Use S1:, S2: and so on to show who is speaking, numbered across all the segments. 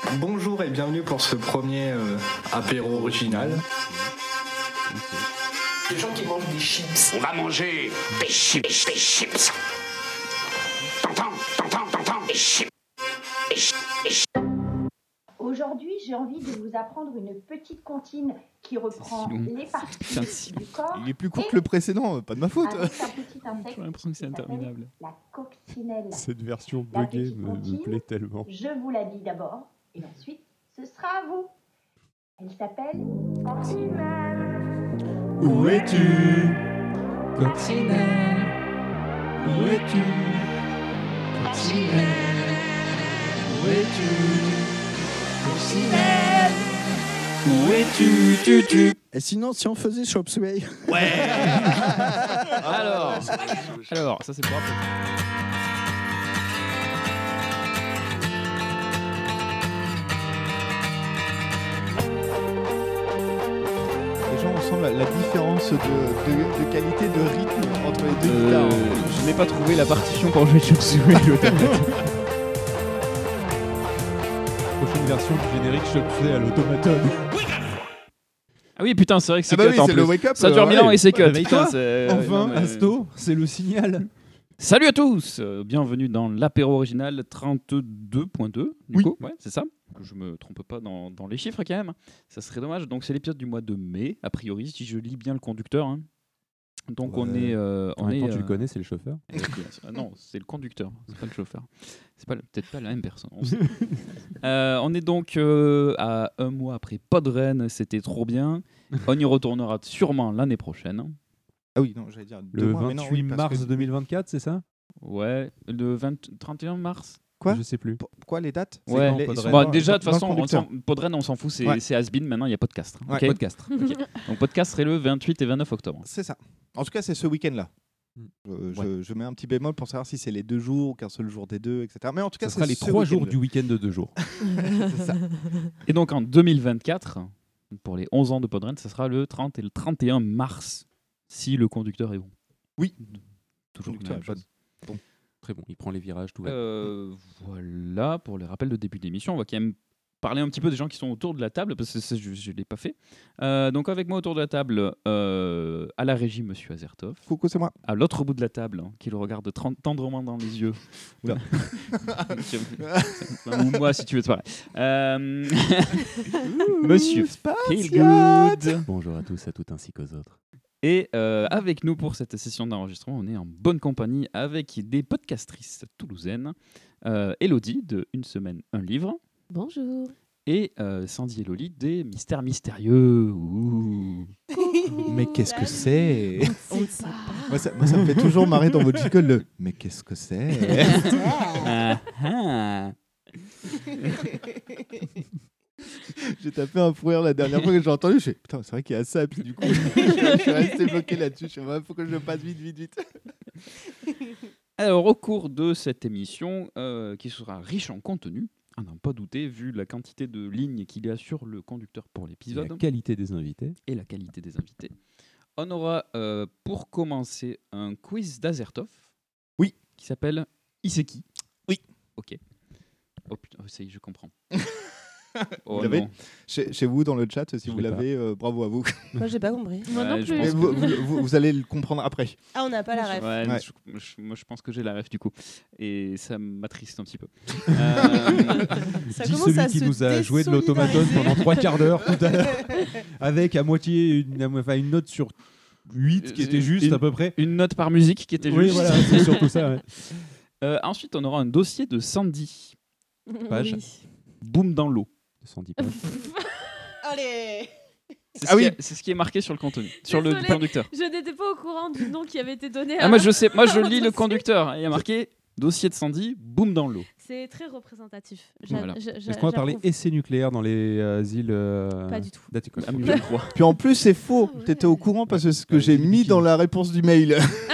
S1: Bonjour et bienvenue pour ce premier apéro original. Les gens qui mangent des chips.
S2: On va manger des chips. T'entends, des chips.
S3: Aujourd'hui, j'ai envie de vous apprendre une petite comptine qui reprend les parties du corps.
S4: Il est plus court que le précédent, pas de ma faute.
S3: Avec un petit insecte.
S5: J'ai l'impression que c'est interminable.
S3: La coccinelle.
S4: Cette version
S3: La
S4: buggée
S3: petite
S4: me
S3: comptine,
S4: plaît tellement.
S3: Je vous la dis d'abord, et ensuite, ce sera à vous. Elle s'appelle Coccinelle.
S4: Où es-tu,
S5: Coccinelle,
S4: où es-tu,
S5: Coccinelle,
S4: où es-tu,
S5: Coccinelle, où es-tu, tu.
S6: Et sinon, si on faisait Chop Suey.
S5: Alors, ça c'est pour après.
S4: Les gens ressentent la différence de qualité de rythme entre les deux guitares.
S5: Je n'ai pas trouvé la partition pour jouer Chop Suey.
S4: Prochaine version du générique Chop Suey à l'automaton.
S5: Ah oui, putain, c'est vrai que c'est
S4: Ah bah
S5: cut
S4: oui,
S5: en
S4: c'est
S5: plus.
S4: le wake-up.
S5: Ça dure 1000 ans et c'est cut.
S4: Réveille-toi.
S5: Putain, c'est-
S4: Enfin,
S5: non, mais-
S4: Asto, c'est le signal.
S5: Salut à tous, bienvenue dans l'apéro original 32.2, du
S4: Oui.
S5: coup, ouais, c'est ça, que je me trompe pas dans les chiffres quand même, ça serait dommage, donc c'est l'épisode du mois de mai, a priori, si je lis bien le conducteur, hein. Donc on est...
S4: En même temps, tu le connais, c'est le chauffeur.
S5: non, c'est le conducteur, c'est pas le chauffeur, c'est peut-être pas la même personne, on sait. On est donc à un mois après Podren, c'était trop bien, on y retournera sûrement l'année prochaine.
S4: Ah oui, non, j'allais dire
S6: Le
S4: 28 mars 2024, c'est ça?
S5: Ouais, le 31 mars.
S4: Quoi? Je sais plus.
S6: Pourquoi les dates?
S5: Ouais,
S4: les-
S5: Podren.
S4: ils
S5: Bon,
S4: sont
S5: déjà, de
S4: dans
S5: toute façon,
S4: le conducteur.
S5: Podren, on s'en fout, c'est
S4: Ouais.
S5: has-been, maintenant il y a podcast.
S4: Ouais,
S5: ok
S4: podcast.
S5: Ok. Donc podcast serait le 28 et 29 octobre.
S6: C'est ça. En tout cas, c'est ce week-end-là. Je mets un petit bémol pour savoir si c'est les 2 jours ou qu'un seul jour des deux, etc. Mais en tout cas,
S4: Ça sera
S6: c'est
S4: les
S6: ce
S4: 3 jours
S6: week-end.
S4: du week-end de 2 jours.
S6: C'est ça.
S5: Et donc en 2024, pour les 11 ans de Podren, ça sera le 30 et le 31 mars, si le conducteur est bon.
S6: Oui.
S5: Toujours la
S6: Conducteur
S5: même
S6: est bon.
S5: chose.
S4: Très bon, il prend les virages, tout va.
S5: Voilà, pour les rappels de début d'émission, on va quand même parler un petit peu des gens qui sont autour de la table, parce que ça, je ne l'ai pas fait. Donc avec moi autour de la table, à la régie, Monsieur Azertov.
S6: Coucou, c'est moi.
S5: À l'autre bout de la table, qui le regarde tendrement dans les yeux. Oula. Ou moi, si tu veux te parler. Monsieur Feelgood.
S4: Bonjour à tous, à toutes ainsi qu'aux autres.
S5: Et avec nous pour cette session d'enregistrement, on est en bonne compagnie avec des podcastrices toulousaines. Elodie de Une semaine, un livre.
S7: Bonjour.
S5: Et Sandy et Loli des Mystères mystérieux. Ouh.
S6: Mais qu'est-ce que c'est?
S7: On sait pas.
S6: moi, ça me fait toujours marrer dans votre jingle le « Mais qu'est-ce que c'est ?»
S5: Ah, ah.
S6: J'ai tapé un fou rire la dernière fois que j'ai entendu. Je fais putain, c'est vrai qu'il y a ça. Puis du coup, je suis resté bloqué là-dessus. Je fais, il faut que je le passe vite.
S5: Alors, au cours de cette émission, qui sera riche en contenu, à n'en pas douter, vu la quantité de lignes qu'il y a sur le conducteur pour l'épisode
S4: La qualité des invités.
S5: et la qualité des invités, on aura, pour commencer, un quiz d'Azertov.
S6: Oui.
S5: Qui s'appelle Iseki.
S6: Oui.
S5: Ok. Oh putain, ça y est, je comprends. Oh
S6: Vous l'avez
S5: non.
S6: chez vous, dans le chat, si
S4: Je
S6: vous
S4: l'ai
S6: l'avez, bravo à vous.
S7: Moi, j'ai pas compris.
S5: Moi non plus.
S6: Mais vous allez le comprendre après.
S7: Ah, on n'a pas la ref.
S5: Ouais,
S6: Ouais.
S5: moi je pense que j'ai la ref du coup. Et ça m'attriste un petit peu.
S7: Ça
S4: Dis
S7: commence
S4: celui
S7: à
S4: qui
S7: se
S4: nous a joué de l'automaton
S7: désolidariser.
S4: pendant 3 quarts d'heure tout à l'heure, avec à moitié une note sur 8 qui était juste à peu près.
S5: Une note par musique qui était
S4: Oui,
S5: juste.
S4: voilà, c'est surtout ça. Ouais.
S5: Ensuite, on aura un dossier de Sandy.
S4: Page.
S7: Oui.
S5: Boum dans l'eau.
S4: 110 pages.
S7: Allez.
S5: C'est
S6: Ah oui.
S5: c'est ce qui est marqué sur le contenu, sur le
S8: Désolée.
S5: conducteur.
S8: Je n'étais pas au courant du nom qui avait été donné.
S5: Ah, moi je sais, moi je lis le conducteur. Il y a marqué dossier de Sandy, boum dans l'eau.
S8: C'est très représentatif.
S5: Voilà.
S4: Est-ce qu'on va parler essai nucléaire dans les îles
S8: Pas du tout.
S4: d'Atticus?
S5: Ah, mais je le crois.
S6: Puis en plus, c'est faux.
S8: Ah ouais.
S6: T'étais au courant parce que c'est ce que
S4: Ouais,
S6: j'ai
S4: c'est
S6: mis
S4: liquide.
S6: dans la réponse du mail.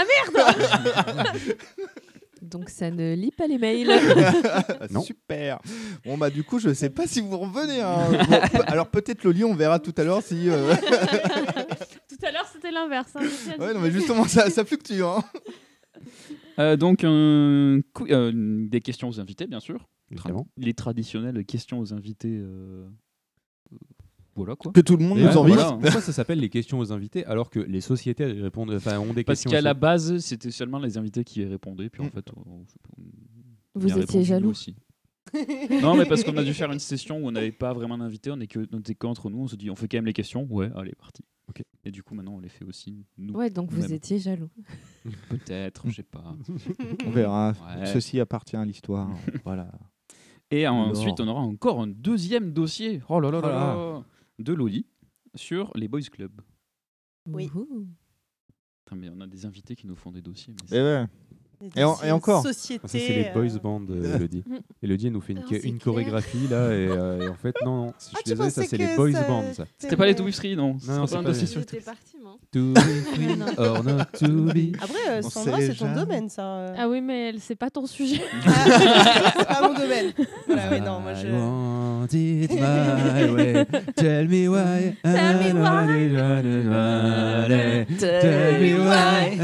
S7: Donc, ça ne lit pas les mails.
S4: Non.
S6: Super. Bon bah du coup, je sais pas si vous revenez. Hein. Bon, alors peut-être Loli, on verra tout à l'heure si.
S8: Tout à l'heure, c'était l'inverse. Hein, je tiens à
S6: Ouais,
S8: dire.
S6: non mais justement, ça fluctue. Hein.
S5: Donc des questions aux invités, bien sûr.
S4: Évidemment.
S5: Les traditionnelles questions aux invités. Voilà quoi.
S6: Que tout le monde
S4: Et
S6: nous
S4: ouais,
S6: envie.
S5: voilà.
S4: Pourquoi ça s'appelle les questions aux invités alors que les sociétés répondent, ont des
S5: Parce
S4: questions
S5: qu'à
S4: aussi.
S5: la base, c'était seulement les invités qui y répondaient. Puis en fait,
S7: Vous
S5: y a
S7: étiez
S5: répondu, nous
S7: jaloux.
S5: aussi. Non, mais parce qu'on a dû faire une session où on n'avait pas vraiment d'invités, on était qu'entre nous, on se dit on fait quand même les questions, ouais, allez, parti.
S4: Ok.
S5: Et du coup, maintenant, on les fait aussi nous.
S7: Ouais, donc vous
S5: nous-mêmes.
S7: étiez jaloux.
S5: Peut-être, je sais pas.
S6: On verra.
S5: Ouais.
S6: Ceci appartient à l'histoire. Voilà.
S5: Et
S6: Alors.
S5: ensuite, on aura encore un deuxième dossier. Oh là là là là. De Loli sur les Boys Club.
S9: Oui.
S7: Ouhou.
S5: Putain, mais on a des invités qui nous font des dossiers. Mais
S6: Et ouais. Et encore.
S9: Société,
S4: Ah, ça, c'est les boys band, Elodie. Elodie, elle nous fait
S7: Non, c'est
S4: une
S7: clair.
S4: chorégraphie là, et en fait, non, je suis
S9: tu
S4: désolé, ça
S9: pensais
S4: c'est
S9: que
S4: les boys
S9: ça-
S4: band. Ça.
S5: C'était pas les To Be Free, non.
S4: Non, c'est
S5: un
S4: pas
S5: dossier
S4: les-
S5: sur
S8: J'étais partie, moi.
S4: To be free or not to be.
S9: Après,
S6: On
S9: Sandra,
S6: sait
S9: c'est ton
S6: jamais.
S9: domaine, ça.
S8: Ah oui, mais c'est pas ton sujet.
S9: C'est pas mon domaine. Voilà, ouais, non, moi
S4: I
S9: je.
S4: want it my way. Tell me why.
S8: Tell me why.
S4: Tell me why.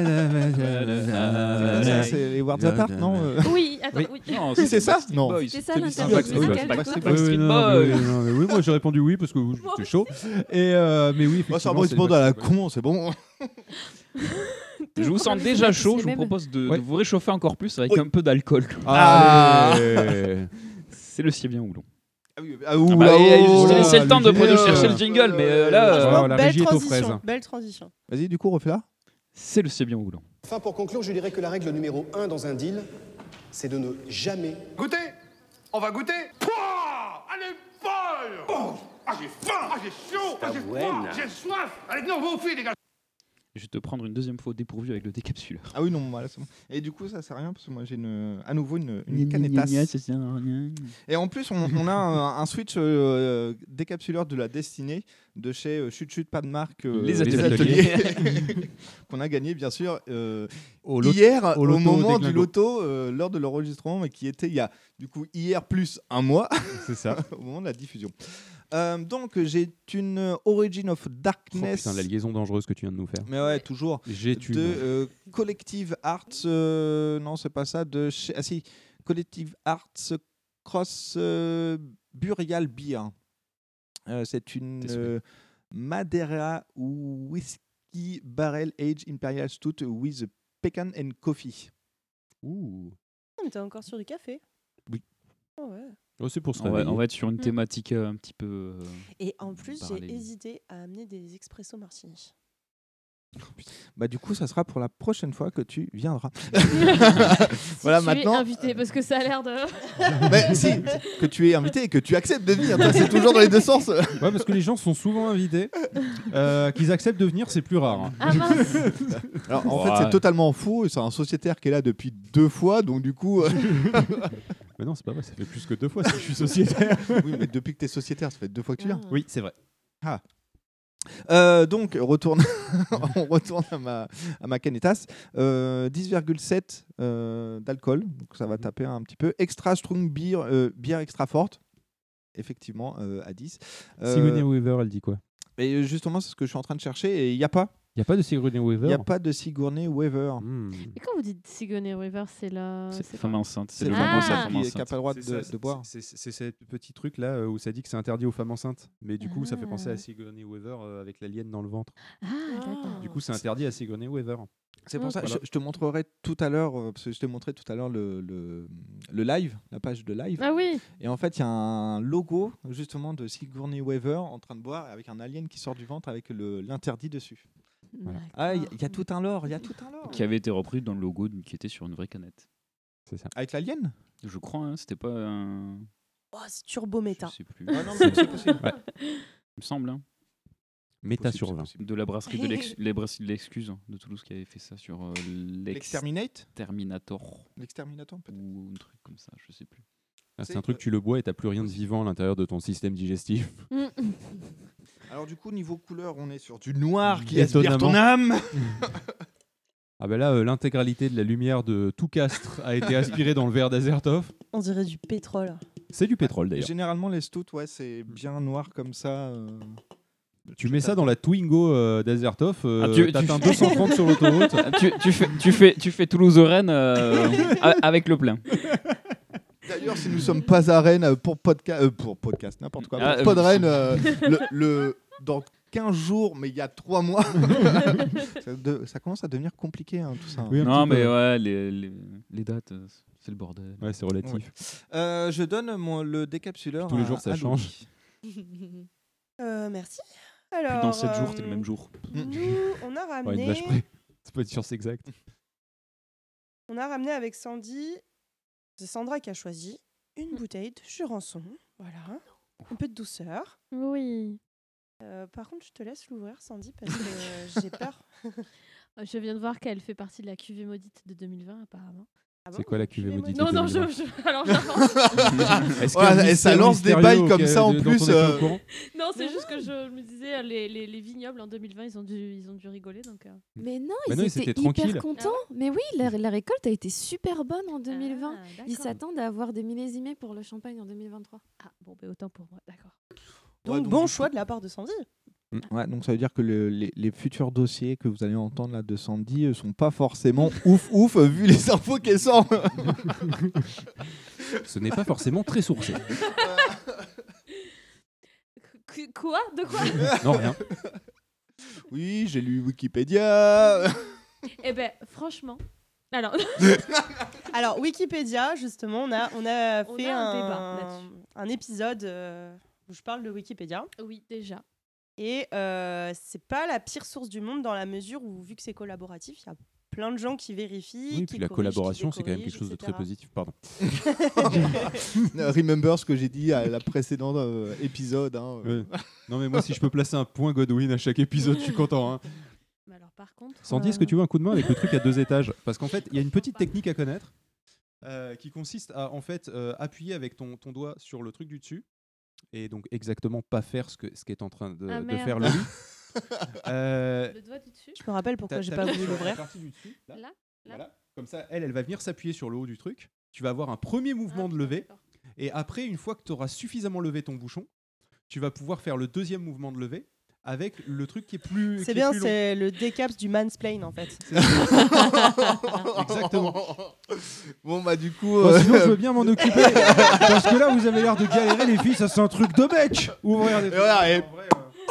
S6: Ça, c'est les Words Apart, non
S8: Oui, attends,
S4: Oui.
S8: oui.
S5: Non,
S6: Si, c'est ça
S5: Backstreet
S6: Non.
S5: Boys.
S8: C'est ça,
S5: C'était
S8: l'interview
S5: Backstreet Boys.
S8: musicale.
S5: Backstreet
S8: Oui,
S5: Backstreet Boys.
S4: Oui, moi j'ai répondu oui parce que c'était chaud. Et mais oui,
S6: Moi, c'est un
S4: effectivement,
S6: boys
S4: c'est
S6: band
S4: les
S6: à la
S4: Backstreet Boys.
S6: con, c'est bon.
S5: Je vous sens
S7: mais
S5: déjà
S7: c'est
S5: chaud,
S7: les
S5: je vous
S7: mêmes.
S5: propose de
S4: Ouais.
S5: vous réchauffer encore plus avec
S6: Oui.
S5: un peu d'alcool.
S4: Allez.
S5: C'est le sien bien ou long.
S6: Ah oui,
S5: Ah bah, je t'ai laissé le temps de chercher le jingle, mais là,
S4: Franchement, la
S9: belle
S4: régie est aux
S9: transition.
S4: fraises.
S9: Belle transition.
S6: Vas-y, du coup, refais-la.
S5: c'est le c'est bien ou long.
S10: Enfin, pour conclure, je dirais que la règle numéro 1 dans un deal, c'est de ne jamais
S2: Goûtez. On va goûter. Pouah, allez, folle. Oh, ah, j'ai faim. Ah, j'ai chaud. Ah, j'ai froid. J'ai soif. Allez, non, vos filles, les gars.
S5: Je vais te prendre une deuxième fois au dépourvu avec le décapsuleur.
S6: Ah oui, non, voilà, c'est bon. Et du coup, ça sert à rien parce que moi, j'ai à nouveau une canettasse. Et en plus, on a un Switch décapsuleur de la destinée de chez Chut Chut, pas de marque,
S5: Les ateliers.
S6: qu'on a gagné, bien sûr,
S4: Au
S6: hier,
S4: au
S6: au
S4: loto
S6: moment
S4: des
S6: du
S4: glingos.
S6: loto, lors de l'enregistrement, mais qui était il y a, du coup, hier plus un mois,
S4: C'est ça.
S6: au moment de la diffusion. Donc, j'ai une Origin of
S4: Oh,
S6: Darkness.
S4: putain, la liaison dangereuse que tu viens de nous faire.
S6: Mais ouais, toujours.
S4: J'ai
S6: De Collective Arts, non, c'est pas ça, ah si, Collective Arts Cross Burial Beer. C'est une
S5: Désolé.
S6: Madeira ou Whisky Barrel Aged Imperial Stout with pecan and coffee.
S4: Ouh.
S9: Ah, mais t'es encore sur du café.
S4: Oui.
S9: Oh, ouais.
S4: Oh, c'est pour se
S5: On va,
S4: réveiller.
S5: on va être sur une thématique un petit peu.
S9: Et en plus,
S5: Parler.
S9: j'ai hésité à amener des espresso martini.
S6: Bah du coup, ça sera pour la prochaine fois que tu viendras.
S8: Si
S6: Voilà,
S8: tu
S6: maintenant.
S8: es invité, parce que ça a l'air de.
S6: Mais si, que tu es invité et que tu acceptes de venir. Toi, c'est toujours dans les deux sens.
S4: Ouais, parce que les gens sont souvent invités. Qu'ils acceptent de venir, c'est plus rare. hein.
S8: Ah mince.
S6: Alors en
S5: Ouais.
S6: fait, c'est totalement faux. C'est un sociétaire qui est là depuis 2 fois, donc du coup.
S4: Mais non, c'est pas vrai, ça fait plus que 2 fois si je suis sociétaire.
S6: Oui, mais depuis que tu es sociétaire, ça fait 2 fois que tu viens.
S4: Oui, c'est vrai.
S6: Donc, on retourne à ma canettasse. 10,7 d'alcool, donc ça va taper un petit peu. Extra strong beer, bière extra forte. Effectivement, à 10.
S4: Sigourney Weaver, elle dit quoi?
S6: Et justement, c'est ce que je suis en train de chercher. Et il n'y a pas.
S4: Il n'y a pas de Sigourney Weaver?
S6: Il n'y a pas de Sigourney Weaver.
S8: Et quand vous dites Sigourney Weaver, c'est la.
S5: C'est femme enceinte. C'est
S6: C'est
S5: le
S6: la
S5: fameux
S8: Ah.
S5: femme
S6: qui n'a
S5: enceinte.
S6: pas le droit
S4: C'est
S6: de
S4: ça,
S6: boire.
S4: C'est ce petit truc là où ça dit que c'est interdit aux femmes enceintes. Mais du coup, ça fait penser à Sigourney Weaver avec l'alien dans le ventre.
S8: Ah, d'accord.
S4: Du coup, c'est interdit à Sigourney Weaver.
S6: C'est pour ça,
S4: Voilà.
S6: je te montrerai tout à l'heure, parce que je t'ai montré tout à l'heure le live, la page de live.
S8: Ah oui.
S6: Et en fait, il y a un logo justement de Sigourney Weaver en train de boire avec un alien qui sort du ventre avec l'interdit dessus.
S4: Voilà.
S6: Ah, il y a tout un lore, il y a tout un lore.
S5: Qui avait été repris dans le logo qui était sur une vraie canette.
S4: C'est ça.
S6: Avec l'alien
S5: Je crois, hein, c'était pas un.
S9: Oh, c'est turbo méta.
S5: Je sais plus.
S6: Ah non, mais c'est possible.
S4: Ouais.
S5: Il me semble. Hein.
S4: Méta
S6: Possible,
S4: sur
S6: c'est
S4: 20.
S6: possible.
S5: De la brasserie de les brasseries de l'excuse hein, de Toulouse qui avait fait ça sur
S6: L'exterminate
S5: l'Exterminator
S6: L'exterminator peut-être.
S5: ou un truc comme ça, je sais plus.
S4: Ah, c'est un truc, tu le bois et t'as plus rien de vivant à l'intérieur de ton système digestif.
S6: Alors du coup, niveau couleur, on est sur du noir qui
S4: Étonnamment.
S6: aspire ton âme.
S4: Ah ben là, l'intégralité de la lumière de tout Castres a été aspirée dans le verre d'Azertov.
S9: On dirait du pétrole.
S4: C'est du pétrole
S6: Et
S4: d'ailleurs.
S6: généralement, les stouts, ouais, c'est bien noir comme ça.
S4: Tu mets ça dans la Twingo d'Azertov,
S5: tu
S4: t'atteins
S5: fais-
S4: 230 sur l'autoroute.
S5: Tu fais Toulouse-Rennes avec le plein.
S6: D'ailleurs, si nous sommes pas à Rennes pour podcast, n'importe quoi,
S5: Ah,
S6: pour Podren, dans 15 jours, mais il y a 3 mois, ça commence à devenir compliqué, hein, tout ça.
S4: Oui,
S5: Non, mais ouais, les dates, c'est le bordel.
S4: Ouais, c'est relatif.
S6: Je donne le décapsuleur.
S4: Tous les jours, ça
S6: à
S4: change.
S9: Merci.
S5: Puis
S9: Alors,
S5: dans 7 jours, c'était le même jour.
S9: Nous, on a
S4: Ouais,
S9: ramené.
S4: une vache près. C'est pas une science exacte.
S9: On a ramené avec Sandy, c'est Sandra qui a choisi, une bouteille de Jurançon. Voilà. Un peu de douceur.
S8: Oui.
S9: Par contre, je te laisse l'ouvrir, Sandy, parce que j'ai peur.
S8: Je viens de voir qu'elle fait partie de la cuvée maudite de 2020, apparemment.
S9: Ah bon,
S4: C'est quoi la cuvée maudite
S8: Non, non, alors j'avance.
S4: Est-ce
S6: Ouais, et ça lance des bails comme ça en
S4: dont
S6: plus.
S4: on est pas au courant
S8: Non, c'est juste que je me disais, les vignobles en 2020, ils ont dû rigoler. Donc,
S7: Mais non,
S4: Bah non,
S7: ils
S4: ils étaient
S7: étaient
S4: tranquilles.
S7: hyper contents. Mais oui, la récolte a été super bonne en 2020.
S8: Ah,
S7: Ils
S8: d'accord.
S7: s'attendent à avoir des millésimés pour le champagne en 2023.
S8: Ah, bon, ben autant pour moi, d'accord.
S9: Donc, bon choix de la part de Sandy.
S6: Ouais, donc ça veut dire que les futurs dossiers que vous allez entendre là de Sandy sont pas forcément ouf vu les infos qu'elle sort.
S4: Ce n'est pas forcément très sourcé.
S8: Quoi? De quoi?
S4: Non, rien.
S6: Oui, j'ai lu Wikipédia.
S8: Eh ben, franchement. Alors,
S9: Alors, Wikipédia, justement, on a
S8: On
S9: fait
S8: a un débat là-dessus.
S9: un épisode où je parle de Wikipédia.
S8: oui, déjà.
S9: Et c'est pas la pire source du monde dans la mesure où, vu que c'est collaboratif, il y a plein de gens qui vérifient.
S4: Oui,
S9: qui
S4: puis la
S9: corrigent, qui
S4: collaboration, c'est quand même
S9: décorrigent,
S4: quelque chose de très
S9: etc.
S4: positif. Pardon.
S6: Remember ce que j'ai dit à la précédente épisode. Hein.
S4: Ouais. Non, mais moi, si je peux placer un point Godwin à chaque épisode, je suis content. Hein.
S8: Mais alors, par contre.
S4: Sandy, est-ce que tu veux un coup de main avec le truc à 2 étages? Parce qu'en fait, il y a une petite technique à connaître qui consiste à en fait appuyer avec ton doigt sur le truc du dessus et donc exactement pas faire ce qu'est en train de
S8: merde.
S4: faire le lit.
S8: Le doigt du dessus?
S9: Je me rappelle pourquoi j'ai pas
S4: t'appuies
S9: voulu
S4: sur la
S9: l'ouvrir.
S4: partie du dessus, là.
S8: Là?
S4: Voilà. Comme ça, elle va venir s'appuyer sur le haut du truc. Tu vas avoir un premier mouvement de lever.
S8: D'accord.
S4: Et après, une fois que tu auras suffisamment levé ton bouchon, tu vas pouvoir faire le deuxième mouvement de lever avec le truc qui est plus.
S9: C'est
S4: qui est
S9: bien,
S4: plus long.
S9: c'est le décaps du mansplain en fait.
S4: Exactement.
S6: Bon, bah, du coup.
S4: Bon, sinon, je veux bien m'en occuper. Parce que là, vous avez l'air de galérer, les filles. Ça, c'est un truc de mec. Ouvrir des trucs.
S6: voilà, et-
S4: En vrai,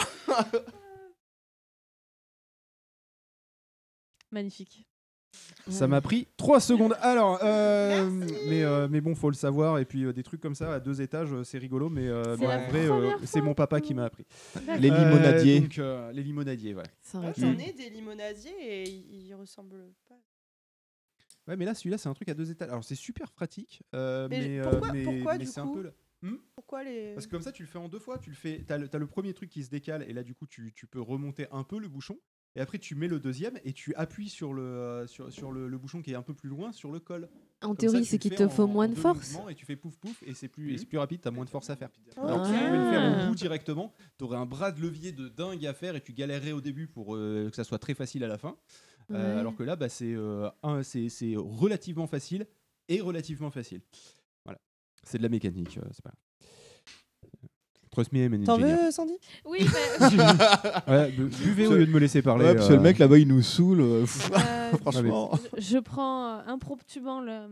S8: Magnifique.
S4: ça m'a pris 3 secondes. Alors, mais bon, faut le savoir. Et puis, des trucs comme ça à 2 étages, c'est rigolo. Mais
S8: C'est la
S4: en vrai,
S8: première
S4: c'est
S8: fois.
S4: mon papa qui m'a appris.
S6: Les limonadiers.
S4: Donc, les limonadiers, ouais.
S7: Ça aurait été-
S9: J'en ai des limonadiers et ils ressemblent pas.
S4: Ouais, mais là, celui-là, c'est un truc à 2 étages. Alors, c'est super pratique.
S9: Mais pourquoi, du
S4: c'est un
S9: coup
S4: peu.
S9: Pourquoi les.
S4: Parce que comme ça, tu le fais en 2 fois. Tu le fais. T'as le premier truc qui se décale, et là, du coup, tu peux remonter un peu le bouchon. Et après, tu mets le deuxième et tu appuies sur le bouchon qui est un peu plus loin sur le col.
S7: En
S4: Comme
S7: théorie,
S4: ça, tu
S7: c'est
S4: le
S7: qu'il
S4: fais
S7: te
S4: en-
S7: faut moins
S4: en
S7: de
S4: 2
S7: force.
S4: mouvements et tu fais pouf pouf et c'est plus rapide, t'as moins de force à faire.
S9: Ok.
S4: Alors si tu pouvais le faire au bout directement, t'aurais un bras de levier de dingue à faire et tu galérerais au début pour que ça soit très facile à la fin.
S7: Ouais.
S4: Alors que là, bah, c'est relativement facile et relativement facile. Voilà, c'est de la mécanique, c'est pas grave. Trust me, I'm an
S9: T'en
S4: engineer.
S9: veux, Sandy?
S8: Oui,
S4: Ouais, buvez au lieu de me laisser parler.
S6: Ouais, parce que le mec là-bas il nous saule.
S9: Franchement.
S8: je prends impromptument le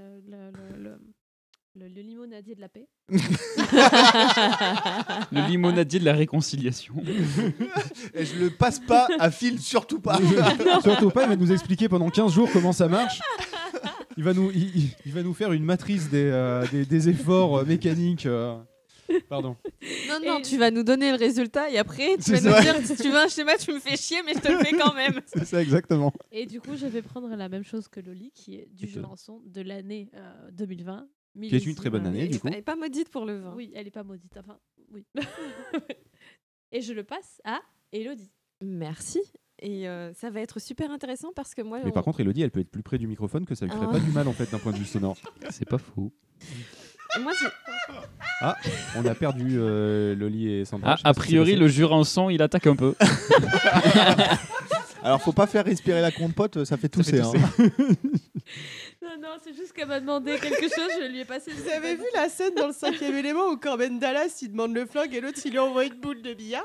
S8: limonadier de la paix.
S5: Le limonadier de la réconciliation.
S6: Et je le passe pas à Phil, surtout pas.
S4: Surtout pas, il va nous expliquer pendant 15 jours comment ça marche. Il va nous faire une matrice des efforts mécaniques. Pardon.
S7: Non, tu vas nous donner le résultat et après, tu
S4: C'est
S7: vas nous
S4: ça.
S7: dire si tu veux un schéma, tu me fais chier, mais je te le fais quand même.
S4: C'est ça, exactement.
S8: Et du coup, je vais prendre la même chose que Loli, qui est du Jurançon de l'année 2020.
S4: Qui est une très bonne année, du coup.
S7: Elle n'est pas maudite pour le vin.
S8: Oui, elle n'est pas maudite. Enfin, oui. Et je le passe à Elodie.
S7: Merci. Et ça va être super intéressant parce que moi.
S4: Mais par contre, Elodie, elle peut être plus près du microphone que ça lui ferait
S7: Ah.
S4: pas du mal en fait d'un point de vue sonore.
S5: C'est pas faux.
S7: Moi,
S4: Ah, on a perdu Loli et Sandra.
S5: Ah,
S4: Je sais pas
S5: a
S4: ce qui s'est
S5: priori,
S4: passé.
S5: le Jurançon, il attaque un peu.
S6: Alors faut pas faire respirer la compote, ça fait tousser. Hein.
S8: Non, c'est juste qu'elle m'a demandé quelque chose, je lui ai passé.
S9: Vous avez vu la scène dans le 5e élément où Corben Dallas il demande le flingue et l'autre il lui envoie une boule de billard?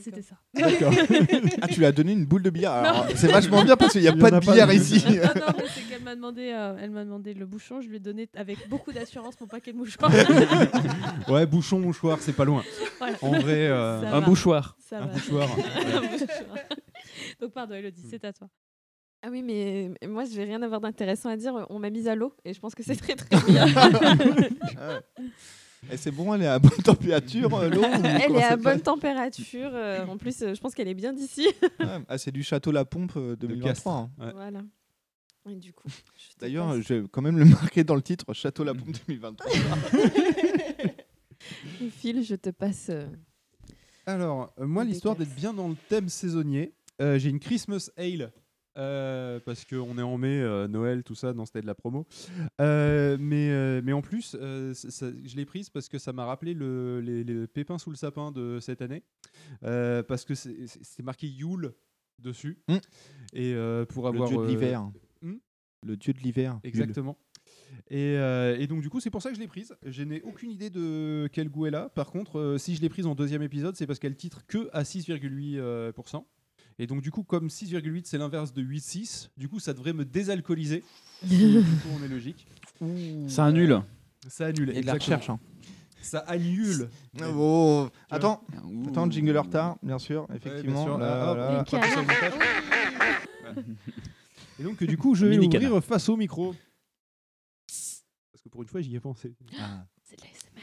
S8: C'était ça.
S6: D'accord. Ah, tu lui as donné une boule de billard. Alors, c'est vachement bien parce qu'il n'y a pas de billard ici.
S8: Non, mais c'est qu'elle m'a demandé le bouchon. Je lui ai donné avec beaucoup d'assurance mon paquet de mouchoirs.
S4: Ouais, bouchon, mouchoir, c'est pas loin.
S8: Voilà.
S4: En vrai,
S8: Ça
S5: un
S8: va.
S5: bouchoir.
S8: Ça
S4: Un
S8: va.
S4: bouchoir.
S8: Un bouchoir. Donc, pardon, Elodie, c'est à toi.
S7: Ah oui, mais moi, je vais rien avoir d'intéressant à dire. On m'a mise à l'eau et je pense que c'est très très bien.
S6: Et c'est bon, elle est à bonne température, l'eau
S7: Elle est à bonne température. En plus, je pense qu'elle est bien d'ici.
S6: C'est du Château La Pompe 2023. Hein.
S4: Ouais.
S7: Voilà. Et du coup,
S6: D'ailleurs, je vais quand même le marquer dans le titre Château La Pompe 2023.
S7: Et Phil, je te passe.
S4: Alors, moi, l'histoire d'être bien dans le thème saisonnier, j'ai une Christmas Ale. Parce qu'on est en mai, Noël, tout ça, non, c'était de la promo. Mais en plus, je l'ai prise parce que ça m'a rappelé les pépins sous le sapin de cette année. Parce que c'est marqué Yule dessus. Et pour avoir.
S6: Le dieu de l'hiver. Le dieu de l'hiver.
S4: Exactement. Et donc du coup c'est pour ça que je l'ai prise. Je n'ai aucune idée de quel goût elle a. Par contre si je l'ai prise en deuxième épisode, c'est parce qu'elle titre que à 6,8%. Et donc du coup comme 6,8 c'est l'inverse de 8,6, du coup ça devrait me désalcooliser. Du coup on est logique.
S5: Ça annule.
S4: Ça annule.
S6: Il y a de la recherche. Hein.
S4: Ça annule.
S6: Oh. Attends, jingle en retard, bien sûr, effectivement.
S4: Ouais, bien sûr.
S6: Là.
S4: Et donc du coup je vais
S5: Mini
S4: ouvrir
S5: canard.
S4: face au micro. Parce que pour une fois j'y ai pensé.
S8: C'est de l'ASMR.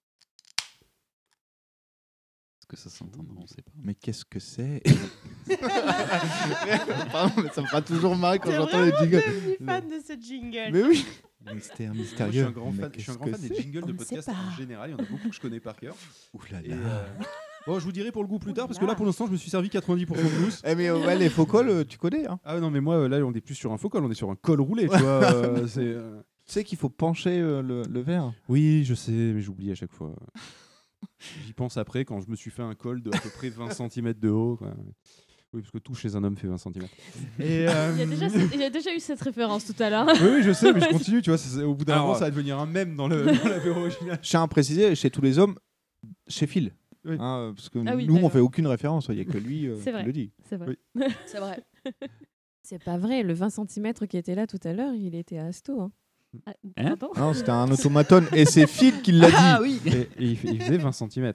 S5: Est-ce que ça s'entendra? On sait pas.
S6: Mais qu'est-ce que c'est? Pardon, mais ça me fera toujours marrer quand j'entends les jingles.
S9: Je suis fan de ce jingle.
S6: Mais oui. Mystère
S4: Moi,
S6: mystérieux.
S4: je suis un grand fan,
S6: Mais
S4: je suis un grand
S6: qu'est-ce
S4: fan
S6: que
S4: des
S6: c'est?
S4: jingles de podcast en général. Il y en a beaucoup que je connais par cœur.
S6: Ouh là
S4: Et,
S6: là.
S4: bon, je vous dirai pour le goût plus tard parce que là pour l'instant je me suis servi 90% de mousse.
S6: Eh mais ouais, les faux cols, tu connais. Hein.
S4: Ah non mais moi là on est plus sur un faux col, on est sur un col roulé, tu vois.
S6: Tu sais qu'il faut pencher le verre.
S4: Oui, je sais, mais j'oublie à chaque fois. J'y pense après quand je me suis fait un col de à peu près 20 cm de haut. Quoi. Oui, parce que tout chez un homme fait 20 cm. Et,
S8: Il y a déjà eu cette référence tout à l'heure.
S4: Oui, je sais, mais je continue, tu vois. Au bout d'un
S6: Alors,
S4: moment, ça va devenir un mème dans l'apéro original.
S6: Je tiens à préciser, chez tous les hommes, chez Phil.
S4: Oui.
S6: Hein, parce que
S8: Ah oui,
S6: nous, on
S8: d'accord.
S6: fait aucune référence. Il n'y a que lui
S8: C'est
S6: qui
S8: vrai.
S6: le dit.
S8: C'est vrai.
S4: Oui.
S8: C'est vrai.
S7: C'est pas vrai, le 20 cm qui était là tout à l'heure, il était à Asto. Hein.
S8: Ah,
S5: Hein
S8: pardon.
S6: Non, c'était un automaton et c'est Phil qui l'a dit.
S5: Ah oui.
S4: Et il faisait 20 cm.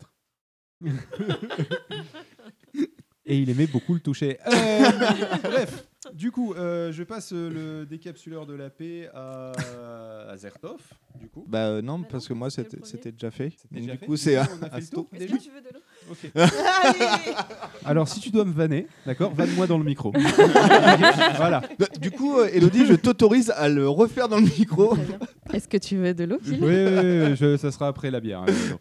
S4: Et il aimait beaucoup le toucher. Bref, du coup, je passe le décapsuleur de la paix à Zertov, du coup.
S6: Bah non,
S7: Bah
S6: parce
S7: non,
S6: que moi,
S7: c'était le
S6: c'était déjà fait.
S4: C'était
S6: Donc,
S4: déjà
S6: du
S4: fait.
S6: coup, c'est
S4: On a fait le
S6: Asto.
S4: tour.
S7: Est-ce
S4: Déjà
S7: que tu veux de l'eau?
S4: Ok.
S9: Allez.
S4: Alors, si tu dois me vanner, d'accord, vanne-moi dans le micro. Voilà.
S6: Du coup, Elodie, je t'autorise à le refaire dans le micro.
S7: Très bien. Est-ce que tu veux de l'eau, Phil?
S4: Oui, ça sera après la bière.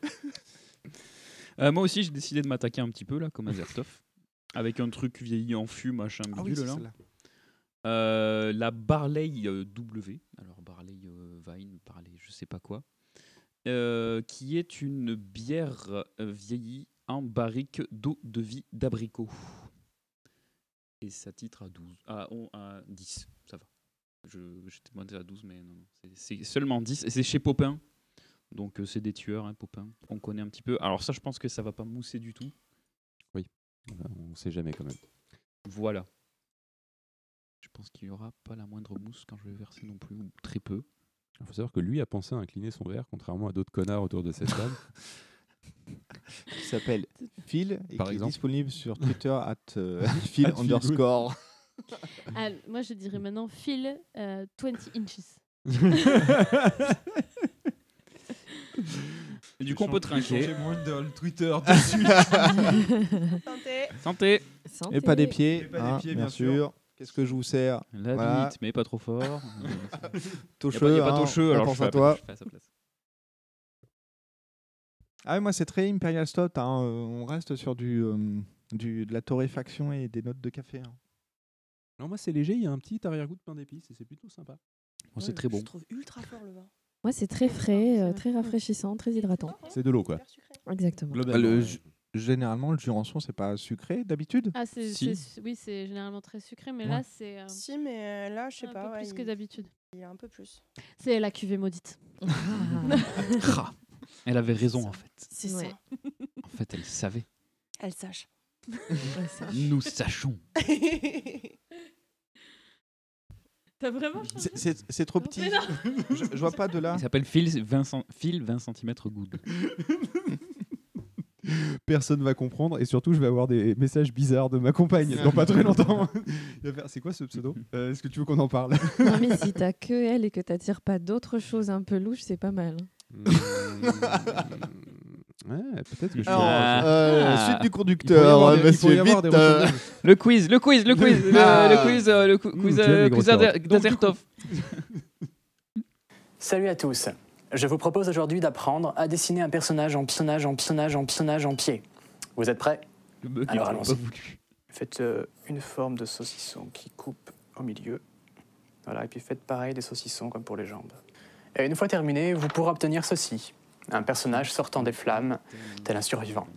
S5: Moi aussi, j'ai décidé de m'attaquer un petit peu là, comme Azertov, avec un truc vieilli en fût, machin bidule là. La Barley W, alors Barley Vine, Barley je sais pas quoi, qui est une bière vieillie en barrique d'eau de vie d'abricot. Et ça titre à 12, à 10, ça va. J'étais demandé à 12, mais non, c'est seulement 10, et c'est chez Popin. Donc c'est des tueurs, hein, Popin, on connaît un petit peu. Alors ça, je pense que ça va pas mousser du tout.
S4: Oui, on sait jamais quand même.
S5: Voilà. Je pense qu'il y aura pas la moindre mousse quand je vais verser non plus, ou très peu.
S4: Il faut savoir que lui a pensé à incliner son verre, contrairement à d'autres connards autour de cette table.
S6: Qui s'appelle Phil et
S4: Par
S6: qui
S4: exemple.
S6: est disponible sur Twitter @Phil _
S8: Ah, moi, je dirais maintenant Phil 20 inches.
S5: Et du coup, on peut trinquer.
S4: Changer mon handle Twitter dessus.
S9: Santé.
S5: Santé.
S6: Et pas des pieds,
S4: Et pas des
S6: hein,
S4: pieds,
S6: bien
S4: bien
S6: sûr.
S4: sûr.
S6: Qu'est-ce que je vous sers?
S5: La
S6: Voilà.
S5: bite, mais pas trop fort.
S6: Tocheux,
S5: Il n'y a pas
S6: hein,
S5: Tocheux,
S6: on
S5: alors
S6: pense
S5: je fais
S6: à toi.
S5: je fais à sa place.
S6: Ah ouais, moi c'est très Imperial Stout. Hein. On reste sur de la torréfaction et des notes de café. Hein.
S4: Alors moi c'est léger, il y a un petit arrière-goût de pain d'épices et c'est plutôt sympa.
S5: Bon, c'est très bon.
S9: Je trouve ultra fort le vin.
S7: Moi, c'est très frais, très rafraîchissant, très hydratant.
S4: C'est de l'eau quoi.
S7: Exactement.
S6: Généralement, le Jurançon, c'est pas sucré d'habitude.
S8: Ah,
S5: Si.
S8: oui, c'est généralement très sucré, mais
S6: Ouais.
S8: là, c'est
S9: Si, mais là, je sais
S8: un
S9: pas.
S8: peu
S9: ouais,
S8: plus que d'habitude.
S9: il y a un peu plus.
S8: C'est la cuvée maudite.
S5: Elle avait raison en fait.
S9: C'est
S7: Ouais.
S9: ça.
S5: En fait, elle savait.
S9: Elle sache.
S5: Nous sachons.
S8: T'as vraiment changé?
S6: C'est trop petit.
S8: Mais non.
S6: Je vois pas de là.
S5: Il s'appelle Phil 20 cm good.
S4: Personne va comprendre et surtout je vais avoir des messages bizarres de ma compagne dans pas très longtemps. Il va faire, c'est quoi ce pseudo? Est-ce que tu veux qu'on en parle?
S7: Non, mais si t'as que elle et que t'attires pas d'autres choses un peu louches, c'est pas mal.
S4: Ouais, peut-être que je
S6: Alors, suite du conducteur, monsieur, vite.
S5: Le quiz d'Azertov.
S11: Salut à tous. Je vous propose aujourd'hui d'apprendre à dessiner un personnage en pied. Vous êtes prêts? Alors allons-y. Faites une forme de saucisson qui coupe au milieu. Voilà, et puis faites pareil des saucissons comme pour les jambes. Et une fois terminé, vous pourrez obtenir ceci. Un personnage sortant des flammes, tel un survivant.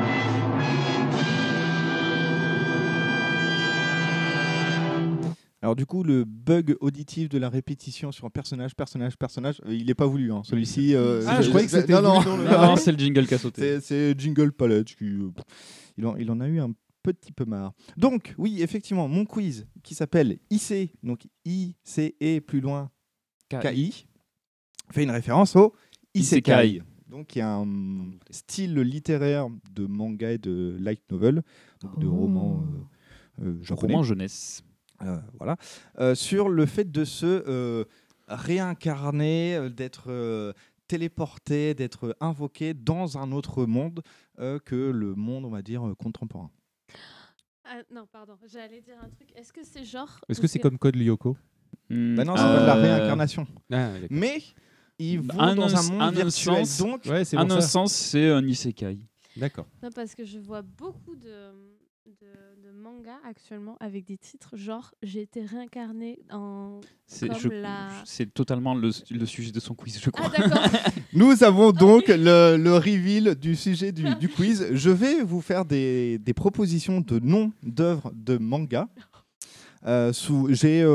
S6: Alors du coup, le bug auditif de la répétition sur un personnage, il n'est pas voulu. Hein. Celui-ci...
S4: je croyais que c'était
S6: non,
S4: voulu dans le...
S5: Non, c'est le jingle qui a sauté.
S6: C'est Jingle Palette qui... il en a eu un petit peu marre. Donc, oui, effectivement, mon quiz qui s'appelle IC, donc ICE plus loin KI, fait une référence au Isekai. Donc, il y a un style littéraire de manga et de light novel, donc de romans japonais.
S5: Roman jeunesse.
S6: Voilà. Sur le fait de se réincarner, d'être téléporté, d'être invoqué dans un autre monde que le monde, on va dire, contemporain.
S8: Ah, non, pardon, j'allais dire un truc. Est-ce que c'est genre...
S4: Est-ce que c'est comme Code Lyoko?
S6: Bah non, c'est pas de la réincarnation.
S4: Ah,
S6: mais ils vont dans un monde virtuel. Donc,
S4: ouais, c'est
S5: en un sens, c'est un isekai.
S4: D'accord.
S8: Non, parce que je vois beaucoup de mangas actuellement avec des titres genre j'ai été réincarné en
S5: c'est totalement le sujet de son quiz, je crois.
S8: Ah, d'accord.
S6: Nous avons donc le reveal du sujet du quiz. Je vais vous faire des propositions de noms d'œuvres de manga. J'ai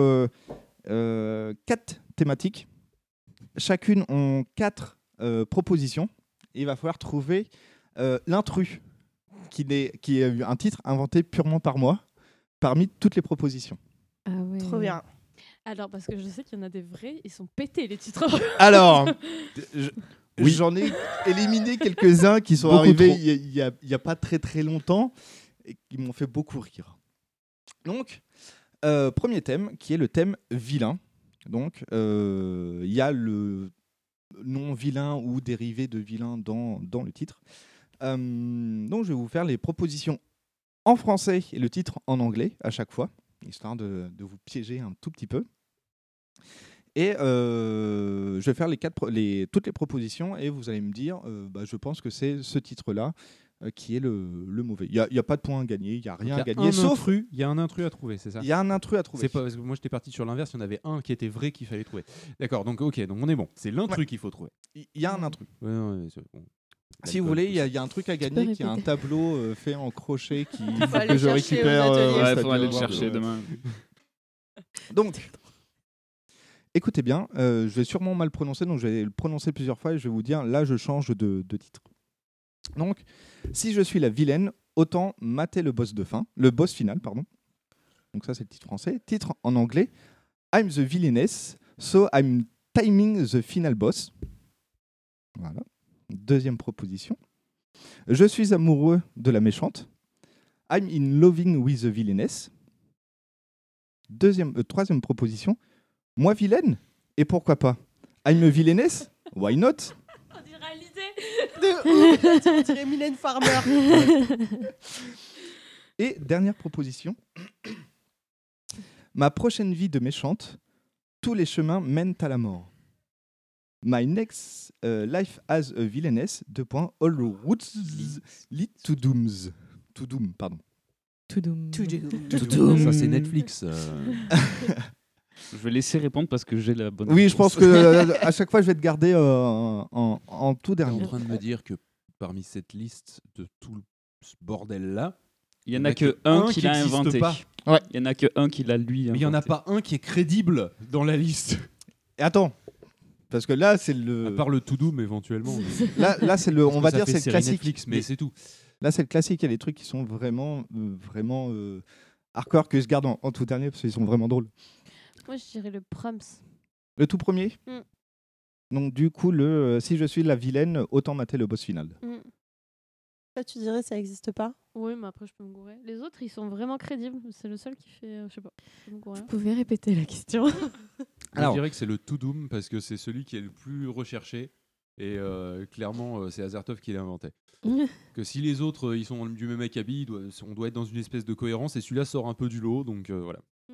S6: 4 thématiques. Chacune ont 4 propositions. Et il va falloir trouver l'intrus, qui est un titre inventé purement par moi, parmi toutes les propositions.
S7: Ah ouais.
S9: Trop bien.
S8: Alors, parce que je sais qu'il y en a des vrais, ils sont pétés les titres.
S6: Alors, j'en ai éliminé quelques-uns qui sont arrivés il y a pas très très longtemps et qui m'ont fait beaucoup rire. Donc, premier thème, qui est le thème vilain. Donc, il y a le nom vilain ou dérivé de vilain dans le titre. Donc, je vais vous faire les propositions en français et le titre en anglais à chaque fois, histoire de vous piéger un tout petit peu. Et je vais faire toutes les propositions et vous allez me dire, je pense que c'est ce titre-là qui est le mauvais. Il n'y a pas de point à gagner, il n'y a rien à gagner.
S4: Sauf il y a un intrus à trouver, c'est ça?
S6: Il y a un intrus à trouver.
S4: C'est pas, parce que moi j'étais parti sur l'inverse, il y en avait un qui était vrai qu'il fallait trouver. D'accord, donc ok, donc on est bon. C'est l'intrus qu'il faut trouver.
S6: Il y a un intrus.
S4: Ouais, c'est bon.
S6: Si vous voulez, il y a un truc à gagner qui est un tableau fait en crochet que je
S9: aller
S6: récupère.
S5: Il faut aller le chercher demain.
S6: Donc, écoutez bien, je vais sûrement mal prononcer, donc je vais le prononcer plusieurs fois et je vais vous dire, là je change de titre. Donc, si je suis la vilaine, autant mater le boss final, pardon. Donc ça c'est le titre français. Titre en anglais, I'm the villainess, so I'm timing the final boss. Voilà. Deuxième proposition. Je suis amoureux de la méchante. I'm in loving with the villainess. Troisième proposition. Moi vilaine? Et pourquoi pas? I'm a villainess? Why not?
S8: On dirait l'idée.
S9: On dirait Mylène Farmer.
S6: Et dernière proposition. Ma prochaine vie de méchante, tous les chemins mènent à la mort. My next life as a villainess, all roads lead to dooms. To doom, pardon.
S7: To doom.
S4: Ça c'est Netflix.
S5: Je vais laisser répondre parce que j'ai la bonne
S6: Oui,
S5: réponse.
S6: je pense que à chaque fois je vais te garder en tout
S4: Tu es
S6: dernier.
S4: en train de me dire que parmi cette liste de tout ce bordel-là,
S5: il n'y en a que un qui l'a
S4: n'existe
S5: inventé.
S4: pas.
S6: Ouais.
S5: Il n'y en a que un qui l'a lui inventé.
S4: Mais il n'y en a pas un qui est crédible dans la liste.
S6: Et attends, parce que là c'est le.
S4: À part le To Doom éventuellement.
S6: Là c'est le. On va dire
S4: ça fait
S6: c'est le
S4: série
S6: classique.
S4: Netflix, mais c'est tout.
S6: Là, c'est le classique. Il y a des trucs qui sont vraiment hardcore que je garde en tout dernier parce qu'ils sont vraiment drôles.
S8: Moi, je dirais le Proms.
S6: Le tout premier. Donc, du coup, si je suis la vilaine, autant mater le boss final.
S9: Toi, tu dirais ça n'existe pas?
S8: Oui, mais après, je peux me gourer. Les autres, ils sont vraiment crédibles. C'est le seul qui fait. Je sais pas. Je peux me gourer.
S7: Vous pouvez répéter la question?
S4: Je dirais que c'est le To Doom parce que c'est celui qui est le plus recherché et clairement c'est Azertov qui l'a inventé. Que si les autres ils sont du même acabit, on doit être dans une espèce de cohérence et celui-là sort un peu du lot, donc voilà.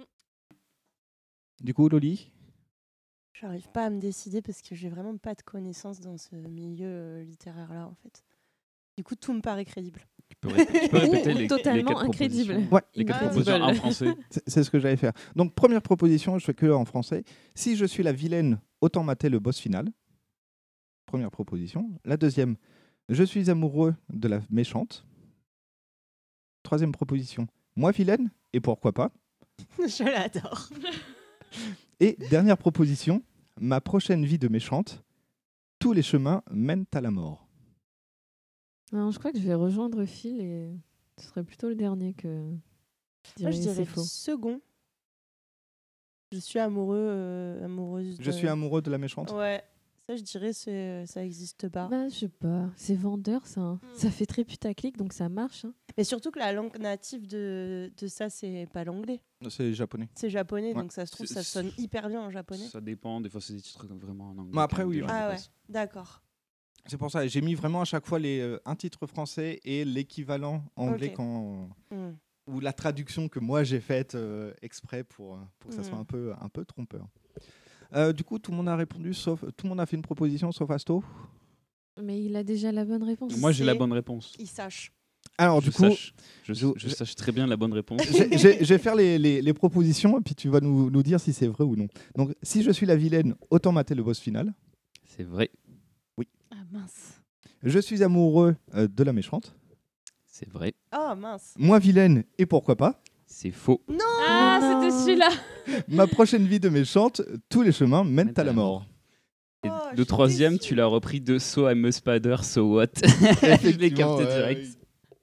S6: Du coup, Loli?
S9: J'arrive pas à me décider parce que j'ai vraiment pas de connaissances dans ce milieu littéraire-là, en fait. Du coup, tout me paraît crédible.
S5: Tu peux répéter les
S7: Totalement
S5: quatre
S7: incrédible.
S5: propositions.
S6: Ouais.
S5: Les quatre propositions en français.
S6: C'est ce que j'allais faire. Donc, première proposition, je fais que en français. Si je suis la vilaine, autant mater le boss final. Première proposition. La deuxième, je suis amoureux de la méchante. Troisième proposition, moi vilaine, et pourquoi pas.
S9: Je l'adore.
S6: Et dernière proposition, ma prochaine vie de méchante, tous les chemins mènent à la mort.
S7: Non, je crois que je vais rejoindre Phil et ce serait plutôt le dernier que
S9: Moi, je dirais
S7: c'est
S9: le
S7: faux.
S9: second. Je suis amoureuse.
S6: Je suis amoureux de la méchante.
S9: Ouais, ça, je dirais ça existe pas.
S7: Bah, je sais pas, c'est vendeur ça. Hein. Ça fait très putaclic donc ça marche. Hein.
S9: Mais surtout que la langue native de ça, c'est pas l'anglais.
S6: C'est japonais.
S9: C'est japonais,
S6: Ouais.
S9: donc ça se trouve, ça sonne hyper bien en japonais.
S5: Ça dépend, des fois c'est des titres vraiment en anglais.
S6: Mais après,
S5: quand même,
S6: oui.
S5: déjà,
S9: Ah
S5: de
S9: ouais,
S5: base.
S9: d'accord.
S6: C'est pour ça, j'ai mis vraiment à chaque fois un titre français et l'équivalent anglais
S9: Ok.
S6: ou la traduction que moi j'ai faite exprès pour que ça soit un peu trompeur. Du coup, tout le monde a répondu, tout le monde a fait une proposition sauf Asto.
S7: Mais il a déjà la bonne réponse.
S5: Moi j'ai la bonne réponse.
S9: Il sache.
S6: Alors du coup,
S5: je sache très bien la bonne réponse.
S6: je vais faire les propositions et puis tu vas nous dire si c'est vrai ou non. Donc, si je suis la vilaine, autant mater le boss final.
S5: C'est vrai.
S6: Oui.
S8: Ah mince.
S6: Je suis amoureux de la méchante.
S5: C'est vrai.
S9: Oh mince.
S6: Moi vilaine et pourquoi pas.
S5: C'est faux.
S9: Non.
S8: Ah, c'était celui-là.
S6: Ma prochaine vie de méchante, tous les chemins mènent à la mort.
S5: Et le troisième, tu l'as repris de So I'm a Spider, So What. Je l'ai capté direct.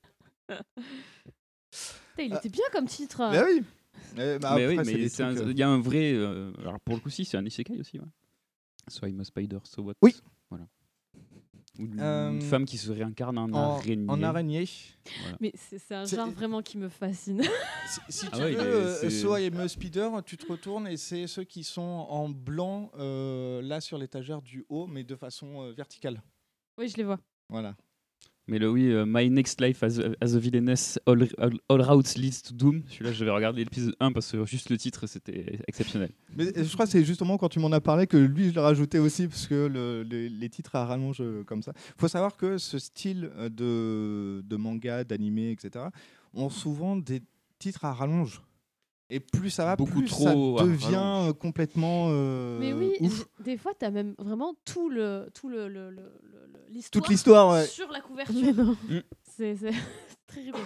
S8: Il était bien comme titre.
S6: Mais oui.
S5: Mais oui,
S6: après, c'est
S5: mais
S6: des trucs,
S5: il y a un vrai. Alors pour le coup, si, c'est un isekai aussi. Ouais. So I'm a Spider, So What.
S6: Oui.
S5: Voilà. Ou une femme qui se réincarne en araignée.
S6: En araignée.
S5: Voilà.
S8: Mais c'est un genre vraiment qui me fascine.
S6: Si
S5: Ah
S6: tu
S5: ouais,
S6: veux, So I'm a Spider, tu te retournes et c'est ceux qui sont en blanc là sur l'étagère du haut, mais de façon verticale.
S8: Oui, je les vois.
S6: Voilà.
S5: Mais My Next Life as a Villainess All Routes Leads to Doom. Celui-là, j'avais regardé l'épisode 1 parce que juste le titre, c'était exceptionnel.
S6: Mais je crois que c'est justement quand tu m'en as parlé que lui, je l'ai rajouté aussi parce que les titres à rallonge comme ça. Il faut savoir que ce style de manga, d'animé, etc., ont souvent des titres à rallonge. Et plus ça va,
S5: Beaucoup
S6: plus
S5: trop
S6: ça
S5: à
S6: devient
S5: rallonge.
S6: complètement
S8: Mais oui,
S6: ouf.
S8: des fois, tu as même vraiment l'histoire,
S6: Toute l'histoire, ouais.
S8: sur la couverture. C'est très rigolo.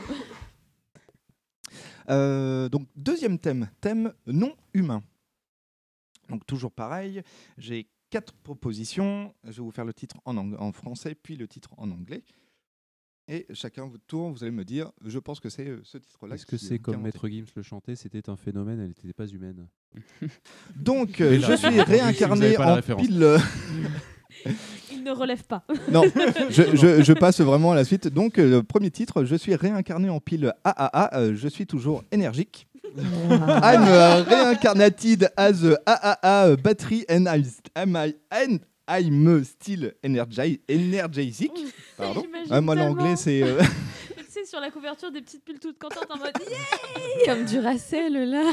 S6: Donc, deuxième thème non humain. Donc, toujours pareil, j'ai 4 propositions. Je vais vous faire le titre en français, puis le titre en anglais. Et chacun votre tour, vous allez me dire, je pense que c'est ce titre-là.
S4: Est-ce que c'est comme Maître Gims le chantait, c'était un phénomène, elle n'était pas humaine.
S6: Donc, je suis réincarné en pile...
S8: Il ne relève pas.
S6: Non, je passe vraiment à la suite. Donc, le premier titre, je suis réincarné en pile AAA, je suis toujours énergique. I'm reincarnated as AAA battery and I'm still energizing. Pardon. Moi, l'anglais, c'est...
S8: Tu sais, sur la couverture, des petites piles toutes contentes en mode yeah.
S7: Comme du Racel, là.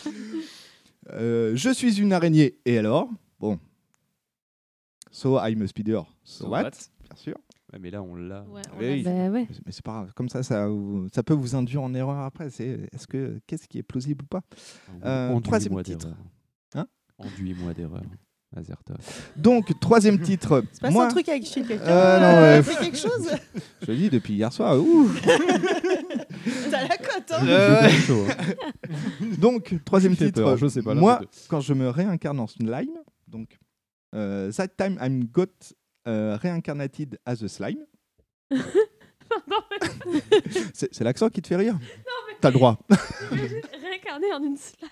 S6: Je suis une araignée. Et alors? Bon. So I'm a spider. So what? Bien sûr.
S4: Ouais, mais là, on l'a.
S8: Ouais,
S6: Oui.
S7: Bah ouais.
S6: Mais c'est pas grave. Comme ça peut vous induire en erreur après. Qu'est-ce qui est plausible ou pas? Troisième titre. Hein?
S4: Enduis-moi d'erreur. Azertov.
S6: Donc, troisième titre.
S9: C'est pas
S6: moi...
S9: un truc avec Phil, quelqu'un fait quelque chose?
S6: Je le dis depuis hier soir. Ouh.
S9: T'as la cote, hein?
S6: Donc, troisième titre.
S4: Peur, je sais pas,
S6: moi, quand je me réincarne en slime, donc, that time I'm got reincarnated as a slime. C'est l'accent qui te fait rire. T'as le droit.
S8: Réincarné en une slime.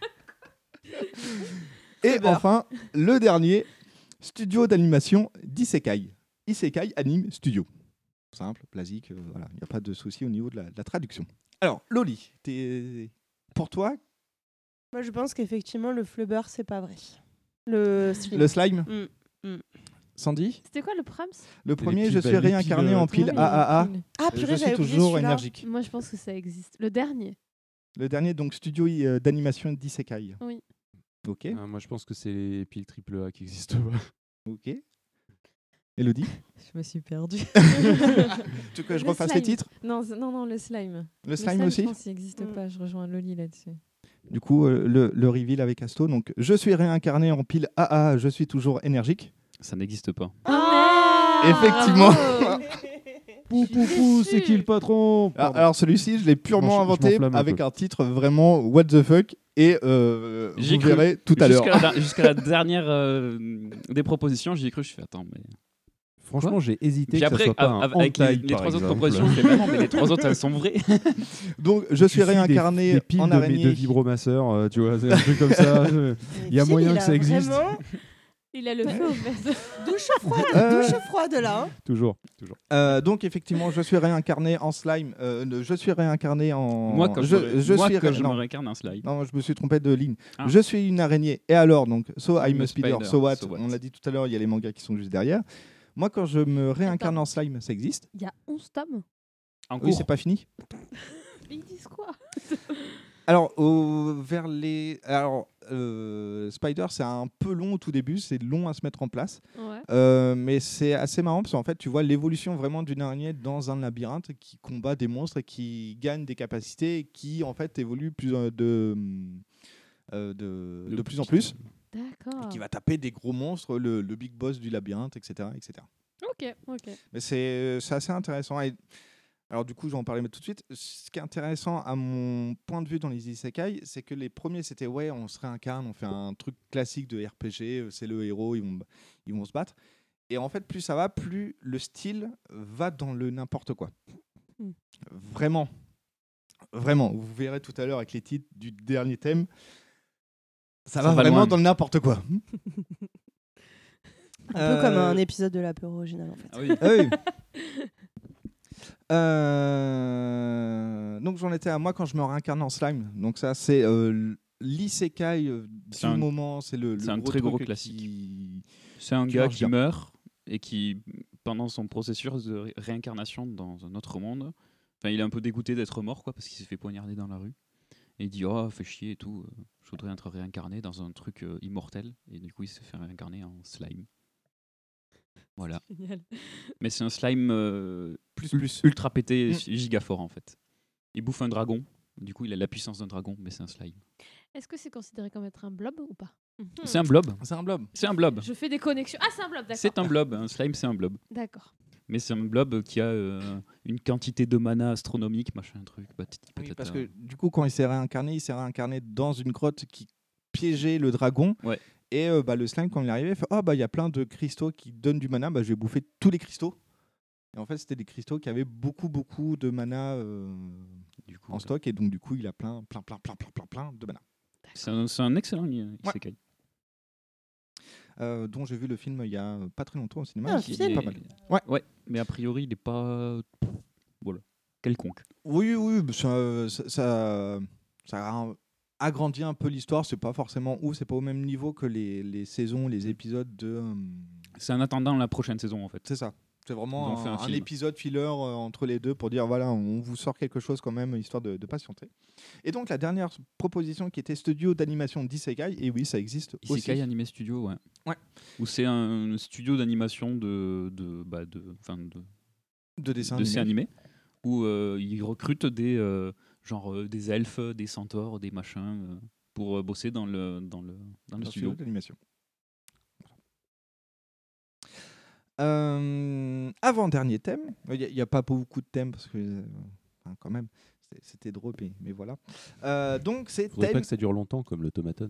S6: Et enfin, le dernier, studio d'animation d'Isekai. Isekai Anime Studio. Simple, basique, voilà, il n'y a pas de souci au niveau de la traduction. Alors, Loli, pour toi,
S9: Moi, je pense qu'effectivement, le flubber, c'est pas vrai. Le slime.
S6: le slime Sandy
S8: C'était quoi le Prams?
S6: Le premier, je suis réincarné en pile AAA.
S9: Ah,
S6: Je
S9: purée,
S6: suis
S9: j'avais oublié
S6: toujours
S9: celui-là.
S6: énergique.
S8: Moi, je pense que ça existe. Le dernier.
S6: Le dernier, donc, studio d'animation d'Isekai.
S8: Oui.
S6: Ok.
S4: Moi, je pense que c'est les piles AAA qui existent pas.
S6: Ok. Elodie
S7: Je me suis perdue.
S6: Tu veux que je
S7: Le
S6: refasse les
S7: slime.
S6: titres
S7: Non, le slime.
S6: Le slime aussi
S7: je pense qu'il n'existe pas. Je rejoins Loli là-dessus.
S6: Du coup, le reveal avec Asto. Donc, je suis réincarné en pile AA, je suis toujours énergique.
S5: Ça n'existe pas.
S6: Effectivement.
S4: Pou, c'est qui le patron?
S6: Alors celui-ci, je l'ai purement
S4: Je
S6: inventé
S4: m'enflamme un
S6: avec
S4: peu.
S6: un titre vraiment what the fuck et
S5: J'y ai
S6: vous
S5: cru.
S6: verrez tout à l'heure.
S5: Jusqu'à la dernière des propositions, j'y ai cru. Je fais attends, mais.
S4: Franchement,
S5: Quoi
S4: j'ai hésité
S5: Puis
S4: que
S5: après,
S4: ça soit pas un
S5: avec
S4: hentai,
S5: les
S4: par
S5: trois autres
S4: exemple.
S5: propositions, je fais mais non, mais les trois autres, elles sont vraies.
S6: Donc je suis réincarné
S4: des piles
S6: en
S4: de
S6: araignée.
S4: vibromasseur, tu vois, c'est un truc comme ça. Il y a moyen que ça existe.
S8: Il a le feu au fait.
S9: Douche froide là. Hein.
S4: Toujours.
S6: Donc effectivement, je suis réincarné en slime. Je suis réincarné en.
S5: Moi, quand je me
S6: non.
S5: réincarne un slime.
S6: Non, je me suis trompé de ligne.
S5: Ah.
S6: Je suis une araignée. Et alors, donc, so I'm a spider,
S5: spider,
S6: so what?
S5: so what.
S6: On l'a dit tout à l'heure, il y a les mangas qui sont juste derrière. Moi, quand je me réincarne en slime, ça existe.
S8: Il y a 11 tomes.
S5: En
S6: Oui,
S5: cours.
S6: c'est pas fini.
S8: Ils disent quoi?
S6: Alors, vers les. Alors, Spider, c'est un peu long au tout début, c'est long à se mettre en place.
S8: Ouais.
S6: Mais c'est assez marrant parce qu'en fait, tu vois l'évolution vraiment d'une araignée dans un labyrinthe qui combat des monstres et qui gagne des capacités et qui, en fait, évolue de plus en plus.
S8: D'accord.
S6: Et qui va taper des gros monstres, le big boss du labyrinthe, etc. etc.
S8: Ok.
S6: Mais c'est assez intéressant. Et alors du coup, je vais en parler tout de suite. Ce qui est intéressant à mon point de vue dans les isekai, c'est que les premiers, c'était ouais, on se réincarne, on fait un truc classique de RPG, c'est le héros, ils vont se battre. Et en fait, plus ça va, plus le style va dans le n'importe quoi. Vraiment. Vous verrez tout à l'heure avec les titres du dernier thème. Ça va vraiment
S5: loin.
S6: dans le n'importe quoi.
S9: Un peu comme un épisode de l'apéro original en fait.
S5: Ah oui.
S6: Donc j'en étais à moi quand je me réincarne en slime. Donc ça c'est l'isekai du moment, c'est
S5: un
S6: gros
S5: très gros
S6: truc
S5: classique. C'est un
S6: qui
S5: gars
S6: marche
S5: qui
S6: bien.
S5: meurt et qui, pendant son processus de réincarnation dans un autre monde, enfin il est un peu dégoûté d'être mort quoi, parce qu'il s'est fait poignarder dans la rue. Et il dit oh fait chier et tout, je voudrais être réincarné dans un truc immortel. Et du coup il se fait réincarner en slime. Voilà.
S8: Génial.
S5: Mais c'est un slime
S6: plus.
S5: ultra pété, giga fort en fait. Il bouffe un dragon, du coup il a la puissance d'un dragon, mais c'est un slime.
S8: Est-ce que c'est considéré comme être un blob ou pas?
S5: C'est un blob.
S6: C'est un blob.
S5: C'est un blob.
S8: Je fais des connexions. Ah, c'est un blob, d'accord.
S5: C'est un blob. Un slime, c'est un blob.
S8: D'accord.
S5: Mais c'est un blob qui a une quantité de mana astronomique, machin truc.
S6: Oui, parce que du coup, quand il s'est réincarné dans une grotte qui piégeait le dragon.
S5: Ouais.
S6: Et le slime, quand il est arrivé, il fait oh, il y a plein de cristaux qui donnent du mana, je vais bouffer tous les cristaux. Et en fait, c'était des cristaux qui avaient beaucoup de mana en stock. Et donc, du coup, il a plein de mana.
S5: C'est un excellent isekai.
S6: Dont j'ai vu le film il y a pas très longtemps au cinéma.
S9: Ah,
S6: C'est pas mal.
S5: Ouais, mais a priori, il n'est pas quelconque.
S6: Oui, ça agrandit un peu l'histoire. C'est pas forcément ouf, c'est pas au même niveau que les saisons, les épisodes de.
S5: C'est en attendant la prochaine saison en fait.
S6: C'est ça. C'est
S5: Ils
S6: vraiment
S5: ont fait un
S6: un
S5: film.
S6: épisode filler entre les deux pour dire voilà, on vous sort quelque chose quand même, histoire de patienter. Et donc la dernière proposition qui était studio d'animation d'Isekai, et oui, ça existe
S5: Isekai
S6: aussi.
S5: Anime Studio, ouais.
S6: Ouais.
S5: Où c'est un studio d'animation de
S6: dessins
S5: animés, où ils recrutent des elfes, des centaures, des machins pour bosser dans le studio
S6: d'animation. Avant-dernier thème, il n'y a pas beaucoup de thèmes parce que quand même c'était drôle, mais voilà. Donc c'est
S4: Faudrait
S6: thème...
S4: pas que ça dure longtemps comme le Tomaton.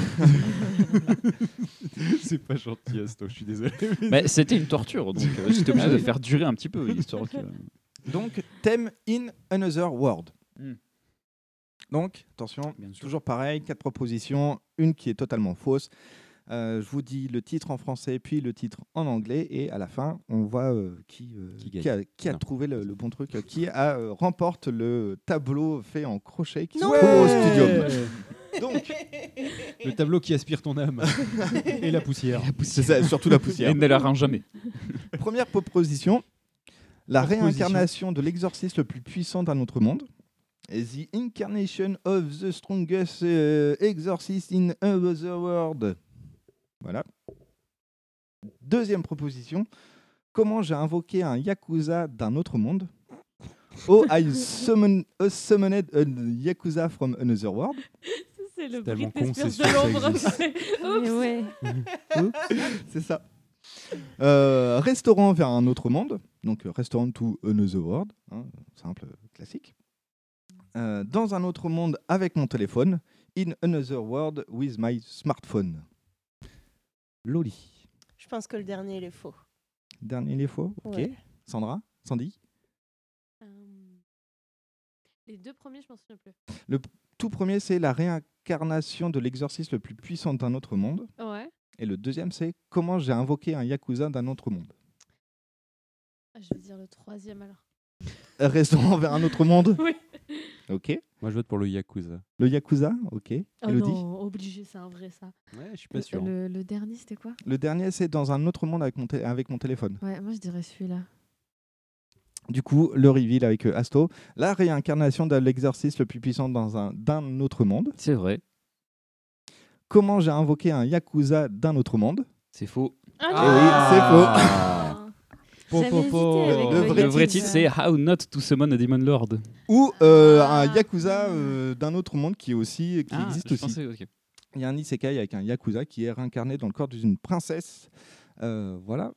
S4: C'est pas gentil, Asto, je suis désolé.
S5: Mais c'était une torture, donc j'étais obligé de faire durer un petit peu l'histoire.
S6: Donc, thème in another world. Donc, attention, toujours pareil, 4 propositions, une qui est totalement fausse. Je vous dis le titre en français, puis le titre en anglais, et à la fin, on voit qui a trouvé le bon truc, qui remporte le tableau fait en crochet qui se trouve au studio. Donc,
S4: le tableau qui aspire ton âme et la poussière.
S6: C'est ça, surtout la poussière.
S5: Et ne la rend jamais.
S6: Première proposition, la réincarnation de l'exorciste le plus puissant d'un autre monde. The incarnation of the strongest exorcist in another world. Voilà. Deuxième proposition, comment j'ai invoqué un yakuza d'un autre monde. Oh, I summoned a yakuza from another world.
S8: C'est le
S4: tellement
S8: Britney
S4: con, c'est
S8: Spears
S4: sûr
S8: de
S4: que ça
S8: l'ombre.
S7: Ouais.
S6: C'est ça. Restaurant vers un autre monde. Donc, restaurant to another world. Simple, classique. Dans un autre monde avec mon téléphone. In another world with my smartphone. Loli.
S9: Je pense que le dernier, il est faux.
S6: Dernier, il est faux. Ok.
S9: Ouais.
S6: Sandra, Sandy.
S8: Les deux premiers, je m'en souviens plus.
S6: Le tout premier, c'est la réincarnation de l'exorciste le plus puissant d'un autre monde.
S8: Ouais.
S6: Et le deuxième, c'est comment j'ai invoqué un yakuza d'un autre monde.
S8: Je vais dire le troisième alors.
S6: Restaurant vers un autre monde.
S8: Oui.
S6: Ok.
S4: Moi, je vote pour le yakuza.
S6: Le yakuza, ok.
S8: Oh
S6: Elodie.
S8: non, obligé, c'est un vrai ça.
S4: Ouais, je suis pas sûr.
S7: Le dernier, c'était quoi?
S6: Le dernier, c'est dans un autre monde avec mon téléphone.
S7: Ouais, moi je dirais celui-là.
S6: Du coup, le reveal avec Asto, la réincarnation de l'exorciste le plus puissant d'un autre monde.
S5: C'est vrai.
S6: Comment j'ai invoqué un yakuza d'un autre monde.
S5: C'est faux.
S6: Ah, oui, c'est faux.
S5: Le vrai titre, c'est How Not to Summon a Demon Lord.
S6: Ou un yakuza d'un autre monde qui existe aussi.
S5: Pensais, okay.
S6: Il y a un isekai avec un yakuza qui est réincarné dans le corps d'une princesse. Voilà.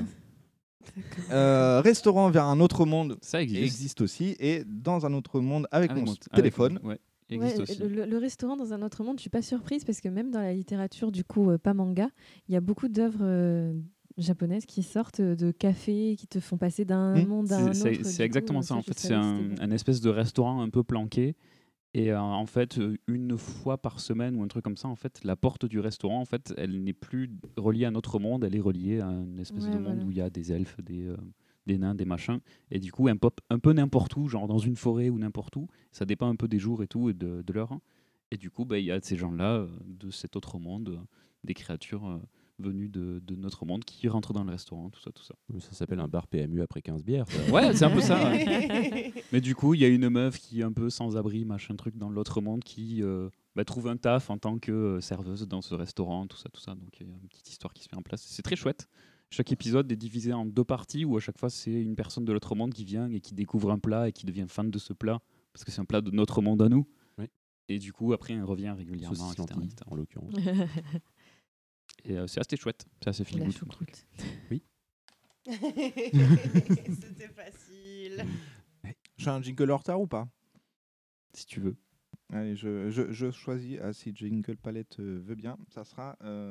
S6: Restaurant vers un autre monde,
S5: ça
S6: existe aussi. Et dans un autre monde avec mon téléphone.
S5: Existe aussi.
S7: Le restaurant dans un autre monde, je suis pas surprise parce que même dans la littérature, du coup, pas manga, il y a beaucoup d'œuvres japonaises qui sortent de cafés, qui te font passer d'un monde à un autre.
S5: C'est exactement ça. En fait, c'est un espèce de restaurant un peu planqué. Et en fait, une fois par semaine ou un truc comme ça, en fait, la porte du restaurant, en fait, elle n'est plus reliée à notre monde, elle est reliée à une espèce de monde où il y a des elfes, des nains, des machins. Et du coup, un peu n'importe où, genre dans une forêt ou n'importe où. Ça dépend un peu des jours et tout, et de l'heure. Et du coup, il y a ces gens-là, de cet autre monde, des créatures venues de notre monde qui rentrent dans le restaurant, tout ça.
S4: Ça s'appelle un bar PMU après 15 bières.
S5: Ouais, c'est un peu ça. Ouais. Mais du coup, il y a une meuf qui est un peu sans abri, machin truc, dans l'autre monde, qui trouve un taf en tant que serveuse dans ce restaurant, tout ça. Donc il y a une petite histoire qui se met en place. C'est très chouette. Chaque épisode est divisé en 2 parties où à chaque fois c'est une personne de l'autre monde qui vient et qui découvre un plat et qui devient fan de ce plat parce que c'est un plat de notre monde à nous.
S4: Oui.
S5: Et du coup, après, il revient régulièrement, etc.
S4: En l'occurrence.
S5: Et c'est assez chouette, c'est assez feel good.
S4: Oui.
S9: C'était facile.
S6: J'ai un jingle en retard ou pas?
S5: Si tu veux.
S6: Allez, je choisis. Si Jingle Palette veut bien, ça sera.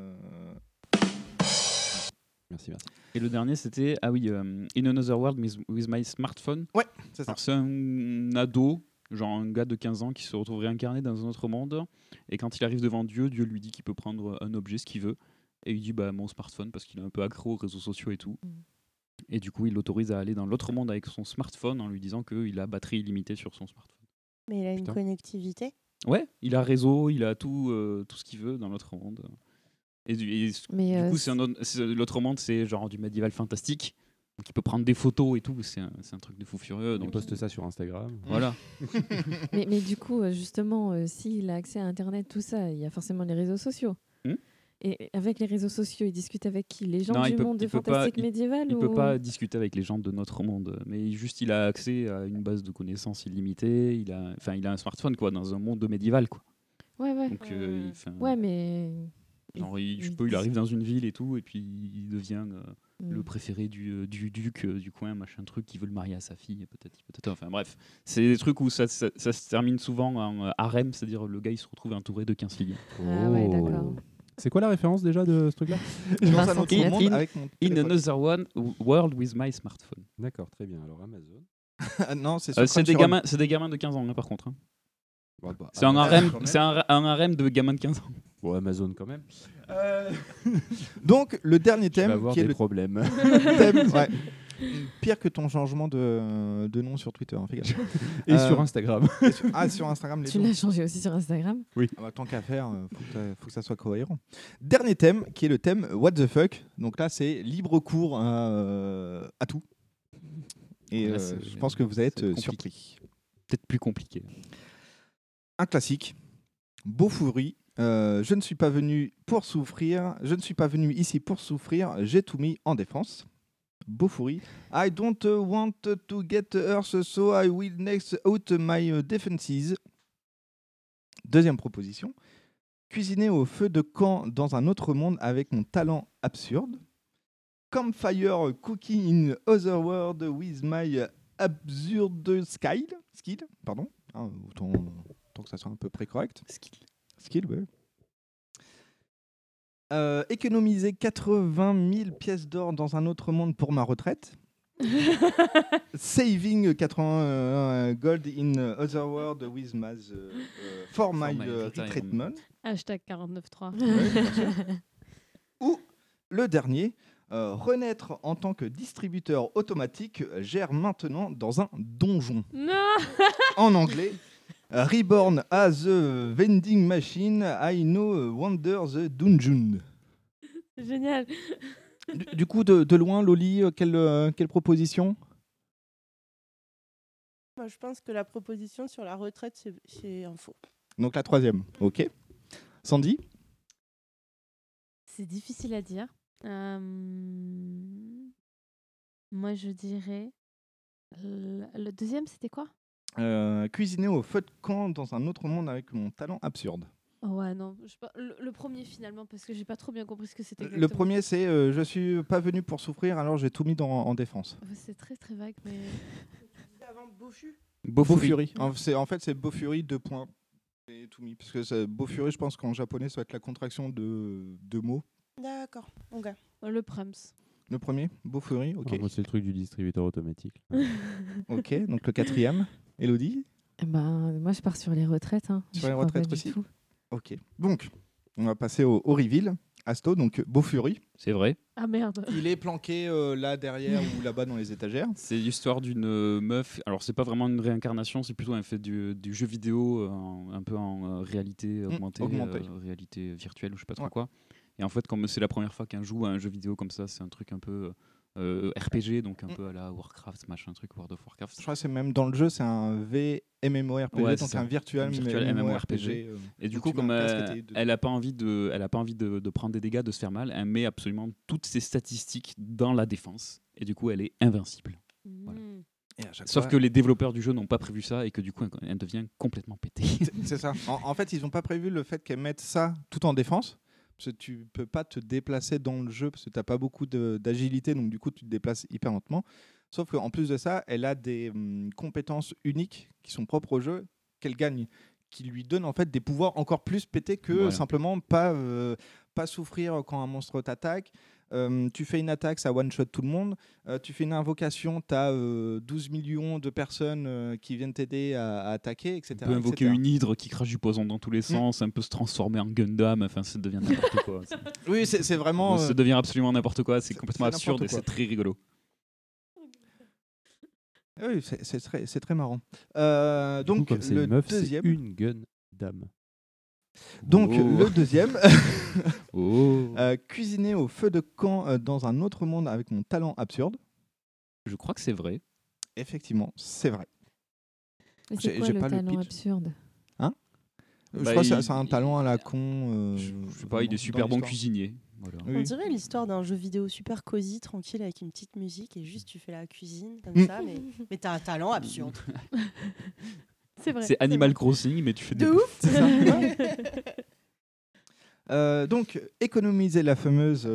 S4: Merci.
S5: Et le dernier, c'était In Another World with My Smartphone.
S6: Ouais, c'est ça.
S5: Alors, c'est un ado, genre un gars de 15 ans qui se retrouve réincarné dans un autre monde. Et quand il arrive devant Dieu, Dieu lui dit qu'il peut prendre un objet, ce qu'il veut. Et il dit mon smartphone parce qu'il est un peu accro aux réseaux sociaux et tout. Et du coup, il l'autorise à aller dans l'autre monde avec son smartphone en lui disant qu'il a batterie illimitée sur son smartphone.
S9: Mais il a une connectivité.
S5: Ouais, il a réseau, il a tout ce qu'il veut dans l'autre monde. Et du coup, l'autre monde, c'est genre du médiéval fantastique. Donc il peut prendre des photos et tout, c'est un truc de fou furieux. Donc
S4: il poste ça sur Instagram.
S5: Voilà.
S7: mais du coup, justement, s'il a accès à Internet, tout ça, il y a forcément les réseaux sociaux. Et avec les réseaux sociaux, il discute avec qui? Les gens du monde de fantastique médiéval?
S5: Il peut pas discuter avec les gens de notre monde, mais juste il a accès à une base de connaissances illimitée. Il a un smartphone quoi, dans un monde médiéval quoi.
S7: Ouais.
S5: Donc,
S7: mais
S5: genre, il arrive dans une ville et tout, et puis il devient le préféré du duc du coin, machin truc, qui veut le marier à sa fille, peut-être. Enfin bref, c'est des trucs où ça se termine souvent en harem, c'est-à-dire le gars il se retrouve entouré de 15 filles.
S7: Ah ouais, d'accord.
S4: C'est quoi la référence déjà de ce truc-là?
S5: In Another World with My Smartphone.
S4: D'accord, très bien. Alors Amazon.
S6: Non, c'est sur
S5: c'est des gamins de 15 ans, là, par contre. Hein.
S4: Bah,
S5: c'est un harem de gamins de 15 ans.
S4: Bon, Amazon quand même.
S6: Donc, le dernier thème.
S4: Tu vas avoir
S6: qui est
S4: des
S6: le
S4: problèmes.
S6: thème, ouais. Pire que ton changement de nom sur Twitter. Hein, fais gaffe.
S4: Et sur Instagram.
S6: Sur Instagram, les
S7: Tu l'as changé aussi sur Instagram?
S4: Oui.
S6: Tant qu'à faire, faut que ça soit cohérent. Dernier thème, qui est le thème What the fuck. Donc là, c'est libre cours à tout. Et
S5: Là,
S6: je pense que vous allez être surpris.
S5: Peut-être plus compliqué.
S6: Un classique. Beaufoury. Je ne suis pas venu pour souffrir. Je ne suis pas venu ici pour souffrir. J'ai tout mis en défense. Beaufoury. I don't want to get hurt, so I will next out my defenses. Deuxième proposition. Cuisiner au feu de camp dans un autre monde avec mon talent absurde. Campfire cooking in other world with my absurd skill. Pardon. Autant que ça soit un peu près correct. Skill, ouais. Économiser 80 000 pièces d'or dans un autre monde pour ma retraite. Saving 80 gold in other world with my for my retreatment.
S8: Hashtag 49.3.
S6: Ou le dernier, renaître en tant que distributeur automatique, gère maintenant dans un donjon.
S8: Non.
S6: En anglais. Reborn as a vending machine, I know wonder the dungeon.
S8: Génial.
S6: Du coup, de loin, Loli, quelle proposition?
S9: Moi, je pense que la proposition sur la retraite, c'est un faux.
S6: Donc la troisième, ok. Sandy?
S8: C'est difficile à dire. Moi, je dirais... Le deuxième, c'était quoi?
S6: Cuisiner au feu de camp dans un autre monde avec mon talent absurde.
S8: Ouais, non. Le premier, finalement, parce que j'ai pas trop bien compris ce que c'était.
S6: Le premier, c'est je suis pas venu pour souffrir, alors j'ai tout mis en défense.
S8: C'est très très vague, mais...
S9: Avant Beaufu.
S6: Beaufury. En fait, c'est Beaufury, 2 points. Et tout mis. Parce que Beaufury, je pense qu'en japonais, ça va être la contraction de mots.
S9: D'accord, ok.
S8: Le Prums.
S6: Le premier, Beaufury, ok.
S4: Moi, c'est le truc du distributeur automatique.
S6: Ok, donc le quatrième, Elodie?
S7: Moi, je pars sur les retraites. Hein.
S6: Sur les retraites aussi. Ok, donc, on va passer au reveal. Asto, donc Beaufury.
S5: C'est vrai.
S8: Ah merde.
S6: Il est planqué là derrière ou là-bas dans les étagères.
S5: C'est l'histoire d'une meuf. Alors, c'est pas vraiment une réincarnation, c'est plutôt un fait du jeu vidéo, un peu en réalité augmentée, réalité virtuelle ou je sais pas trop quoi. Et en fait, comme c'est la première fois qu'un joue à un jeu vidéo comme ça, c'est un truc un peu RPG, donc un peu à la Warcraft, machin truc, World of Warcraft.
S6: Je crois que c'est même dans le jeu, c'est un MMORPG,
S5: ouais,
S6: donc un virtual MMORPG.
S5: Et du coup, comme elle n'a pas envie de prendre des dégâts, de se faire mal, elle met absolument toutes ses statistiques dans la défense. Et du coup, elle est invincible. Voilà. Sauf que les développeurs du jeu n'ont pas prévu ça et que du coup, elle devient complètement pétée.
S6: C'est ça. En fait, ils n'ont pas prévu le fait qu'elle mette ça tout en défense. Parce que tu peux pas te déplacer dans le jeu parce que tu n'as pas beaucoup d'agilité, donc du coup tu te déplaces hyper lentement. Sauf qu'en plus de ça, elle a des compétences uniques qui sont propres au jeu, qu'elle gagne, qui lui donnent en fait des pouvoirs encore plus pétés que simplement pas souffrir quand un monstre t'attaque. Tu fais une attaque, ça one-shot tout le monde. Tu fais une invocation, tu as 12 millions de personnes qui viennent t'aider à attaquer, etc.
S5: On peut invoquer une hydre qui crache du poison dans tous les sens, un peu se transformer en Gundam, enfin ça devient n'importe quoi.
S6: Oui, c'est vraiment...
S5: Ça devient absolument n'importe quoi, c'est complètement absurde et c'est très rigolo.
S6: Oui, c'est très marrant.
S4: Donc coup, le meuf,
S6: deuxième...
S4: c'est une Gundam.
S6: Donc le deuxième, cuisiner au feu de camp dans un autre monde avec mon talent absurde.
S5: Je crois que c'est vrai.
S6: Effectivement, c'est vrai.
S7: Mais c'est quoi le talent absurde?
S6: Hein? Je crois que c'est un talent à la con.
S5: Je sais pas, il est super bon cuisinier. Voilà.
S9: On dirait l'histoire d'un jeu vidéo super cosy, tranquille, avec une petite musique et juste tu fais la cuisine comme ça, mais t'as un talent absurde.
S8: C'est vrai.
S5: C'est Animal Crossing, mais tu fais
S9: de ouf.
S6: C'est ça. Donc, économiser la fameuse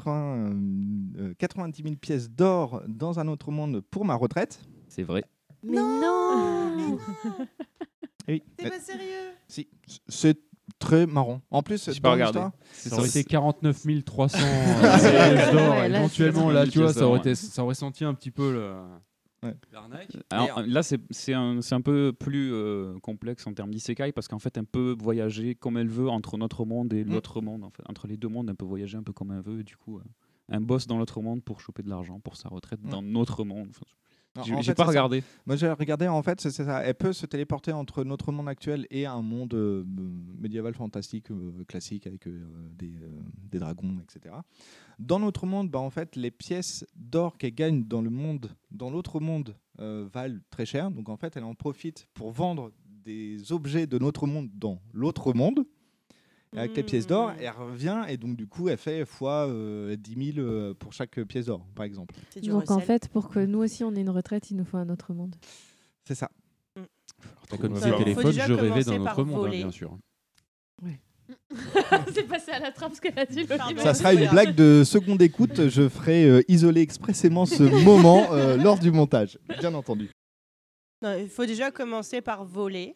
S6: 90 000 pièces d'or dans un autre monde pour ma retraite.
S5: C'est vrai.
S8: Mais non.
S6: Oui.
S9: T'es pas sérieux?
S6: Si, c'est très marrant. En plus, dans l'histoire,
S4: ça aurait été 49 300 pièces d'or. Éventuellement, là, tu vois, ça aurait senti un petit peu le...
S6: Ouais.
S5: Alors, là, c'est un peu plus complexe en termes d'isekai parce qu'en fait, elle peut voyager comme elle veut entre notre monde et l'autre monde. En fait. Entre les deux mondes, elle peut voyager un peu comme elle veut. Et du coup, un boss dans l'autre monde pour choper de l'argent pour sa retraite dans notre monde. Enfin, j'ai pas regardé.
S6: Moi, j'ai regardé. En fait, c'est ça. Elle peut se téléporter entre notre monde actuel et un monde médiéval fantastique classique avec des dragons, etc. Dans notre monde, en fait, les pièces d'or qu'elle gagne dans l'autre monde, valent très cher. Donc, en fait, elle en profite pour vendre des objets de notre monde dans l'autre monde. Et avec les pièces d'or, elle revient et donc du coup, elle fait fois 10 000 pour chaque pièce d'or, par exemple.
S7: Donc en fait, pour que nous aussi on ait une retraite, il nous faut un autre monde.
S6: C'est ça.
S4: Comme disait Téléphone, je rêvais d'un autre monde, bien sûr.
S7: Ouais.
S8: C'est passé à la trappe ce qu'elle a dit.
S6: Ça sera une blague de seconde écoute. Je ferai isoler expressément ce moment lors du montage, bien entendu.
S9: Non, il faut déjà commencer par voler.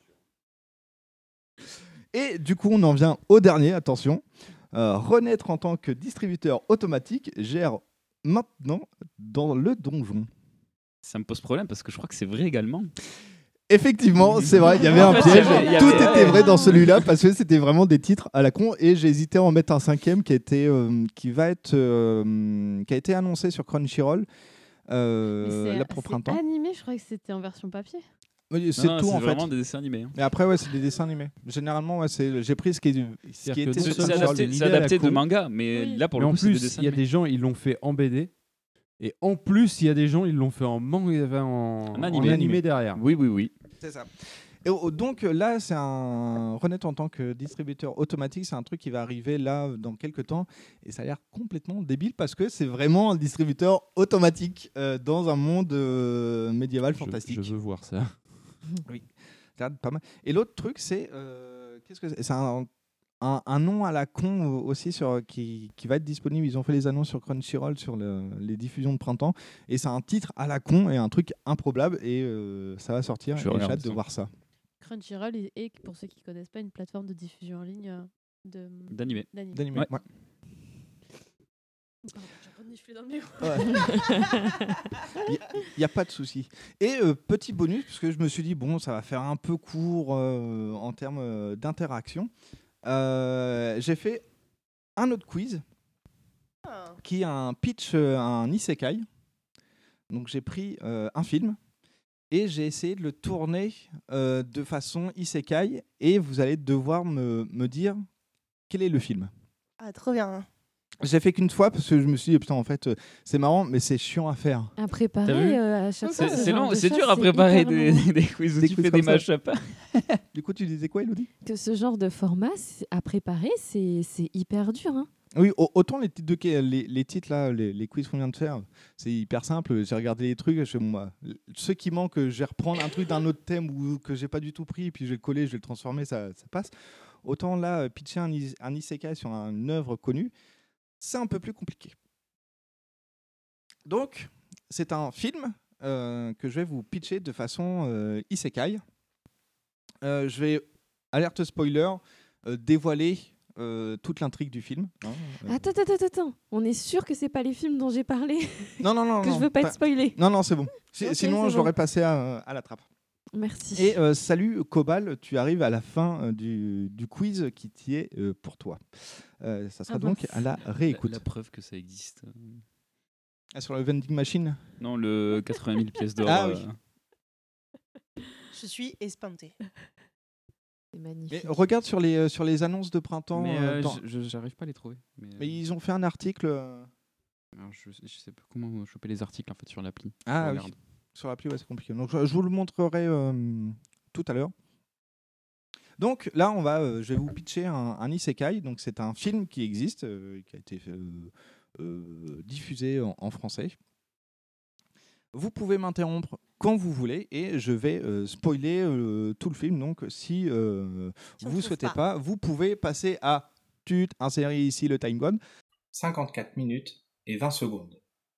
S6: Et du coup, on en vient au dernier, attention. Renaître en tant que distributeur automatique gère maintenant dans le donjon.
S5: Ça me pose problème parce que je crois que c'est vrai également.
S6: Effectivement, c'est vrai, il y avait un piège. Tout était vrai dans celui-là parce que c'était vraiment des titres à la con et j'ai hésité à en mettre un cinquième qui a été annoncé sur Crunchyroll là pour printemps.
S8: Animé, je crois que c'était en version papier.
S6: Oui, c'est tout en fait.
S5: C'est vraiment des dessins animés.
S6: Mais après, c'est des dessins animés. Généralement, j'ai pris ce qui était
S5: c'est adapté de manga, mais là pour le coup,
S4: c'est des dessins animés. Il y a des gens, ils l'ont fait en BD. Et en plus, il y a des gens, ils l'ont fait en manga, en animé derrière.
S5: Oui.
S6: C'est ça. Et donc là, c'est un renaître en tant que distributeur automatique. C'est un truc qui va arriver là dans quelques temps. Et ça a l'air complètement débile parce que c'est vraiment un distributeur automatique dans un monde médiéval fantastique.
S4: Je veux voir ça.
S6: Oui, ça a l'air pas mal. Et l'autre truc, c'est c'est un nom à la con aussi qui va être disponible. Ils ont fait les annonces sur Crunchyroll sur les diffusions de printemps. Et c'est un titre à la con et un truc improbable. Et ça va sortir. J'ai hâte de voir ça.
S8: Crunchyroll est, pour ceux qui ne connaissent pas, une plateforme de diffusion en ligne
S5: d'animé.
S6: Ouais.
S8: J'ai reniflé dans le micro.
S6: Il n'y a pas de souci. Et petit bonus, parce que je me suis dit, bon, ça va faire un peu court en termes d'interaction. J'ai fait un autre quiz qui est un pitch, un isekai. Donc j'ai pris un film et j'ai essayé de le tourner de façon isekai et vous allez devoir me dire quel est le film.
S9: Ah, trop bien.
S6: J'ai fait qu'une fois parce que je me suis dit putain en fait c'est marrant mais c'est chiant à faire.
S7: À préparer à chaque fois.
S5: C'est long, c'est dur à préparer des quiz où tu fais des mashups.
S6: Du coup tu disais quoi Elodie?
S7: Que ce genre de format à préparer c'est hyper dur. Hein.
S6: Oui, autant les titres là, les quiz qu'on vient de faire, c'est hyper simple. J'ai regardé les trucs, ceux qui manquent, je vais reprendre un truc d'un autre thème ou que j'ai pas du tout pris, puis je vais le coller, je vais le transformer, ça passe. Autant là, pitcher un isekai sur une œuvre connue, c'est un peu plus compliqué. Donc, c'est un film que je vais vous pitcher de façon isekai. Je vais, alerte spoiler, dévoiler toute l'intrigue du film.
S7: Attends. On est sûr que c'est pas les films dont j'ai parlé.
S6: Non.
S7: Que je veux pas être spoilé.
S6: Non, c'est bon.
S7: Okay,
S6: sinon, je l'aurais passé à la trappe.
S7: Merci.
S6: Et salut Cobal, tu arrives à la fin du quiz qui t'y est pour toi. Ça sera donc à la réécoute.
S5: La preuve que ça existe.
S6: Sur le vending machine?
S5: Non, le 80 000 pièces d'or.
S6: Ah oui.
S9: Je suis espantée.
S7: C'est magnifique.
S6: Mais regarde sur les annonces de printemps.
S5: Mais j'arrive pas à les trouver.
S6: Mais ils ont fait un article.
S5: Alors, je sais pas comment choper les articles en fait sur l'appli.
S6: Ah oui. Sur l'appli, c'est compliqué. Donc, je vous le montrerai tout à l'heure. Donc là, je vais vous pitcher un isekai. Donc, c'est un film qui existe, qui a été diffusé en français. Vous pouvez m'interrompre quand vous voulez et je vais spoiler tout le film. Donc, si vous ne souhaitez pas, vous pouvez passer à insérer ici le time code.
S1: 54 minutes et 20 secondes.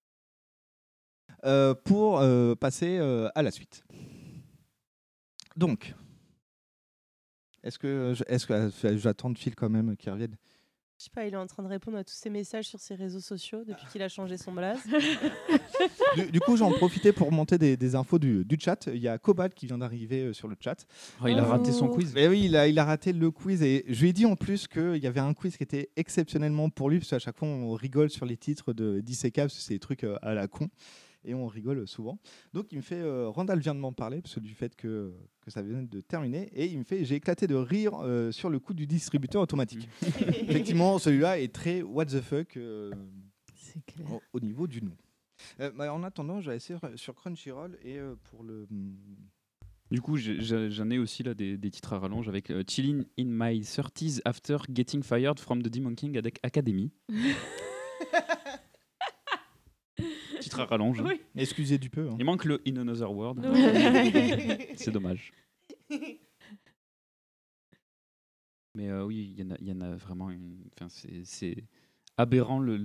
S6: Pour passer à la suite. Donc, est-ce que j'attends de fil quand même qui revienne?
S9: Je sais pas, il est en train de répondre à tous ses messages sur ses réseaux sociaux depuis qu'il a changé son blaze.
S6: Du coup, j'en profitais pour monter des infos du chat. Il y a Cobalt qui vient d'arriver sur le chat.
S5: Oh, il a raté son quiz.
S6: Mais oui, il a raté le quiz. Et je lui ai dit en plus qu'il y avait un quiz qui était exceptionnellement pour lui, parce qu'à chaque fois, on rigole sur les titres d'ICK, parce que c'est des trucs à la con. Et on rigole souvent. Donc il me fait, Randall vient de m'en parler, parce que du fait que ça venait de terminer, et il me fait, j'ai éclaté de rire sur le coup du distributeur automatique. Effectivement, celui-là est très what the fuck au niveau du nom. En attendant, je vais essayer sur Crunchyroll, et pour le...
S5: Du coup, j'en ai aussi là des titres à rallonge avec Chilling in my 30s after getting fired from the Demon King Academy. Titre à rallonge.
S6: Oui. Excusez du peu. Hein.
S5: Il manque le In Another World. C'est dommage. Mais oui, il y en a vraiment c'est aberrant le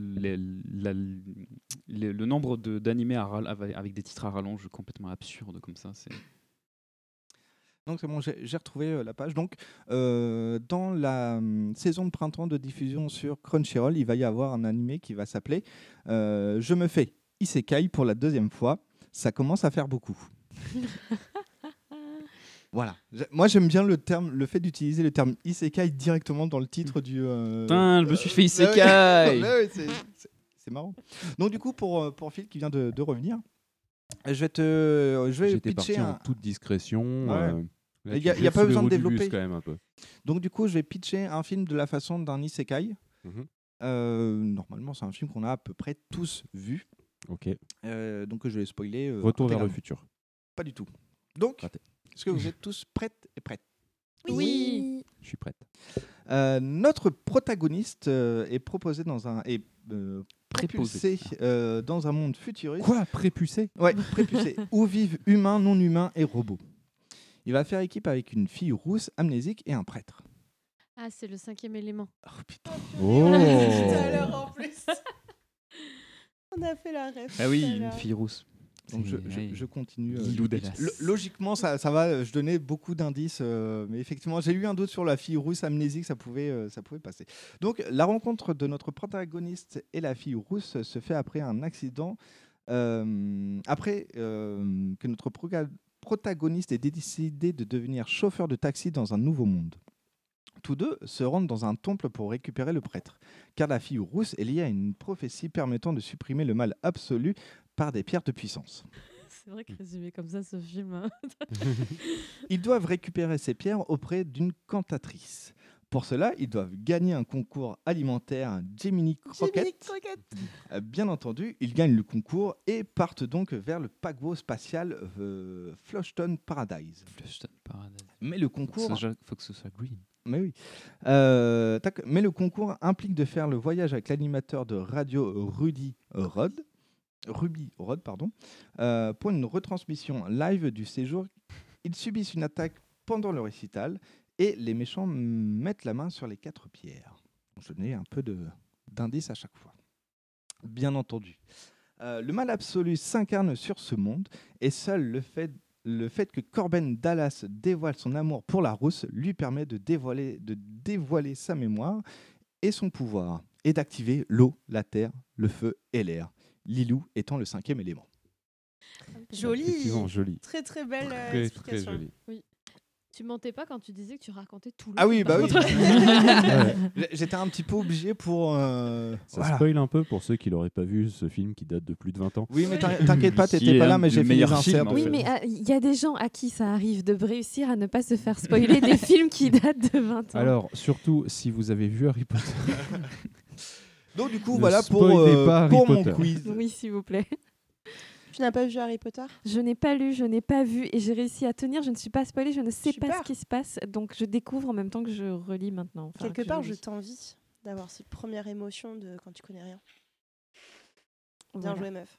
S5: nombre d'animés avec des titres à rallonge complètement absurdes comme ça.
S6: Donc c'est bon, j'ai retrouvé la page. Donc dans la saison de printemps de diffusion sur Crunchyroll, il va y avoir un animé qui va s'appeler Je me fais Isekai pour la 2e fois. Ça commence à faire beaucoup. Voilà. Moi j'aime bien le fait d'utiliser le terme Isekai directement dans le titre du.
S5: Putain, je me suis fait Isekai.
S6: C'est marrant. Donc du coup pour Phil qui vient de revenir. Je vais
S4: J'étais
S6: pitcher
S4: parti en toute discrétion.
S6: Ouais. Il n'y a pas besoin de développer.
S4: Quand même un peu.
S6: Donc du coup, je vais pitcher un film de la façon d'un isekai. Normalement, c'est un film qu'on a à peu près tous vu.
S4: Ok.
S6: Donc je vais spoiler.
S4: Retour vers le futur.
S6: Pas du tout. Donc, est-ce que vous êtes tous prêtes et prêtes?
S7: Oui.
S4: Je suis prête.
S6: Notre protagoniste est proposé dans un... Prépulsé dans un monde futuriste.
S4: Quoi? Prépucé?
S6: Ouais, prépulsé. Où vivent humains, non-humains et robots. Il va faire équipe avec une fille rousse, amnésique et un prêtre.
S8: Ah, c'est le 5e élément.
S6: Oh putain.
S9: On l'a dit tout à l'heure en plus. On a fait la ref.
S5: Ah oui, une fille rousse.
S6: Donc je continue.
S5: Logiquement,
S6: ça va. Je donnais beaucoup d'indices, mais effectivement, j'ai eu un doute sur la fille rousse amnésique, ça pouvait passer. Donc, la rencontre de notre protagoniste et la fille rousse se fait après un accident, après que notre protagoniste ait décidé de devenir chauffeur de taxi dans un nouveau monde. Tous deux se rendent dans un temple pour récupérer le prêtre, car la fille rousse est liée à une prophétie permettant de supprimer le mal absolu par des pierres de puissance.
S8: C'est vrai que résumé comme ça, ce film... Hein.
S6: Ils doivent récupérer ces pierres auprès d'une cantatrice. Pour cela, ils doivent gagner un concours alimentaire Gemini Croquette. Bien entendu, ils gagnent le concours et partent donc vers le paquebot spatial Flushton Paradise. Mais le concours...
S5: Faut que ce soit green.
S6: Mais oui. Mais le concours implique de faire le voyage avec l'animateur de radio Ruby Rod, pour une retransmission live du séjour. Ils subissent une attaque pendant le récital et les méchants mettent la main sur les 4 pierres. Je donnais un peu d'indices à chaque fois. Bien entendu. Le mal absolu s'incarne sur ce monde et seul le fait que Corben Dallas dévoile son amour pour la rousse lui permet de dévoiler sa mémoire et son pouvoir, et d'activer l'eau, la terre, le feu et l'air. Lilou étant le 5e élément.
S9: Joli. Très très belle explication.
S4: Très joli.
S8: Oui. Tu mentais pas quand tu disais que tu racontais tout le
S6: Ah oui, bah oui.
S4: Ouais.
S6: J'étais un petit peu obligé pour...
S4: Ça spoil un peu pour ceux qui l'auraient pas vu, ce film qui date de plus de 20 ans.
S6: Oui, mais t'inquiète pas, t'étais pas là, mais j'ai fait les inserts.
S7: Oui, mais il y a des gens à qui ça arrive de réussir à ne pas se faire spoiler des films qui datent de 20 ans.
S4: Alors, surtout si vous avez vu Harry Potter.
S6: Donc du coup,
S4: Ne
S6: voilà pour mon quiz.
S7: Oui, s'il vous plaît.
S9: Tu n'as pas vu Harry Potter?
S7: Je n'ai pas lu, je n'ai pas vu et j'ai réussi à tenir. Je ne suis pas spoilée, je ne sais pas ce qui se passe. Donc je découvre en même temps que je relis maintenant. Enfin,
S9: quelque part, je t'envie d'avoir cette première émotion de quand tu connais rien. Bien joué, meuf.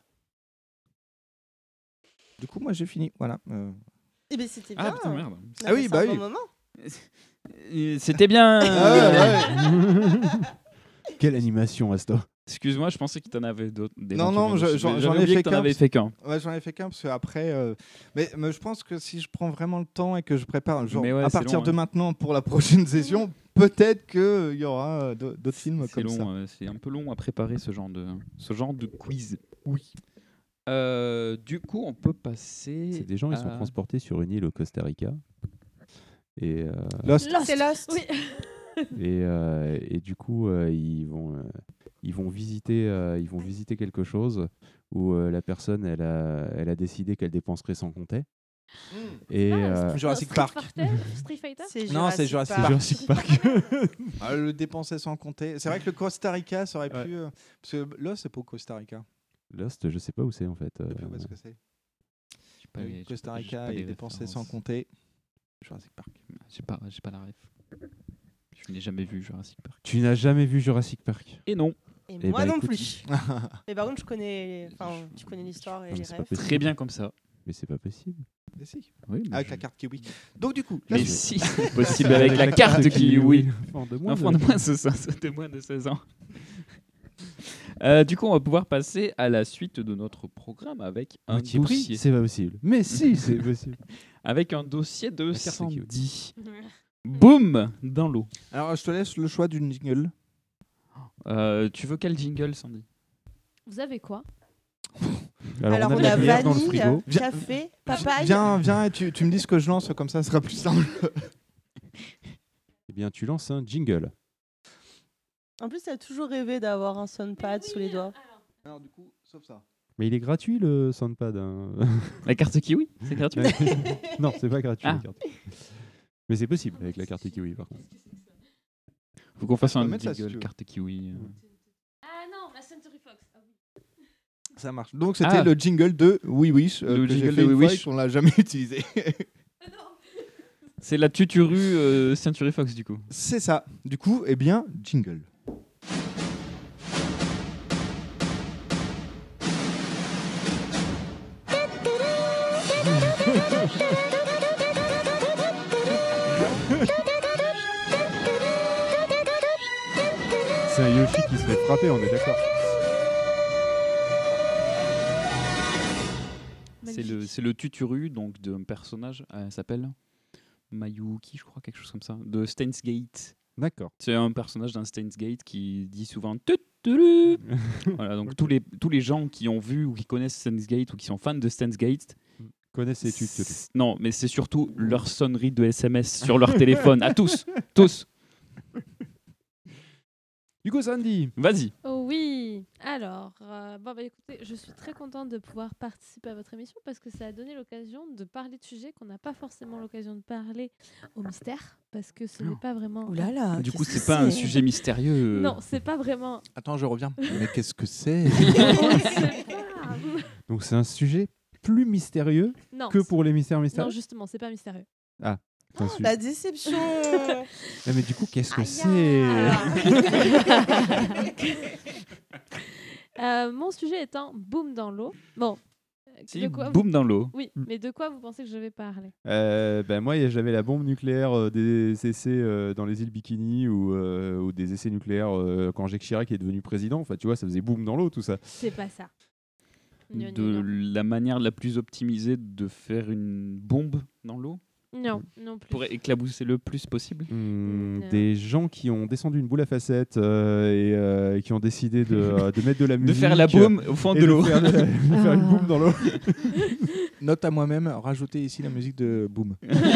S6: Du coup, moi j'ai fini. Voilà.
S9: Eh bien, c'était bien.
S5: Ah putain, merde.
S6: Ah oui, bah oui.
S9: Bon moment.
S5: C'était bien.
S6: Ah, ouais.
S4: Quelle animation, Asto.
S5: Excuse-moi, je pensais que t'en avais d'autres.
S6: Non, j'en ai fait qu'un. Ouais, j'en ai fait qu'un parce que après. Mais je pense que si je prends vraiment le temps et que je prépare, à partir de maintenant pour la prochaine session, peut-être qu'il y aura d'autres films comme ça.
S5: C'est un peu long à préparer ce genre de quiz.
S6: Oui.
S5: Du coup, on peut passer.
S4: C'est des gens, ils sont transportés sur une île au Costa Rica. Et
S9: Lost. C'est Lost.
S7: Oui.
S4: Et du coup, ils vont visiter quelque chose où la personne, elle a décidé qu'elle dépenserait sans compter. Et
S6: Jurassic Park.
S7: Street Fighter.
S6: Non, c'est Jurassic Park. Le dépenser sans compter. C'est vrai que le Costa Rica, ça aurait pu. Parce que Lost, c'est pas au Costa Rica.
S4: Lost, je sais pas où c'est en fait.
S6: Je sais pas où est-ce que c'est. Costa Rica et dépenser sans compter. Jurassic Park.
S5: J'ai pas la ref. Je n'ai jamais vu Jurassic Park.
S4: Tu n'as jamais vu Jurassic Park?
S5: Et non.
S9: Et moi non plus. Mais par contre, tu connais l'histoire et les rêves.
S5: Très bien comme ça.
S4: Mais c'est pas possible.
S6: Mais si.
S4: Oui,
S6: avec la carte Kiwi. Donc du coup.
S5: Mais si, c'est possible avec la carte Kiwi. Enfant de moins de 16 ans. Du coup, on va pouvoir passer à la suite de notre programme avec un dossier.
S4: C'est pas possible. Mais si, c'est possible.
S5: Avec un dossier de Sandy. Boum dans l'eau.
S6: Alors, je te laisse le choix d'une jingle.
S5: Tu veux quel jingle, Sandy?
S8: Vous avez quoi?
S9: Alors on a vanille, café, papaye.
S6: Viens et tu me dis ce que je lance, comme ça sera plus simple.
S4: Eh bien, tu lances un jingle.
S9: En plus, t'as toujours rêvé d'avoir un soundpad sous les doigts.
S6: Alors du coup, sauf ça.
S4: Mais il est gratuit le soundpad. Hein.
S5: La carte Kiwi, c'est gratuit.
S4: Non, c'est pas gratuit. La carte. Mais c'est possible avec la carte Kiwi par contre.
S5: Faut qu'on fasse un jingle carte Kiwi.
S8: Ah non, la Century Fox. Ah oui.
S6: Ça marche. Donc c'était le jingle de We Wish.
S5: Le jingle de We Wish.
S6: On l'a jamais utilisé.
S5: C'est la tuturu Century Fox du coup.
S6: C'est ça. Du coup, eh bien, jingle.
S4: C'est un Yoshi qui se fait frapper, on est d'accord.
S5: C'est le tuturu donc d'un personnage, elle s'appelle Mayuki, je crois, quelque chose comme ça, de Steins Gate.
S4: D'accord.
S5: C'est un personnage d'un Steins Gate qui dit souvent tuturu. Voilà, donc tous les gens qui ont vu ou qui connaissent Steins Gate ou qui sont fans de Steins Gate
S4: connaissent ces tuturu.
S5: Non, mais c'est surtout leur sonnerie de SMS sur leur téléphone, à tous.
S4: Du coup, Sandy,
S5: vas-y.
S8: Oh oui. Alors, écoutez, je suis très contente de pouvoir participer à votre émission parce que ça a donné l'occasion de parler de sujets qu'on n'a pas forcément l'occasion de parler au mystère parce que ce n'est pas vraiment.
S9: Ouh là là.
S5: Du coup, c'est pas un sujet mystérieux.
S8: Non, c'est pas vraiment.
S6: Attends, je reviens. Mais qu'est-ce que c'est?
S4: Donc c'est un sujet plus mystérieux que pour les mystères mystérieux.
S8: Non, justement, c'est pas mystérieux.
S4: Ah.
S9: La déception.
S4: Mais du coup, qu'est-ce que c'est?
S8: Mon sujet étant boum dans l'eau. Bon.
S5: Si, boum dans l'eau.
S8: Oui, mais de quoi vous pensez que je vais parler?
S4: Moi, j'avais la bombe nucléaire des essais dans les îles Bikini ou des essais nucléaires quand Jacques Chirac est devenu président. Enfin, tu vois, ça faisait boum dans l'eau, tout ça.
S8: C'est pas ça.
S5: La manière la plus optimisée de faire une bombe dans l'eau?
S8: Non, non plus.
S5: Pour éclabousser le plus possible.
S4: Des gens qui ont descendu une boule à facettes et qui ont décidé de mettre de la musique.
S5: De faire la boum au fond de l'eau.
S4: De faire une boum dans l'eau.
S6: Note à moi-même, rajouter ici la musique de boum.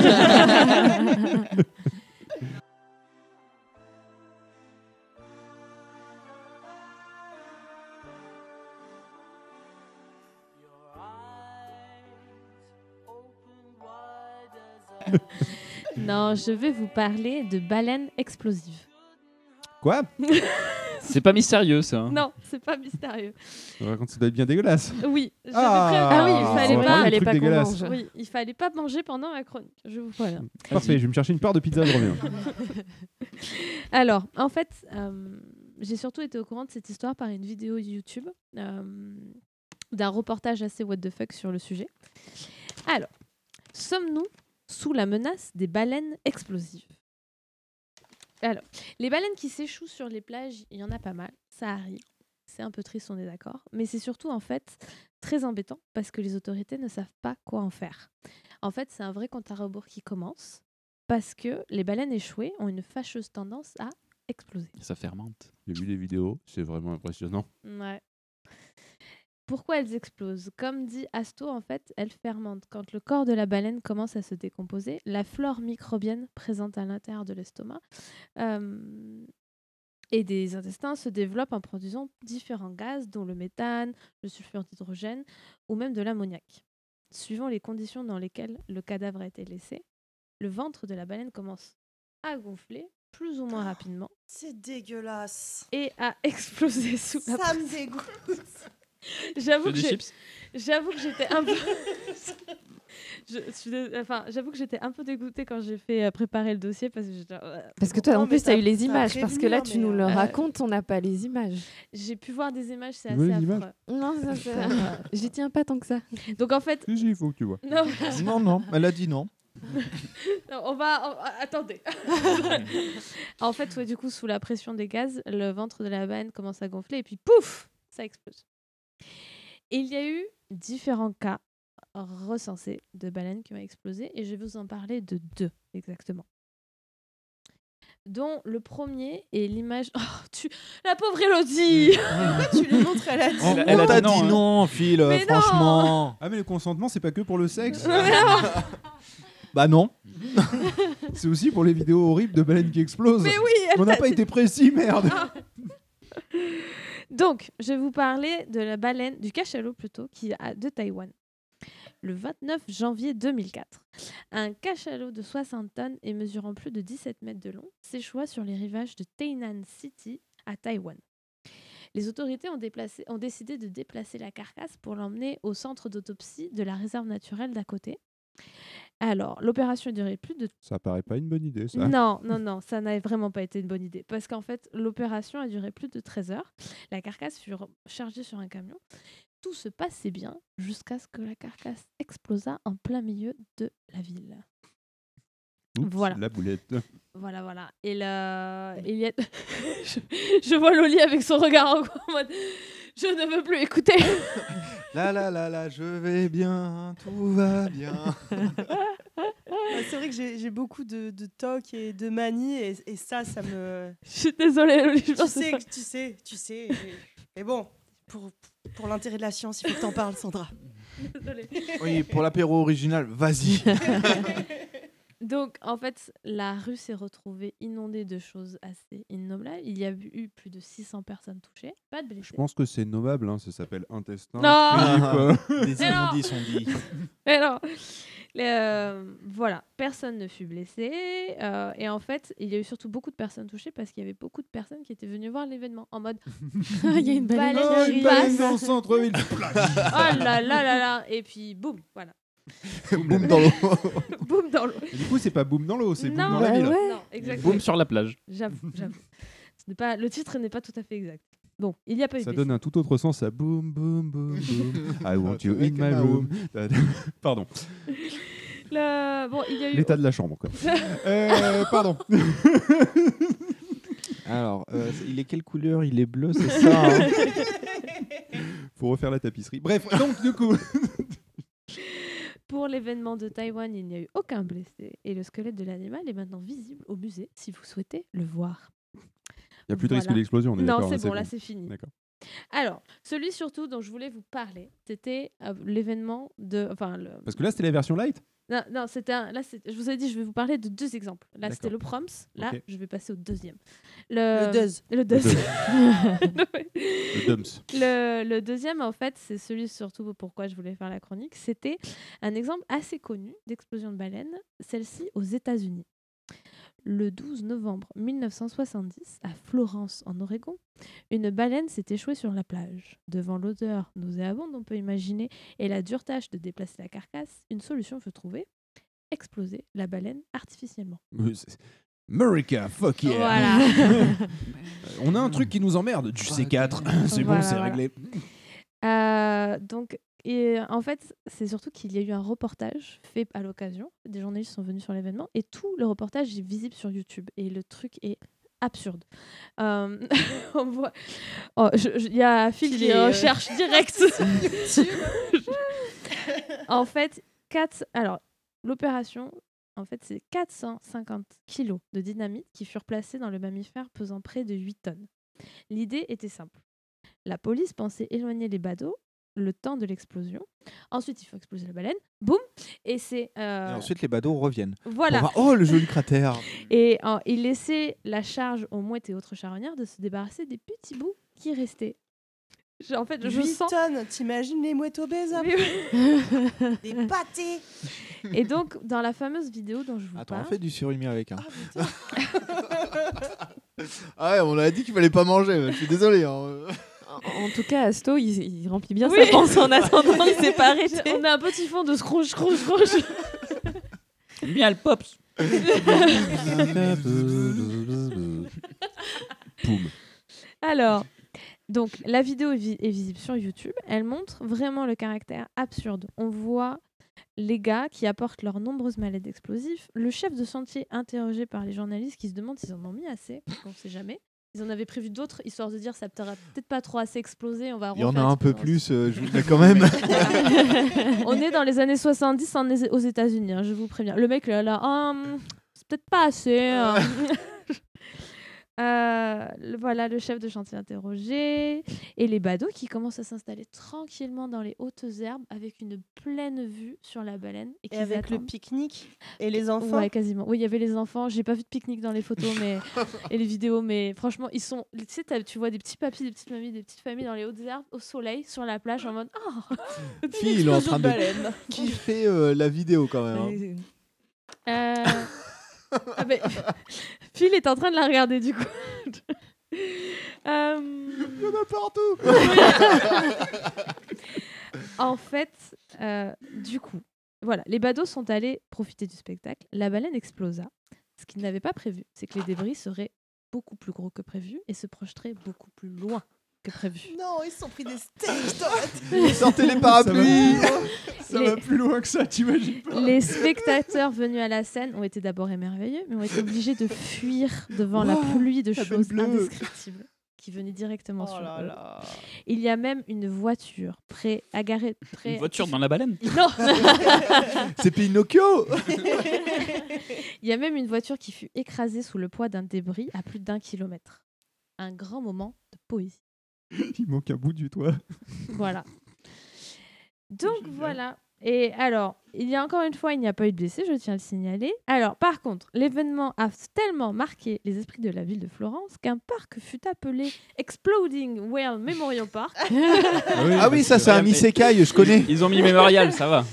S8: Non, je vais vous parler de baleines explosives.
S6: Quoi?
S5: C'est pas mystérieux, ça. Hein.
S8: Non, c'est pas mystérieux.
S4: Raconte, ça doit être bien dégueulasse.
S8: Oui,
S4: oui, il fallait
S8: pas
S4: qu'on mange.
S8: Oui, il fallait pas manger pendant la chronique. Je vous voilà.
S4: Parfait, je vais me chercher une part de pizza, je reviens.
S8: Alors, en fait, j'ai surtout été au courant de cette histoire par une vidéo YouTube d'un reportage assez what the fuck sur le sujet. Alors, sommes-nous sous la menace des baleines explosives? Alors, les baleines qui s'échouent sur les plages, il y en a pas mal, ça arrive. c'est un peu triste, on est d'accord. Mais c'est surtout en fait très embêtant parce que les autorités ne savent pas quoi en faire. En fait, c'est un vrai compte à rebours qui commence parce que les baleines échouées ont une fâcheuse tendance à exploser.
S5: Ça fermente.
S4: J'ai vu les vidéos, c'est vraiment impressionnant.
S8: Ouais. Pourquoi elles explosent? Comme dit Asto, en fait, elles fermentent. Quand le corps de la baleine commence à se décomposer, la flore microbienne présente à l'intérieur de l'estomac et des intestins se développe en produisant différents gaz, dont le méthane, le sulfure d'hydrogène ou même de l'ammoniac. Suivant les conditions dans lesquelles le cadavre a été laissé, le ventre de la baleine commence à gonfler plus ou moins rapidement.
S9: C'est dégueulasse.
S8: Et à exploser sous la
S9: Ça
S8: pression.
S9: me dégoûte.
S8: J'avoue que j'étais un peu... j'avoue que j'étais un peu dégoûtée quand j'ai fait préparer le dossier parce que
S7: Parce que toi, en plus, tu as eu les images. Parce que là, tu nous le racontes, on n'a pas les images.
S8: J'ai pu voir des images, c'est assez affreux.
S7: Non, j'y tiens pas tant que ça.
S8: Donc en fait...
S4: Il faut que tu vois.
S6: Non, elle a dit non.
S8: Non, attendez. En fait, ouais, du coup, sous la pression des gaz, le ventre de la baleine commence à gonfler et puis pouf, ça explose. Et il y a eu différents cas recensés de baleines qui ont explosé et je vais vous en parler de 2 exactement. Dont le premier est l'image... Oh, la pauvre Elodie.
S9: Pourquoi tu lui montres? Elle a dit
S6: Elle t'a dit non, Phil, franchement.
S4: Non. Ah mais le consentement, c'est pas que pour le sexe.
S6: Bah non.
S4: C'est aussi pour les vidéos horribles de baleines qui explosent.
S8: Mais oui,
S4: on n'a pas été précis, merde.
S8: Donc, je vais vous parler de la baleine, du cachalot plutôt, de Taïwan. Le 29 janvier 2004, un cachalot de 60 tonnes et mesurant plus de 17 mètres de long s'échoua sur les rivages de Tainan City à Taïwan. Les autorités ont décidé de déplacer la carcasse pour l'emmener au centre d'autopsie de la réserve naturelle d'à côté. Alors, l'opération a duré plus de...
S4: Ça paraît pas une bonne idée, ça.
S8: Non, ça n'a vraiment pas été une bonne idée. Parce qu'en fait, l'opération a duré plus de 13 heures. La carcasse fut chargée sur un camion. Tout se passait bien jusqu'à ce que la carcasse explosa en plein milieu de la ville.
S4: Oups,
S8: voilà.
S4: La boulette.
S8: Voilà. Et là, il y a... je vois Loli avec son regard en mode... Je ne veux plus écouter.
S6: La, je vais bien, tout va bien.
S9: C'est vrai que j'ai beaucoup de tocs et de manies et ça me...
S8: Je suis désolée, Loli.
S9: Tu sais. Mais bon, pour l'intérêt de la science, il faut que t'en parles, Sandra.
S8: Désolée.
S6: Oui, pour l'apéro original, vas-y.
S8: Donc, en fait, la rue s'est retrouvée inondée de choses assez innommables. Il y a eu plus de 600 personnes touchées. Pas de blessés.
S4: Je pense que c'est nommable, hein, ça s'appelle intestin.
S8: Non.
S6: Des immondices sont dit.
S8: Mais non. Voilà, personne ne fut blessé. Et en fait, il y a eu surtout beaucoup de personnes touchées parce qu'il y avait beaucoup de personnes qui étaient venues voir l'événement en mode
S7: il y a une baleine
S8: qui
S4: passe dans le centre-ville.
S8: Oh là là là là. Et puis boum, voilà.
S6: Boum dans l'eau.
S8: Boum dans l'eau.
S4: Et du coup, c'est pas boum dans l'eau, c'est boum
S8: Non,
S4: dans la ville.
S8: Non, exactement.
S5: Boum sur la plage.
S8: J'avoue. Le titre n'est pas tout à fait exact. Bon, il n'y a pas eu de
S4: Ça
S8: blessés.
S4: donne un tout autre sens à boum, boum, boum, boum. I want you in my room. Pardon.
S8: Bon, il y a eu...
S4: L'état de la chambre, quoi. Pardon.
S6: Alors, il est quelle couleur? Il est bleu, c'est ça hein.
S4: Faut refaire la tapisserie. Bref, donc du coup...
S8: Pour l'événement de Taïwan, il n'y a eu aucun blessé et le squelette de l'animal est maintenant visible au musée si vous souhaitez le voir.
S4: Il n'y a plus de risque d'explosion, on est d'accord.
S8: Non, c'est bon, là c'est fini.
S4: D'accord.
S8: Alors, celui surtout dont je voulais vous parler, c'était l'événement de...
S4: Parce que là, c'était la version light.
S8: Non, je vous ai dit, je vais vous parler de 2 exemples. Là, c'était le Proms. Là,
S4: Okay.
S8: je vais passer au deuxième.
S9: Le Duz.
S8: Le Duz.
S4: Le Dums.
S8: Le deuxième, en fait, c'est celui surtout pourquoi je voulais faire la chronique. C'était un exemple assez connu d'explosion de baleine, celle-ci aux États-Unis. Le 12 novembre 1970, à Florence, en Oregon, une baleine s'est échouée sur la plage. Devant l'odeur nauséabonde, on peut imaginer, et la dure tâche de déplacer la carcasse, une solution fut trouvée, exploser la baleine artificiellement.
S4: America, fuck yeah.
S8: Voilà.
S4: On a un truc qui nous emmerde, du C4, c'est bon, c'est réglé.
S8: Donc, en fait, c'est surtout qu'il y a eu un reportage fait à l'occasion. Des journalistes sont venus sur l'événement et tout le reportage est visible sur YouTube. Et le truc est absurde. On voit... Il y a Phil qui recherche direct. En fait, l'opération, c'est 450 kilos de dynamite qui furent placés dans le mammifère pesant près de 8 tonnes. L'idée était simple. La police pensait éloigner les badauds le temps de l'explosion. Ensuite, il faut exploser la baleine. Boum. Et
S6: ensuite, les badauds reviennent.
S8: Voilà.
S6: Oh, le joli cratère.
S8: Et il laissait la charge aux mouettes et autres charognards de se débarrasser des petits bouts qui restaient. En fait,
S9: 8 tonnes, t'imagines les mouettes obèses des pâtés.
S8: Et donc, dans la fameuse vidéo dont je vous parle...
S6: on fait du surimi avec. Ouais, on a dit qu'il fallait pas manger. Je suis désolé.
S7: En tout cas, Asto, il remplit bien sa pensée en attendant, il s'est pas arrêté.
S8: On a un petit fond de scrooge.
S5: Bien le pops.
S4: Poum.
S8: Alors, donc la vidéo est visible sur YouTube. Elle montre vraiment le caractère absurde. On voit les gars qui apportent leurs nombreuses mallettes d'explosifs, le chef de chantier interrogé par les journalistes qui se demandent s'ils en ont mis assez, on ne sait jamais. Ils en avaient prévu d'autres, histoire de dire ça peut-être pas trop assez explosé.
S6: Il y en a un peu plus, je vous le dis quand même.
S8: On est dans les années 70 aux États-Unis, je vous préviens. Le mec là, c'est peut-être pas assez. Voilà le chef de chantier interrogé et les badauds qui commencent à s'installer tranquillement dans les hautes herbes avec une pleine vue sur la baleine
S9: et avec le pique-nique et les enfants.
S8: Ouais, quasiment. Oui, il y avait les enfants. J'ai pas vu de pique-nique dans les photos et les vidéos, mais franchement, ils sont. Tu sais, tu vois des petits papis, des petites mamies, des petites familles dans les hautes herbes au soleil sur la plage en mode
S6: il est en train de kiffer la vidéo quand même.
S8: Phil est en train de la regarder du coup.
S6: Il y en a partout.
S8: En fait, du coup, voilà, les badauds sont allés profiter du spectacle. La baleine explosa. Ce qu'ils n'avaient pas prévu, c'est que les débris seraient beaucoup plus gros que prévu et se projeteraient beaucoup plus loin que prévu.
S9: Non, ils se sont pris des stages dans la tête.
S6: Ils sortaient les parapluies.
S4: Ça va plus loin que ça, t'imagines pas.
S8: Les spectateurs venus à la scène ont été d'abord émerveillés, mais ont été obligés de fuir devant la pluie de choses indescriptibles qui venaient directement sur eux. Il y a même une voiture
S5: Une voiture dans la baleine?
S8: Non.
S6: C'est Pinocchio.
S8: Il y a même une voiture qui fut écrasée sous le poids d'un débris à plus d'1 kilomètre. Un grand moment de poésie.
S4: Il manque un bout du toit.
S8: Voilà. Donc voilà. Et alors, il n'y a pas eu de blessés, je tiens à le signaler. Alors, par contre, l'événement a tellement marqué les esprits de la ville de Florence qu'un parc fut appelé Exploding Whale Memorial Park.
S6: Ah oui, ça c'est un isekai, je connais.
S5: Ils ont mis Memorial, ça va.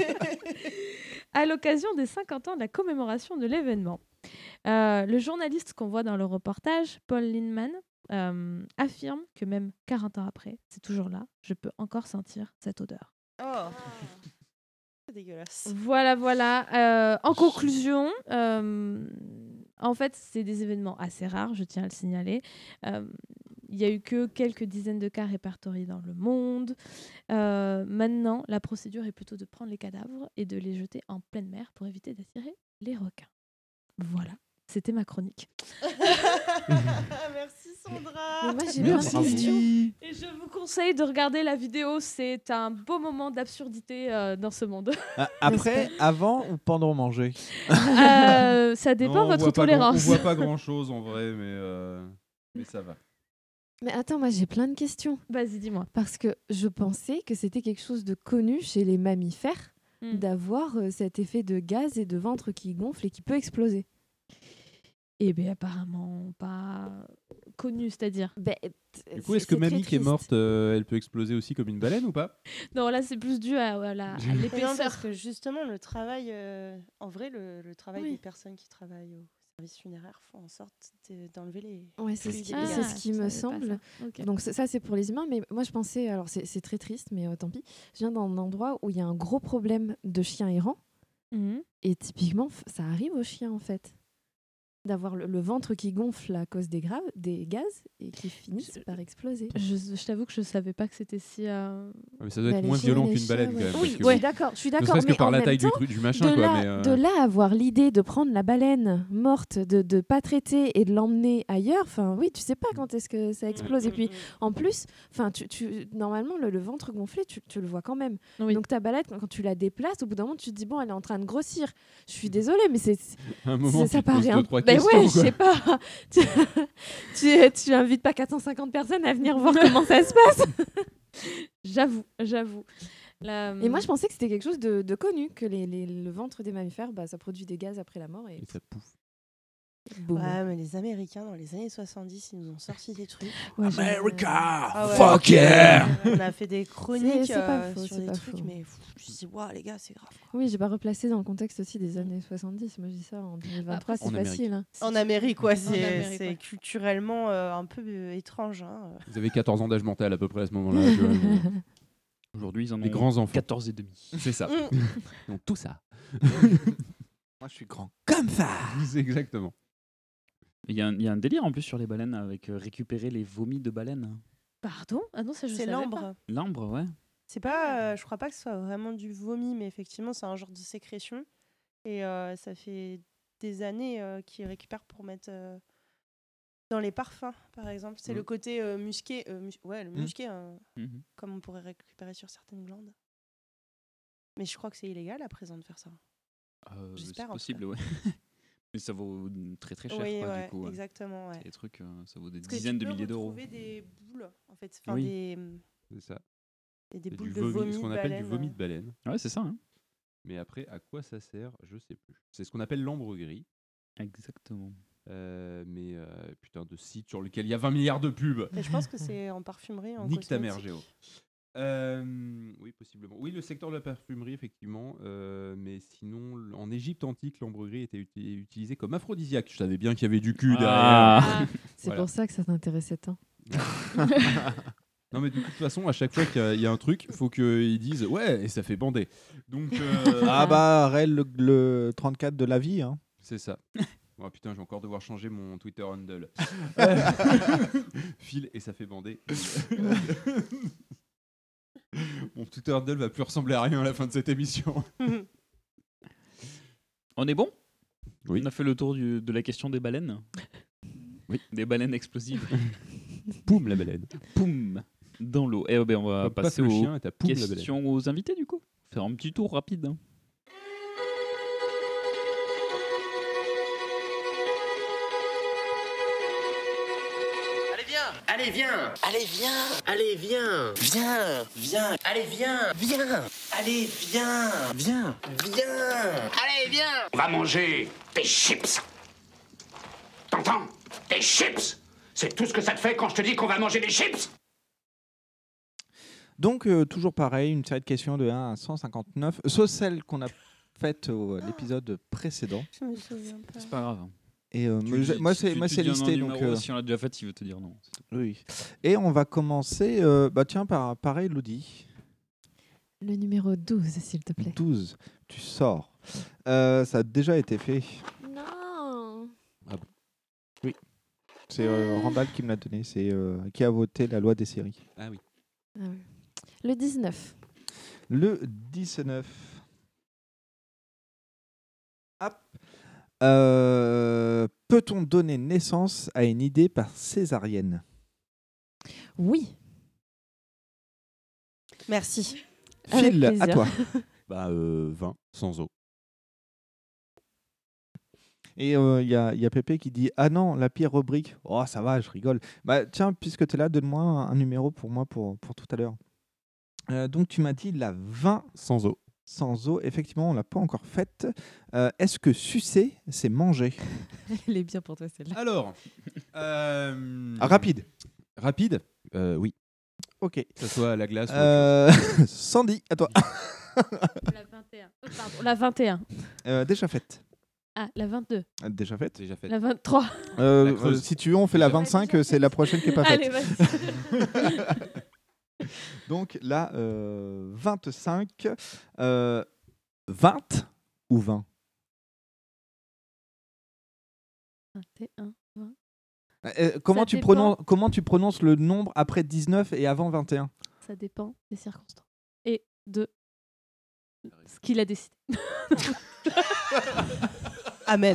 S8: À l'occasion des 50 ans de la commémoration de l'événement. Le journaliste qu'on voit dans le reportage, Paul Lindemann, affirme que même 40 ans après, c'est toujours là, je peux encore sentir cette odeur.
S9: Oh, c'est dégueulasse.
S8: Voilà. En conclusion, en fait, c'est des événements assez rares, je tiens à le signaler. Il n'y a eu que quelques dizaines de cas répertoriés dans le monde. Maintenant, la procédure est plutôt de prendre les cadavres et de les jeter en pleine mer pour éviter d'attirer les requins. Voilà. C'était ma chronique.
S9: Merci Sandra.
S7: Mais moi j'ai plein de questions.
S8: Et je vous conseille de regarder la vidéo. C'est un beau moment d'absurdité dans ce monde.
S6: Après, avant ou pendant manger
S8: Ça dépend de votre tolérance.
S4: On voit pas grand chose en vrai, mais ça va.
S7: Mais attends, moi j'ai plein de questions.
S8: Vas-y, dis-moi.
S7: Parce que je pensais que c'était quelque chose de connu chez les mammifères d'avoir cet effet de gaz et de ventre qui gonfle et qui peut exploser.
S8: Eh bien, apparemment pas connu, c'est-à-dire.
S4: Du coup, est-ce que Mamie qui est morte, elle peut exploser aussi comme une baleine ou pas?
S8: Non, là, c'est plus dû à l'épaisseur.
S9: Parce que justement, le travail, en vrai, le travail des personnes qui travaillent au service funéraire font en sorte d'enlever les.
S7: Ouais, c'est ce qui me semble. Okay. Donc ça, c'est pour les humains, mais moi, je pensais, alors c'est très triste, mais tant pis. Je viens d'un endroit où il y a un gros problème de chiens errants, et typiquement, ça arrive aux chiens en fait. d'avoir le ventre qui gonfle à cause des gaz et qui finissent par exploser.
S8: Je t'avoue que je savais pas que c'était si.
S4: Mais ça doit être moins violent qu'une baleine, quand même.
S7: Oui, je suis d'accord.
S4: Ne serait-ce que
S7: mais
S4: par
S7: en
S4: la
S7: même
S4: taille
S7: temps,
S4: du machin, quoi.
S7: de là avoir l'idée de prendre la baleine morte, de pas traiter et de l'emmener ailleurs. Enfin, oui, tu sais pas quand est-ce que ça explose. Et puis, en plus, enfin, normalement, le ventre gonflé, tu le vois quand même.
S8: Oui.
S7: Donc ta baleine, quand tu la déplaces, au bout d'un moment, tu te dis bon, elle est en train de grossir. Je suis désolée, mais
S4: un moment,
S7: ça
S4: tu te poses
S7: paraît
S4: 2-3
S7: Ben
S4: questions,
S7: ouais, je sais pas. tu invites pas 450 personnes à venir voir comment ça se passe.
S8: J'avoue.
S7: Et moi, je pensais que c'était quelque chose de connu, que le ventre des mammifères, ça produit des gaz après la mort. Et
S4: ça pouffe.
S7: Boum.
S9: Ouais, mais les Américains, dans les années 70, ils nous ont sorti des trucs.
S7: Ouais,
S2: America,
S9: ouais.
S2: fuck yeah.
S9: On a fait des chroniques
S7: C'est pas faux,
S9: sur
S7: c'est
S9: des
S7: pas
S9: trucs,
S7: faux.
S9: mais tu te dis, waouh, les gars, c'est grave.
S7: Oui, j'ai pas replacé dans le contexte aussi des années 70. Moi, je dis ça en 2023, c'est facile. Hein.
S9: En Amérique, ouais,
S8: Amérique,
S9: c'est
S8: ouais.
S9: culturellement un peu étrange. Hein.
S4: Vous avez 14 ans d'âge mental à peu près à ce moment-là.
S5: Aujourd'hui, ils en ont
S4: les grands enfants.
S5: 14 et demi.
S4: C'est ça. Donc tout ça.
S6: Moi, je suis grand comme ça.
S4: C'est exactement.
S5: Il y a un délire en plus sur les baleines avec récupérer les vomis de baleines.
S8: Pardon ? Ah non, ça je
S9: C'est
S8: savais
S9: l'ambre.
S8: pas.
S5: L'ambre, ouais.
S9: C'est pas, je crois pas que ce soit vraiment du vomi, mais effectivement, c'est un genre de sécrétion. Et ça fait des années qu'ils récupèrent pour mettre dans les parfums, par exemple. C'est le côté musqué, le musqué, comme on pourrait récupérer sur certaines glandes. Mais je crois que c'est illégal à présent de faire ça. J'espère.
S5: C'est possible, ouais. Mais ça vaut très très cher,
S9: oui,
S5: quoi,
S9: ouais,
S5: du coup.
S9: Exactement, ouais.
S5: Les trucs, ça vaut des
S9: Parce
S5: dizaines de
S9: que tu
S5: milliers
S9: peux
S5: d'euros.
S9: retrouver des boules, en fait. Enfin,
S4: Oui. C'est ça.
S9: Et des
S4: C'est
S9: boules
S4: du
S9: de vomi
S4: ce qu'on
S9: de
S4: appelle
S9: baleine.
S4: du vomi de baleine.
S5: Ouais, c'est ça. Hein.
S4: Mais après, à quoi ça sert, je sais plus. C'est ce qu'on appelle l'ambre gris.
S5: Exactement.
S4: Mais putain de site sur lequel il y a 20 milliards de pubs.
S9: Et je pense que c'est en parfumerie, en
S4: Nique ta mère,
S9: cosmétique.
S4: Géo. Oui, possiblement. Oui, le secteur de la parfumerie, effectivement. Mais sinon, en Égypte antique, l'ambre gris était utilisé comme aphrodisiaque. Je savais bien qu'il y avait du cul derrière.
S7: C'est pour ça que ça t'intéressait tant.
S4: Non, mais de toute façon, à chaque fois qu'il y a un truc, il faut qu'ils disent ouais, et ça fait bander. Donc,
S6: Ah bah, Rel, le 34 de la vie. Hein.
S4: C'est ça. Oh putain, je vais encore devoir changer mon Twitter handle. File et ça fait bander. Mon Twitter handle va plus ressembler à rien à la fin de cette émission.
S5: On est bon ?
S4: Oui.
S5: On a fait le tour de la question des baleines. Oui. Des baleines explosives.
S4: Poum, la baleine.
S5: Poum, dans l'eau. Et on va passer
S4: le
S5: aux
S4: chien et t'as poum, la
S5: questions aux invités, du coup. Faire un petit tour rapide. Hein.
S12: Allez, viens. Allez, viens. Allez, viens. Viens. Viens. Allez, viens. Viens. Allez, viens. Viens. Viens. Allez, viens.
S2: On va manger des chips. T'entends? Des chips. C'est tout ce que ça te fait quand je te dis qu'on va manger des chips?
S6: Donc, toujours pareil, une série de questions de 1 à 159, sauf celle qu'on a faite à l'épisode précédent.
S9: Je me souviens pas.
S5: C'est pas grave.
S6: Et moi, c'est listé. Donc,
S5: si on l'a déjà fait, il veut te dire non.
S6: Oui. Et on va commencer, tiens, par Elodie.
S7: Le numéro 12, s'il te plaît.
S6: 12, tu sors. Ça a déjà été fait.
S7: Non.
S6: Ah bon. Oui. C'est Randall qui me l'a donné. C'est qui a voté la loi des séries.
S4: Ah oui.
S7: Ah oui. Le 19.
S6: Le 19. Hop. Peut-on donner naissance à une idée par césarienne?
S7: Oui.
S9: Merci.
S6: Phil, à toi.
S4: 20, sans eau.
S6: Et il y a Pépé qui dit « Ah non, la pire rubrique. Oh, ça va, je rigole. » Bah tiens, puisque tu es là, donne-moi un numéro pour moi pour tout à l'heure. Donc tu m'as dit la 20
S4: sans eau.
S6: Sans eau, effectivement, on l'a pas encore faite. Est-ce que sucer, c'est manger?
S7: Elle est bien pour toi, celle-là.
S4: Alors,
S6: rapide.
S4: Rapide, oui.
S6: Ok.
S4: Que ce soit à la glace ou autre chose.
S6: Sandy, à toi.
S8: La 21. Pardon, la 21.
S6: Déjà faite.
S8: Ah, la 22.
S6: Déjà faite.
S4: Déjà faite.
S8: La 23.
S6: Si tu veux, on fait la 25, c'est la prochaine qui n'est pas faite.
S8: Allez, vas-y.
S6: Donc là, 25. 20 ou 20?
S8: 21, 20.
S6: Comment
S8: Ça
S6: comment tu prononces le nombre après 19 et avant 21?
S8: Ça dépend des circonstances. Et de ce qu'il a décidé.
S9: Amen.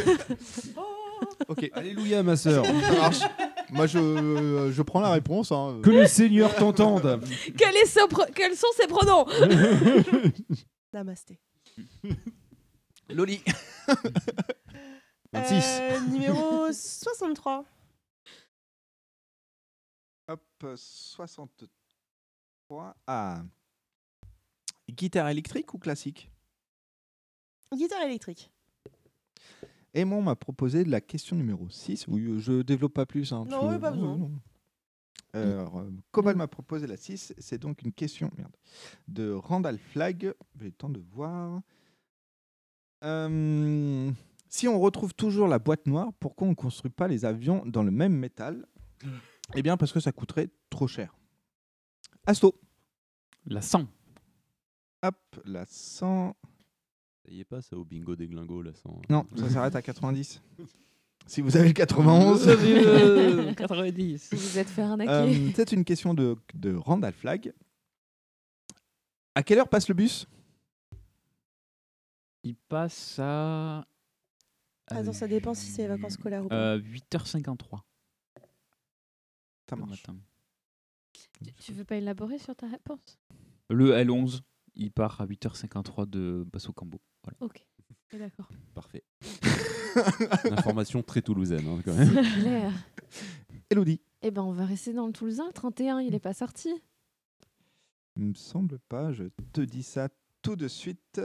S6: Ok.
S4: Alléluia, ma sœur.
S6: Ça marche. Moi, je prends la réponse. Hein.
S4: Que le Seigneur t'entende.
S8: Quels sont ses pronoms?
S9: Namasté.
S6: Loli.
S4: 26.
S9: Numéro 63.
S6: Hop, 63. Ah. Guitare électrique ou classique?
S9: Guitare électrique.
S6: Aimon m'a proposé la question numéro 6. Oui, je développe pas plus. Hein,
S9: Non, oui, pas besoin.
S6: Alors, Cobal m'a proposé la 6. C'est donc une question de Randall Flagg. J'ai le temps de voir. Si on retrouve toujours la boîte noire, pourquoi on ne construit pas les avions dans le même métal? Eh bien, parce que ça coûterait trop cher. Asto.
S5: La 100.
S6: Hop, la 100.
S4: Ça y est pas, ça au bingo des glingos, la 100.
S6: Non, ça s'arrête à 90. Si vous avez le 91.
S5: 90.
S7: Vous êtes fait arnaquer.
S6: C'est une question de Randall Flagg. À quelle heure passe le bus?
S5: Il passe à...
S9: Attends, ça dépend si c'est les vacances scolaires ou pas.
S5: 8h53.
S6: Ça marche.
S8: Tu veux pas élaborer sur ta réponse?
S5: Le L11, il part à 8h53 de Basso-Cambo. Voilà.
S8: Ok, d'accord.
S4: Parfait. Information très toulousaine, hein, quand même.
S7: C'est clair.
S6: Elodie.
S7: Eh ben, on va rester dans le Toulousain. 31, il est pas sorti.
S6: Il me semble pas, je te dis ça tout de suite.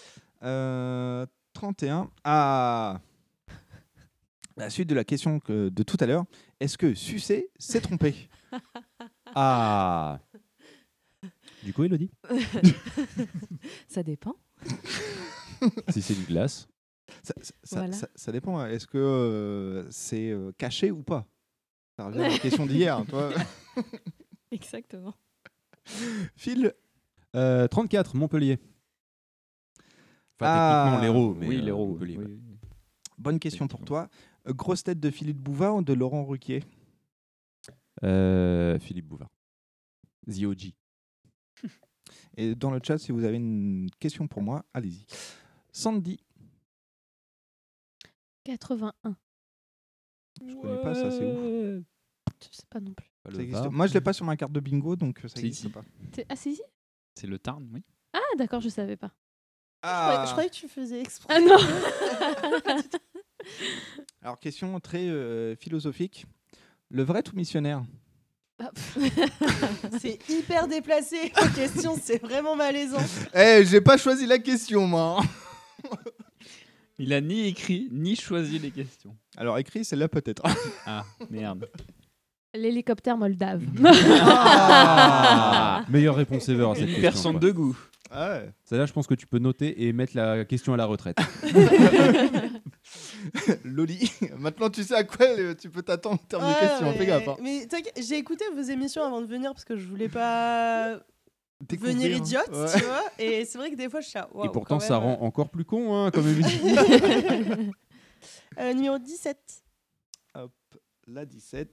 S6: 31. Ah, la suite de la question de tout à l'heure. Est-ce que sucer s'est trompé?
S4: Ah. Du coup, Elodie?
S7: Ça dépend.
S4: Si c'est une glace.
S7: Voilà.
S6: Ça dépend. Est-ce que c'est caché ou pas? Ça revient à la question d'hier. Toi.
S7: Exactement.
S6: Phil.
S4: 34, Montpellier. Enfin, techniquement, l'Hérault. Mais
S5: oui, l'Hérault.
S4: Montpellier,
S5: Oui.
S4: ouais.
S6: Bonne question pour toi. Grosse tête de Philippe Bouvard ou de Laurent Ruquier?
S4: Philippe Bouvard. The OG.
S6: Et dans le chat, si vous avez une question pour moi, allez-y. Sandy.
S8: 81.
S6: Je connais pas ça, c'est ouf.
S8: Je sais pas non plus.
S6: Ça existe. Moi, je l'ai pas sur ma carte de bingo, donc ça n'existe pas.
S8: Ah, si.
S5: C'est le Tarn, oui.
S8: Ah, d'accord, je savais pas.
S9: Je croyais que tu faisais exprès.
S8: Ah non.
S6: Alors, question très philosophique. Le vrai tout missionnaire?
S9: C'est hyper déplacé. La question, c'est vraiment malaisant.
S6: J'ai pas choisi la question, moi.
S5: Il a ni écrit, ni choisi les questions.
S6: Alors, écrit, celle-là peut-être.
S5: Ah, merde.
S8: L'hélicoptère moldave.
S4: Meilleure réponse ever à cette question.
S5: Personne
S4: quoi.
S5: de goût.
S6: Ah ouais.
S4: Celle-là, je pense que tu peux noter et mettre la question à la retraite.
S6: Loli, maintenant tu sais à quoi tu peux t'attendre en termes de questions. Fais gaffe. Hein.
S9: Mais j'ai écouté vos émissions avant de venir parce que je voulais pas venir idiote, tu vois. Et c'est vrai que des fois je suis là, wow,
S4: et pourtant,
S9: quand
S4: ça
S9: même.
S4: rend encore plus con, hein, comme émission.
S9: Numéro 17.
S6: Hop, la 17.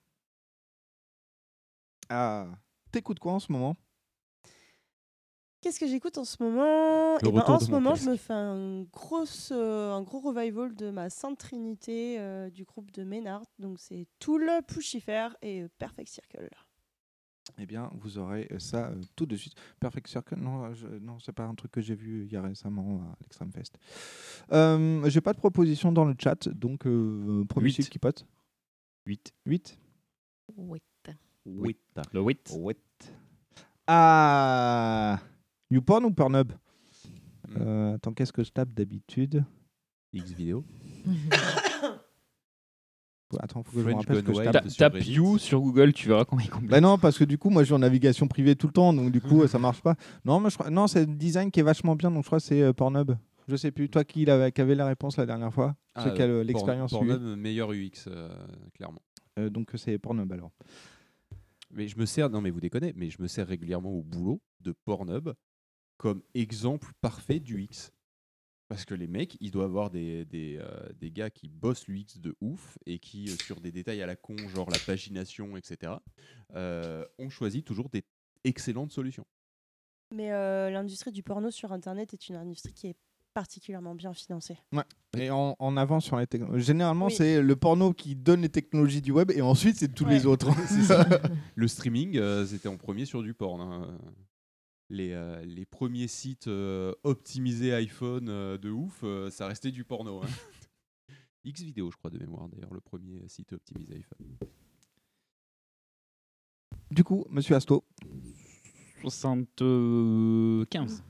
S6: Ah, t'écoutes quoi en ce moment?
S9: Qu'est-ce que j'écoute en ce moment?
S4: Le
S9: Et ben,
S4: retour
S9: en
S4: de
S9: ce
S4: mon
S9: moment,
S4: casque.
S9: je me fais un gros revival de ma Sainte Trinité du groupe de Ménard. Donc c'est Tool, Pushifer et Perfect Circle.
S6: Eh bien, vous aurez ça tout de suite. Perfect Circle, non, c'est pas un truc que j'ai vu il y a récemment à l'Extreme Fest. J'ai pas de proposition dans le chat, donc premier
S5: 8.
S6: chiffre qui pote.
S5: 8.
S6: 8.
S7: 8.
S5: 8. Le 8.
S6: 8. Ah, YouPorn ou Pornhub? Attends, qu'est-ce que je tape d'habitude?
S4: X-Vidéo.
S6: Attends, faut que je me
S4: French
S6: rappelle ce que je
S4: Gone
S6: tape.
S4: Wild sur
S5: Tape
S4: Reddit.
S5: You sur Google, tu verras comment il complète.
S6: Bah non, parce que du coup, moi, je suis en navigation privée tout le temps, donc du coup, ça marche pas. Non, mais non, c'est le design qui est vachement bien, donc je crois que c'est Pornhub. Je sais plus. Toi qui avait la réponse la dernière fois, ceux qui a l'expérience.
S4: Pornhub, meilleur UX, clairement.
S6: Donc c'est Pornhub alors.
S4: Mais je me sers, non mais vous déconnez, mais je me sers régulièrement au boulot de Pornhub comme exemple parfait du X. Parce que les mecs, ils doivent avoir des gars qui bossent l'UX de ouf et qui, sur des détails à la con, genre la pagination, etc., ont choisi toujours des excellentes solutions.
S9: Mais l'industrie du porno sur Internet est une industrie qui est particulièrement bien financée.
S6: Ouais. Et en avant sur les technologies. Généralement, c'est le porno qui donne les technologies du web et ensuite, c'est tous les autres.
S4: C'est ça. Le streaming, c'était en premier sur du porn. Hein. Les premiers sites optimisés iPhone de ouf, ça restait du porno. Hein. Xvideo, je crois, de mémoire, d'ailleurs, le premier site optimisé iPhone.
S6: Du coup, monsieur Asto.
S5: 75.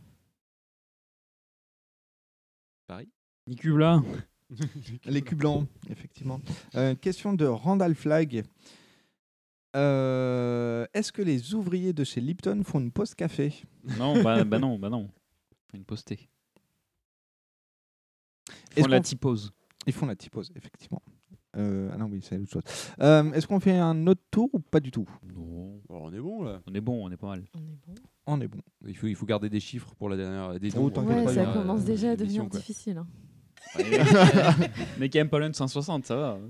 S4: Paris.
S5: Les cubes là.
S6: Les cubes blancs, effectivement. Question de Randall Flag. Est-ce que les ouvriers de chez Lipton font une pause café?
S5: Non, bah non. Faut une pause thé. Ils font la typose.
S6: Ils font la typose, effectivement. Ah non, oui, c'est autre chose. Est-ce qu'on fait un autre tour ou pas du tout?
S4: Non. Alors, on est bon là.
S5: On est bon, on est pas mal.
S6: On est bon.
S4: Il faut garder des chiffres pour la dernière. Des
S7: Ouais, ça commence déjà à devenir difficile. Hein.
S5: Mais quand même pas loin de 160, ça va.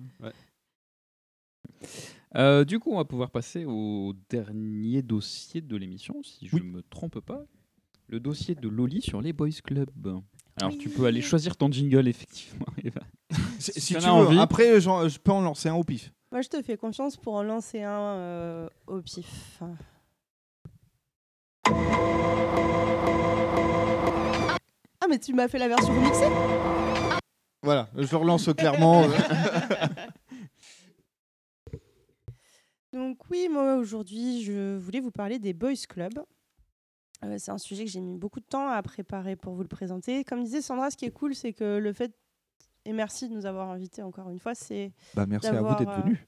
S4: Ouais.
S5: Du coup, on va pouvoir passer au dernier dossier de l'émission, si je ne me trompe pas. Le dossier de Loli sur les Boys Club. Alors, tu peux aller choisir ton jingle, effectivement, Eva.
S6: Si tu veux, envie. Après, je peux en lancer un au pif.
S9: Moi, je te fais confiance pour en lancer un au pif. Ah, mais tu m'as fait la version remixée?
S6: Voilà, je relance clairement.
S9: Donc oui, moi aujourd'hui, je voulais vous parler des Boys Club. C'est un sujet que j'ai mis beaucoup de temps à préparer pour vous le présenter. Comme disait Sandra, ce qui est cool, c'est que le fait, et merci de nous avoir invités encore une fois, c'est
S6: merci à vous d'être venus.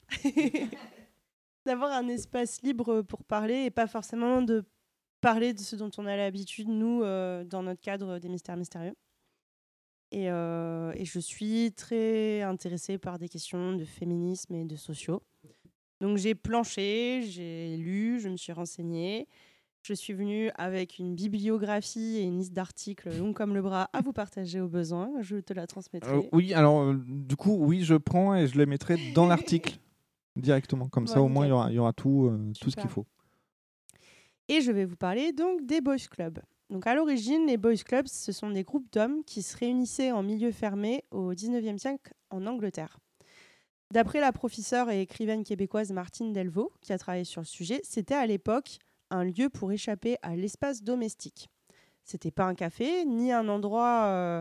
S9: D'avoir un espace libre pour parler et pas forcément de parler de ce dont on a l'habitude, nous, dans notre cadre des mystères mystérieux. Et je suis très intéressée par des questions de féminisme et de sociaux. Donc j'ai planché, j'ai lu, je me suis renseignée. Je suis venue avec une bibliographie et une liste d'articles longs comme le bras à vous partager au besoin. Je te la transmettrai.
S6: Oui, alors du coup, oui, je prends et je le mettrai dans l'article directement. Comme ça, au moins, il y aura tout ce qu'il faut.
S9: Et je vais vous parler donc des Boys Club. Donc à l'origine, les Boys Clubs, ce sont des groupes d'hommes qui se réunissaient en milieu fermé au XIXe siècle en Angleterre. D'après la professeure et écrivaine québécoise Martine Delvaux, qui a travaillé sur le sujet, c'était à l'époque un lieu pour échapper à l'espace domestique. C'était pas un café, ni un endroit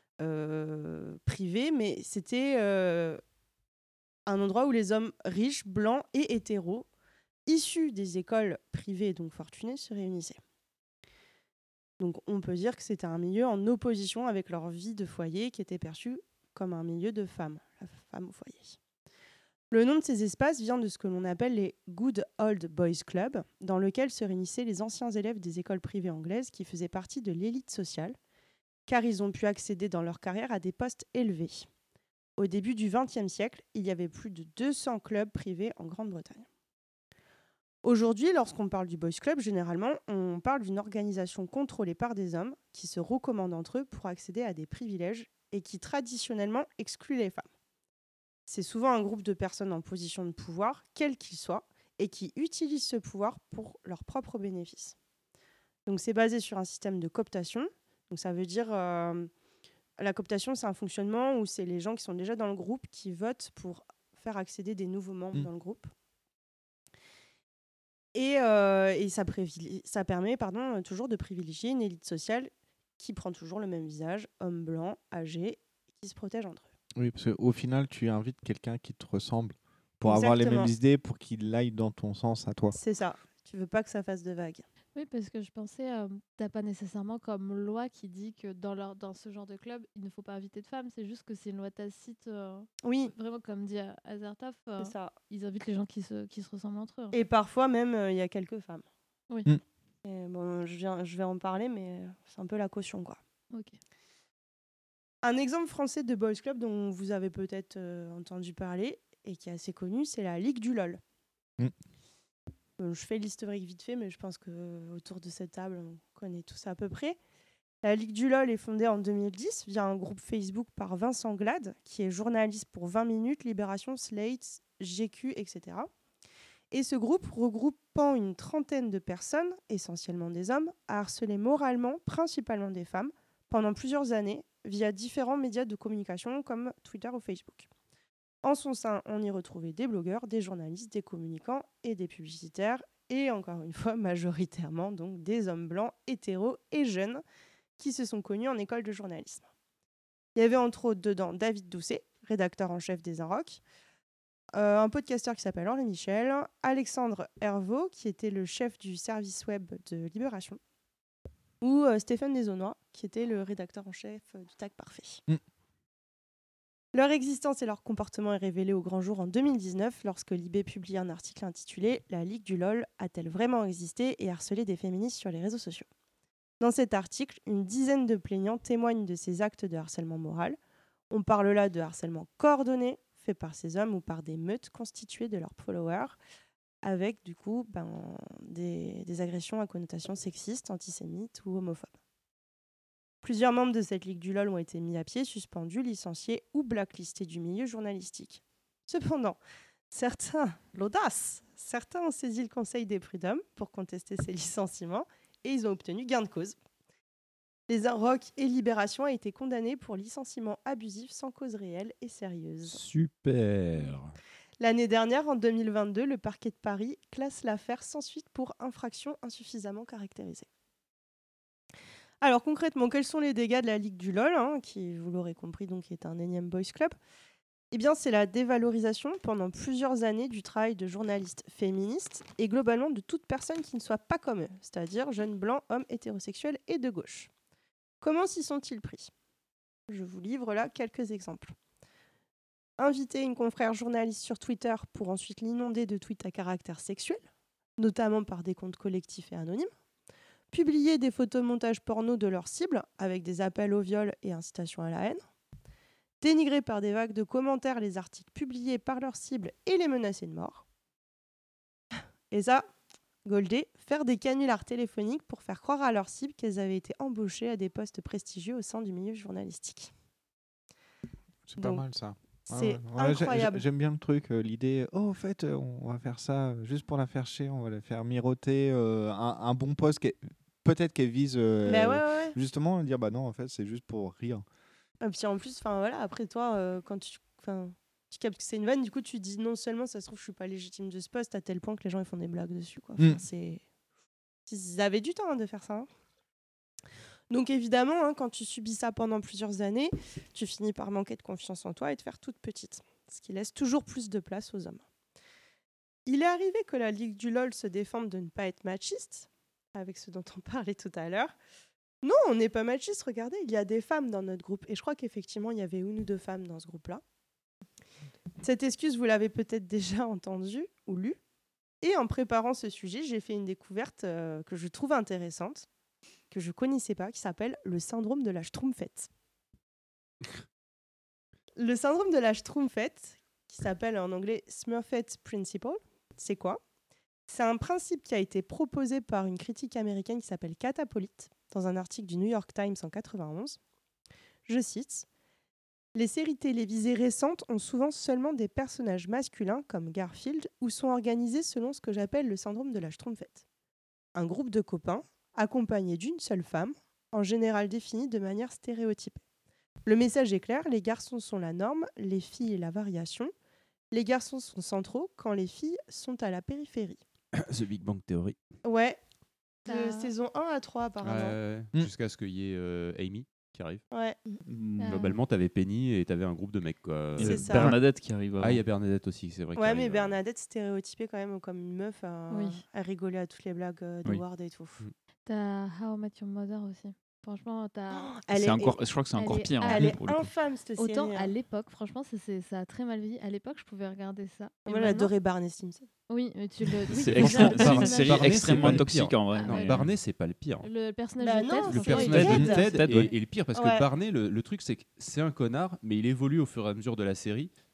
S9: privé, mais c'était un endroit où les hommes riches, blancs et hétéros, issus des écoles privées, donc fortunées, se réunissaient. Donc on peut dire que c'était un milieu en opposition avec leur vie de foyer qui était perçu comme un milieu de femmes, la femme au foyer. Le nom de ces espaces vient de ce que l'on appelle les Good Old Boys Club, dans lequel se réunissaient les anciens élèves des écoles privées anglaises qui faisaient partie de l'élite sociale, car ils ont pu accéder dans leur carrière à des postes élevés. Au début du XXe siècle, il y avait plus de 200 clubs privés en Grande-Bretagne. Aujourd'hui, lorsqu'on parle du Boys Club, généralement, on parle d'une organisation contrôlée par des hommes qui se recommandent entre eux pour accéder à des privilèges et qui traditionnellement excluent les femmes. C'est souvent un groupe de personnes en position de pouvoir, quel qu'il soit, et qui utilisent ce pouvoir pour leurs propres bénéfices. Donc c'est basé sur un système de cooptation. Donc ça veut dire la cooptation, c'est un fonctionnement où c'est les gens qui sont déjà dans le groupe qui votent pour faire accéder des nouveaux membres dans le groupe. Et ça permet toujours de privilégier une élite sociale qui prend toujours le même visage, homme blanc, âgé, qui se protège entre eux.
S6: Oui, parce qu'au final, tu invites quelqu'un qui te ressemble pour avoir les mêmes idées, pour qu'il aille dans ton sens à toi.
S9: C'est ça. Tu veux pas que ça fasse de vagues.
S8: Oui, parce que je pensais, t'as pas nécessairement comme loi qui dit que dans ce genre de club, il ne faut pas inviter de femmes. C'est juste que c'est une loi tacite.
S9: Oui.
S8: Vraiment, comme dit Azertov, ils invitent les gens qui se ressemblent entre eux.
S9: Et parfois même, il y a quelques femmes.
S8: Oui.
S9: Et bon, je vais en parler, mais c'est un peu la caution, quoi.
S8: Ok.
S9: Un exemple français de Boys Club dont vous avez peut-être entendu parler et qui est assez connu, c'est la Ligue du LOL. Je fais l'historique vite fait, mais je pense qu'autour de cette table, on connaît tous à peu près. La Ligue du LOL est fondée en 2010 via un groupe Facebook par Vincent Glade, qui est journaliste pour 20 minutes, Libération, Slate, GQ, etc. Et ce groupe, regroupant une trentaine de personnes, essentiellement des hommes, a harcelé moralement, principalement des femmes, pendant plusieurs années, via différents médias de communication comme Twitter ou Facebook. En son sein, on y retrouvait des blogueurs, des journalistes, des communicants et des publicitaires, et encore une fois, majoritairement donc des hommes blancs, hétéros et jeunes, qui se sont connus en école de journalisme. Il y avait entre autres dedans David Doucet, rédacteur en chef des Inrocks, un podcasteur qui s'appelle Henri Michel, Alexandre Hervaux, qui était le chef du service web de Libération, ou Stéphane Desaunois, qui était le rédacteur en chef du Tag Parfait. Leur existence et leur comportement est révélé au grand jour en 2019 lorsque Libé publie un article intitulé « La Ligue du LOL a-t-elle vraiment existé et harcelé des féministes sur les réseaux sociaux ?» Dans cet article, une dizaine de plaignants témoignent de ces actes de harcèlement moral. On parle là de harcèlement coordonné, fait par ces hommes ou par des meutes constituées de leurs followers, avec du coup des agressions à connotation sexiste, antisémite ou homophobe. Plusieurs membres de cette Ligue du LOL ont été mis à pied, suspendus, licenciés ou blacklistés du milieu journalistique. Cependant, certains ont saisi le Conseil des prud'hommes pour contester ces licenciements et ils ont obtenu gain de cause. Les Inrocks et Libération ont été condamnés pour licenciement abusif sans cause réelle et sérieuse.
S4: Super.
S9: L'année dernière, en 2022, le parquet de Paris classe l'affaire sans suite pour infraction insuffisamment caractérisée. Alors concrètement, quels sont les dégâts de la Ligue du LOL, qui, vous l'aurez compris, donc est un énième boys club? Eh bien, c'est la dévalorisation pendant plusieurs années du travail de journalistes féministes et globalement de toute personne qui ne soit pas comme eux, c'est-à-dire jeunes blancs, hommes hétérosexuels et de gauche. Comment s'y sont-ils pris? Je vous livre là quelques exemples. Inviter une confrère journaliste sur Twitter pour ensuite l'inonder de tweets à caractère sexuel, notamment par des comptes collectifs et anonymes. Publier des photomontages porno de leurs cibles avec des appels au viol et incitations à la haine. Dénigrer par des vagues de commentaires les articles publiés par leurs cibles et les menacer de mort. Et ça, Goldé, faire des canulars téléphoniques pour faire croire à leurs cibles qu'elles avaient été embauchées à des postes prestigieux au sein du milieu journalistique.
S6: C'est pas mal ça.
S9: C'est incroyable.
S6: J'aime bien le truc, l'idée, en fait, on va faire ça juste pour la faire chier, on va la faire miroter un bon poste peut-être qu'elle vise justement dire bah non, en fait, c'est juste pour rire.
S9: Et puis en plus, après toi, quand tu captes que c'est une vanne, du coup, tu dis non seulement ça se trouve, je suis pas légitime de ce poste, à tel point que les gens ils font des blagues dessus. Quoi. Ils avaient du temps de faire ça. Donc évidemment, quand tu subis ça pendant plusieurs années, tu finis par manquer de confiance en toi et te faire toute petite, ce qui laisse toujours plus de place aux hommes. Il est arrivé que la Ligue du LOL se défende de ne pas être machiste, avec ce dont on parlait tout à l'heure. Non, on n'est pas machiste, regardez, il y a des femmes dans notre groupe. Et je crois qu'effectivement, il y avait une ou deux femmes dans ce groupe-là. Cette excuse, vous l'avez peut-être déjà entendue ou lue. Et en préparant ce sujet, j'ai fait une découverte que je trouve intéressante, que je ne connaissais pas, qui s'appelle le syndrome de la Schtroumpfette. Le syndrome de la Schtroumpfette, qui s'appelle en anglais Smurfette Principle, c'est quoi? C'est un principe qui a été proposé par une critique américaine qui s'appelle Catapolite dans un article du New York Times en 91. Je cite: « Les séries télévisées récentes ont souvent seulement des personnages masculins comme Garfield ou sont organisées selon ce que j'appelle le syndrome de la Schtroumpfette. Un groupe de copains accompagné d'une seule femme, en général définie de manière stéréotypée. Le message est clair, les garçons sont la norme, les filles la variation. Les garçons sont centraux quand les filles sont à la périphérie. »
S4: The Big Bang Theory.
S9: Ouais, de saison 1 à 3 apparemment.
S4: Jusqu'à ce qu'il y ait Amy qui arrive.
S9: Ouais.
S4: Globalement, t'avais Penny et t'avais un groupe de mecs. Quoi.
S5: C'est ça. Bernadette qui arrive.
S4: Ah, il y a Bernadette aussi, c'est vrai.
S9: Ouais, mais Bernadette stéréotypée quand même comme une meuf à rigoler à toutes les blagues de Ward et tout.
S8: T'as How I Met Your Mother aussi. Franchement,
S5: je crois que c'est encore pire.
S9: Elle est infâme cette série.
S8: Autant à l'époque, franchement, ça a très mal vieilli. À l'époque, je pouvais regarder ça.
S9: Moi, j'adorais Barney Stinson.
S8: Oui, mais tu le.
S5: C'est une série extrêmement toxique en vrai.
S4: Non, Barney, c'est pas le pire.
S8: Le personnage de Ted.
S4: Le personnage de Ted est le pire parce que Barney, le truc, c'est que c'est un connard, mais il évolue au fur et à mesure de la série.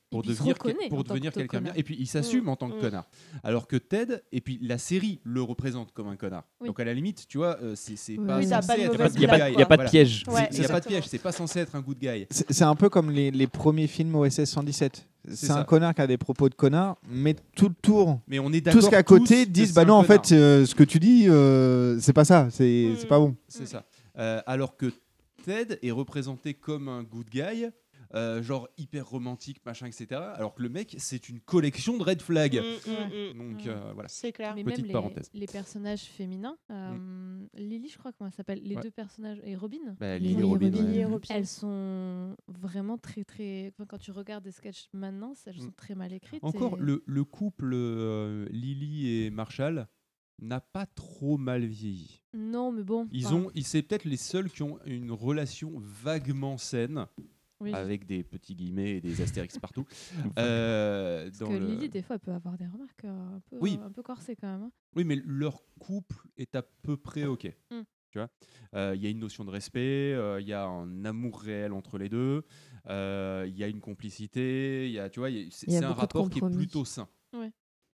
S4: pour
S8: puis il se
S4: devenir,
S8: reconnaît
S4: pour
S8: en tant
S4: devenir
S8: que
S4: quelqu'un bien.
S8: connard.
S4: Et puis il s'assume en tant que connard. Alors que Ted, et puis la série le représente comme un connard.
S8: Oui.
S4: Donc à la limite, tu vois, c'est
S7: Ouais.
S4: pas
S7: Oui,
S4: censé
S9: t'as pas de
S4: être
S9: mauvaise
S4: un good
S9: blague,
S4: guy.
S5: Il n'y a pas de
S4: Voilà.
S5: piège.
S9: Ouais,
S4: Il n'y a pas de
S9: exactement.
S4: piège, c'est pas censé être un good guy.
S6: C'est un peu comme les premiers films OSS 117. C'est un
S4: ça.
S6: connard qui a des propos de connard, mais tout le tour,
S4: Mais on est
S6: tout
S4: d'accord.
S6: ce qu'à
S4: tous
S6: côté
S4: que
S6: disent
S4: c'est
S6: bah
S4: un
S6: non, en
S4: connard.
S6: fait, ce que tu dis, c'est pas ça, c'est pas bon.
S4: C'est ça. Alors que Ted est représenté comme un good guy, genre hyper romantique, machin, etc. Alors que le mec, c'est une collection de red flags. Donc voilà.
S9: C'est clair.
S8: Mais
S4: Petite
S8: même
S4: parenthèse.
S8: les personnages féminins, Lily, je crois comment elle s'appelle, les
S4: Ouais.
S8: deux personnages, et Robin,
S4: Bah,
S7: Lily
S4: Lily
S7: et
S4: Robin.
S7: Robin.
S4: ouais.
S9: Lily et Robin.
S8: elles sont vraiment très très. Enfin, quand tu regardes des sketchs maintenant, elles sont très mal écrites.
S4: Encore,
S8: et-
S4: le couple Lily et Marshall n'a pas trop mal vieilli.
S8: Non, mais bon.
S4: C'est peut-être les seuls qui ont une relation vaguement saine,
S8: Oui.
S4: avec des petits guillemets et des astérix partout.
S8: Parce
S4: dans
S8: que
S4: le-
S8: Lily, des fois, elle peut avoir des remarques un peu corsées quand même. Hein.
S4: Oui, mais leur couple est à peu près OK.
S8: Mm.
S4: Tu vois, il y a une notion de respect, il y a un amour réel entre les deux, il y a une complicité, tu vois, c'est
S7: Il y a
S4: un
S7: beaucoup de
S4: rapport qui est
S7: compromis.
S4: plutôt sain.
S8: Ouais.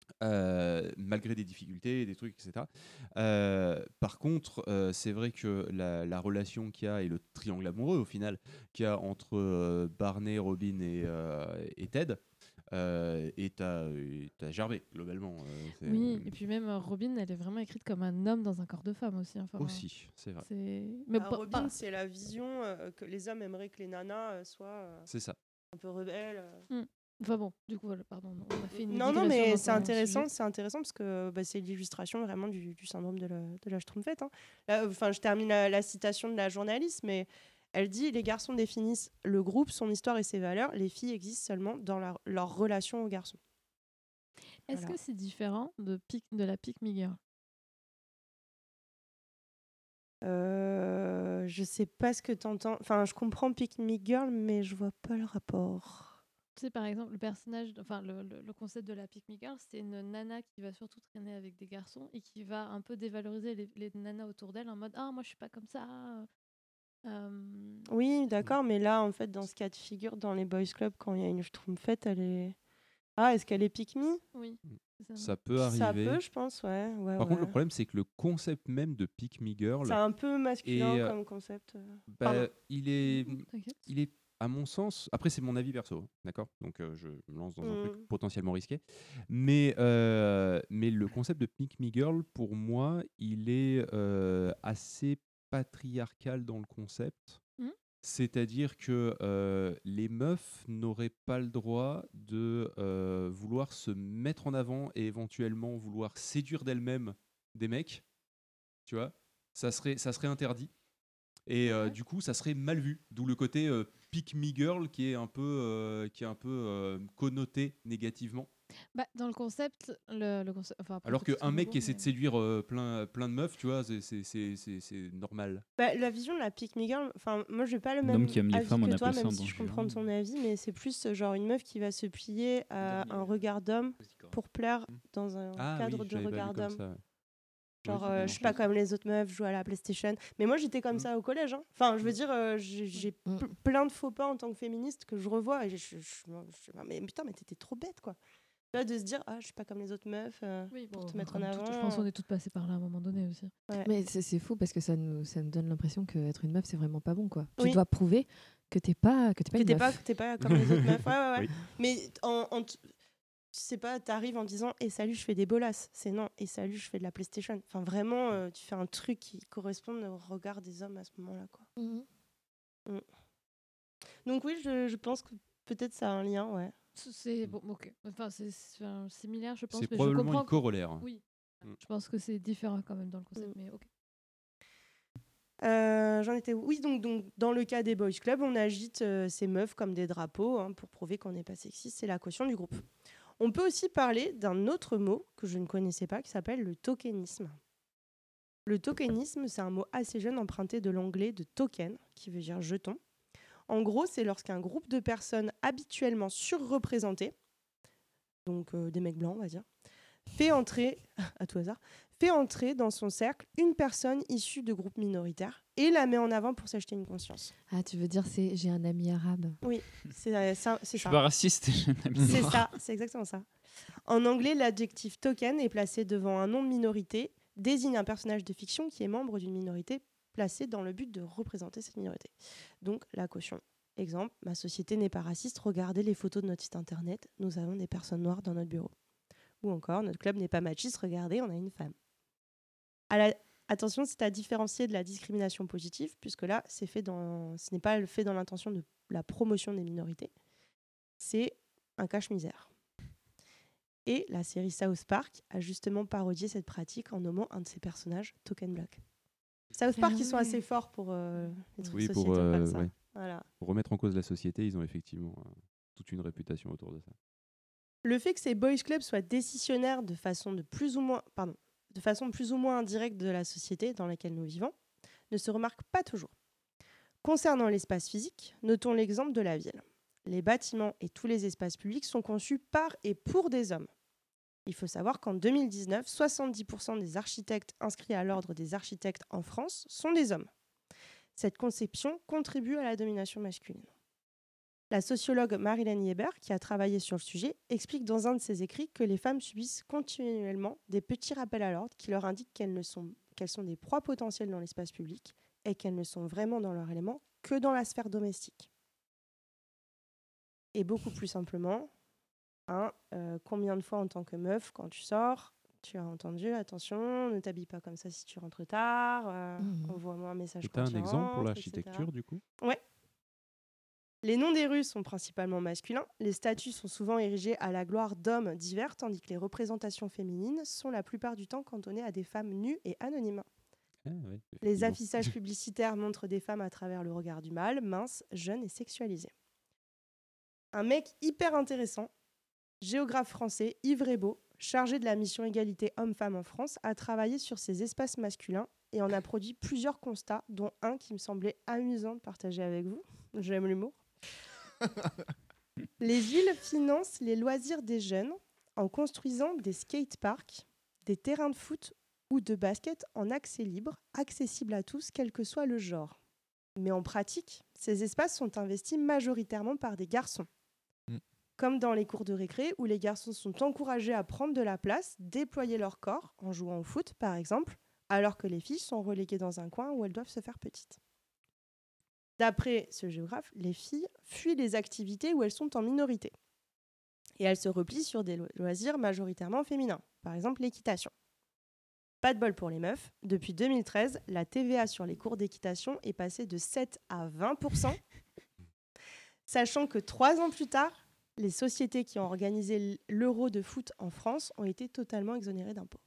S4: Malgré des difficultés, des trucs, etc. Par contre, c'est vrai que la relation qu'il y a et le triangle amoureux au final qu'il y a entre Barney, Robin et Ted, et t'as Gervais globalement.
S8: Oui, et puis même Robin, elle est vraiment écrite comme un homme dans un corps de femme aussi. Enfin,
S4: Aussi, c'est vrai.
S8: Mais
S9: Bah,
S8: bon,
S9: Robin, c'est la vision que les hommes aimeraient que les nanas soient
S4: C'est ça.
S9: un peu rebelles.
S8: Enfin bon, du coup, voilà, pardon, on a fait une
S9: Non,
S8: digression
S9: mais
S8: dans
S9: c'est
S8: un
S9: intéressant,
S8: sujet.
S9: parce que c'est l'illustration vraiment du syndrome de la Schtroumpfette. Hein. Là, je termine la citation de la journaliste, mais elle dit « Les garçons définissent le groupe, son histoire et ses valeurs. Les filles existent seulement dans leur relation aux garçons. »
S8: Est-ce que c'est différent de la Pick Me Girl?
S9: Je sais pas ce que t'entends. Enfin, je comprends Pick Me Girl, mais je vois pas le rapport.
S8: Tu sais, par exemple, le personnage, enfin le concept de la Pick Me Girl, c'est une nana qui va surtout traîner avec des garçons et qui va un peu dévaloriser les nanas autour d'elle en mode ah moi je suis pas comme ça.
S9: Oui, d'accord, mais là, en fait, dans ce cas de figure, dans les boys club, quand il y a une Schtroumpfette, elle est... Ah, est-ce qu'elle est pick me?
S8: Oui.
S4: Ça peut arriver.
S9: Ça peut, je pense, ouais.
S4: Par contre, le problème, c'est que le concept même de Pick Me Girl.
S9: C'est un peu masculin
S4: et,
S9: comme concept.
S4: Bah, il est,
S8: T'inquiète.
S4: à mon sens, après c'est mon avis perso, d'accord, donc je me lance dans un truc
S9: Mm.
S4: potentiellement risqué, mais le concept de Pick Me Girl, pour moi, il est assez patriarcal dans le concept.
S8: Mm.
S4: C'est-à-dire que les meufs n'auraient pas le droit de vouloir se mettre en avant et éventuellement vouloir séduire d'elles-mêmes des mecs, tu vois, ça serait interdit. Et du coup, ça serait mal vu. D'où le côté pick me girl qui est un peu, connoté négativement.
S8: Bah, dans le concept, enfin, après,
S4: Alors
S8: faut que ce
S4: qu'un
S8: soit
S4: mec
S8: nouveau,
S4: qui essaie
S8: mais-
S4: de séduire plein de meufs, tu vois, c'est normal.
S9: Bah, la vision de la pick me girl, enfin, moi, j'ai pas le
S5: Un
S9: même
S5: homme qui aime les
S9: avis
S5: femmes, on
S9: que toi,
S5: appelle ça
S9: même
S5: un
S9: si je
S5: danger.
S9: comprends ton avis, mais c'est plus genre une meuf qui va se plier à un regard d'homme pour plaire dans un cadre de regard d'homme. Genre, je suis pas comme les autres meufs, je joue à la PlayStation. Mais moi, j'étais comme ça au collège. Hein. Enfin, je veux dire, j'ai plein de faux pas en tant que féministe que je revois. Et mais putain, mais t'étais trop bête, quoi. Là, de se dire, ah, je suis pas comme les autres meufs, pour te mettre en avant.
S8: Je pense qu'on est toutes passées par là à un moment donné aussi.
S9: Ouais.
S7: Mais c'est fou parce que ça nous donne l'impression qu'être une meuf, c'est vraiment pas bon, quoi.
S9: Oui.
S7: Tu dois prouver que t'es pas une meuf.
S9: Que t'es pas comme les autres meufs. Ouais.
S4: Oui.
S9: Mais tu sais pas, t'arrives en disant et salut, je fais des bolasses. C'est non, et salut, je fais de la PlayStation. Enfin, vraiment, tu fais un truc qui correspond au regard des hommes à ce moment-là, quoi. Mm. Donc, oui, je pense que peut-être ça a un lien, ouais.
S8: C'est bon, ok. Enfin, c'est similaire, je pense.
S4: C'est
S8: mais
S4: probablement
S8: je comprends
S4: une corollaire.
S8: Oui. Je pense que c'est différent quand même dans le concept, mais ok.
S9: J'en étais où ? Oui, donc dans le cas des boys club, on agite ces meufs comme des drapeaux pour prouver qu'on n'est pas sexiste. C'est la caution du groupe. On peut aussi parler d'un autre mot que je ne connaissais pas qui s'appelle le tokenisme. Le tokenisme, c'est un mot assez jeune emprunté de l'anglais de token, qui veut dire jeton. En gros, c'est lorsqu'un groupe de personnes habituellement surreprésentées, donc des mecs blancs, on va dire, fait entrer fait entrer dans son cercle une personne issue de groupes minoritaires et la met en avant pour s'acheter une conscience.
S7: Ah, tu veux dire j'ai un ami arabe.
S9: Oui, c'est ça.
S5: Je suis pas raciste, j'ai un ami
S9: C'est
S5: noir.
S9: ça, c'est exactement ça. En anglais, l'adjectif token est placé devant un nom de minorité, désigne un personnage de fiction qui est membre d'une minorité placé dans le but de représenter cette minorité. Donc la caution. Exemple, ma société n'est pas raciste, regardez les photos de notre site internet, nous avons des personnes noires dans notre bureau. Ou encore, notre club n'est pas machiste, regardez, on a une femme. Attention, c'est à différencier de la discrimination positive, puisque là, ce n'est pas fait dans l'intention de la promotion des minorités, c'est un cache-misère. Et la série South Park a justement parodié cette pratique en nommant un de ses personnages Token Black. South Park, ils sont assez forts pour les trucs sociétaux comme ça. Voilà.
S4: Pour remettre en cause la société, ils ont effectivement toute une réputation autour de ça.
S9: Le fait que ces boys clubs soient décisionnaires de façon plus ou moins indirecte de la société dans laquelle nous vivons ne se remarque pas toujours. Concernant l'espace physique, notons l'exemple de la ville. Les bâtiments et tous les espaces publics sont conçus par et pour des hommes. Il faut savoir qu'en 2019, 70% des architectes inscrits à l'ordre des architectes en France sont des hommes. Cette conception contribue à la domination masculine. La sociologue Marilyn Yeber, qui a travaillé sur le sujet, explique dans un de ses écrits que les femmes subissent continuellement des petits rappels à l'ordre qui leur indiquent qu'elles sont des proies potentielles dans l'espace public et qu'elles ne sont vraiment dans leur élément que dans la sphère domestique. Et beaucoup plus simplement, combien de fois en tant que meuf, quand tu sors, tu as entendu, attention, ne t'habille pas comme ça si tu rentres tard, envoie-moi un message quand tu rentres.
S4: Tu as un exemple pour l'architecture,
S9: etc.
S4: du coup ?
S9: Ouais. Les noms des rues sont principalement masculins. Les statues sont souvent érigées à la gloire d'hommes divers, tandis que les représentations féminines sont la plupart du temps cantonnées à des femmes nues et anonymes. Les affichages publicitaires montrent des femmes à travers le regard du mâle, minces, jeunes et sexualisées. Un mec hyper intéressant, géographe français, Yves Rebaud, chargé de la mission égalité hommes-femmes en France, a travaillé sur ces espaces masculins et en a produit plusieurs constats, dont un qui me semblait amusant de partager avec vous. J'aime l'humour. Les villes financent les loisirs des jeunes en construisant des skateparks, des terrains de foot ou de basket en accès libre, accessibles à tous, quel que soit le genre. Mais en pratique, ces espaces sont investis majoritairement par des garçons. Comme dans les cours de récré, où les garçons sont encouragés à prendre de la place, déployer leur corps, en jouant au foot par exemple, alors que les filles sont reléguées dans un coin où elles doivent se faire petites. D'après ce géographe, les filles fuient les activités où elles sont en minorité. Et elles se replient sur des loisirs majoritairement féminins, par exemple l'équitation. Pas de bol pour les meufs, depuis 2013, la TVA sur les cours d'équitation est passée de 7 à 20%, sachant que 3 ans plus tard, les sociétés qui ont organisé l'Euro de foot en France ont été totalement exonérées d'impôts.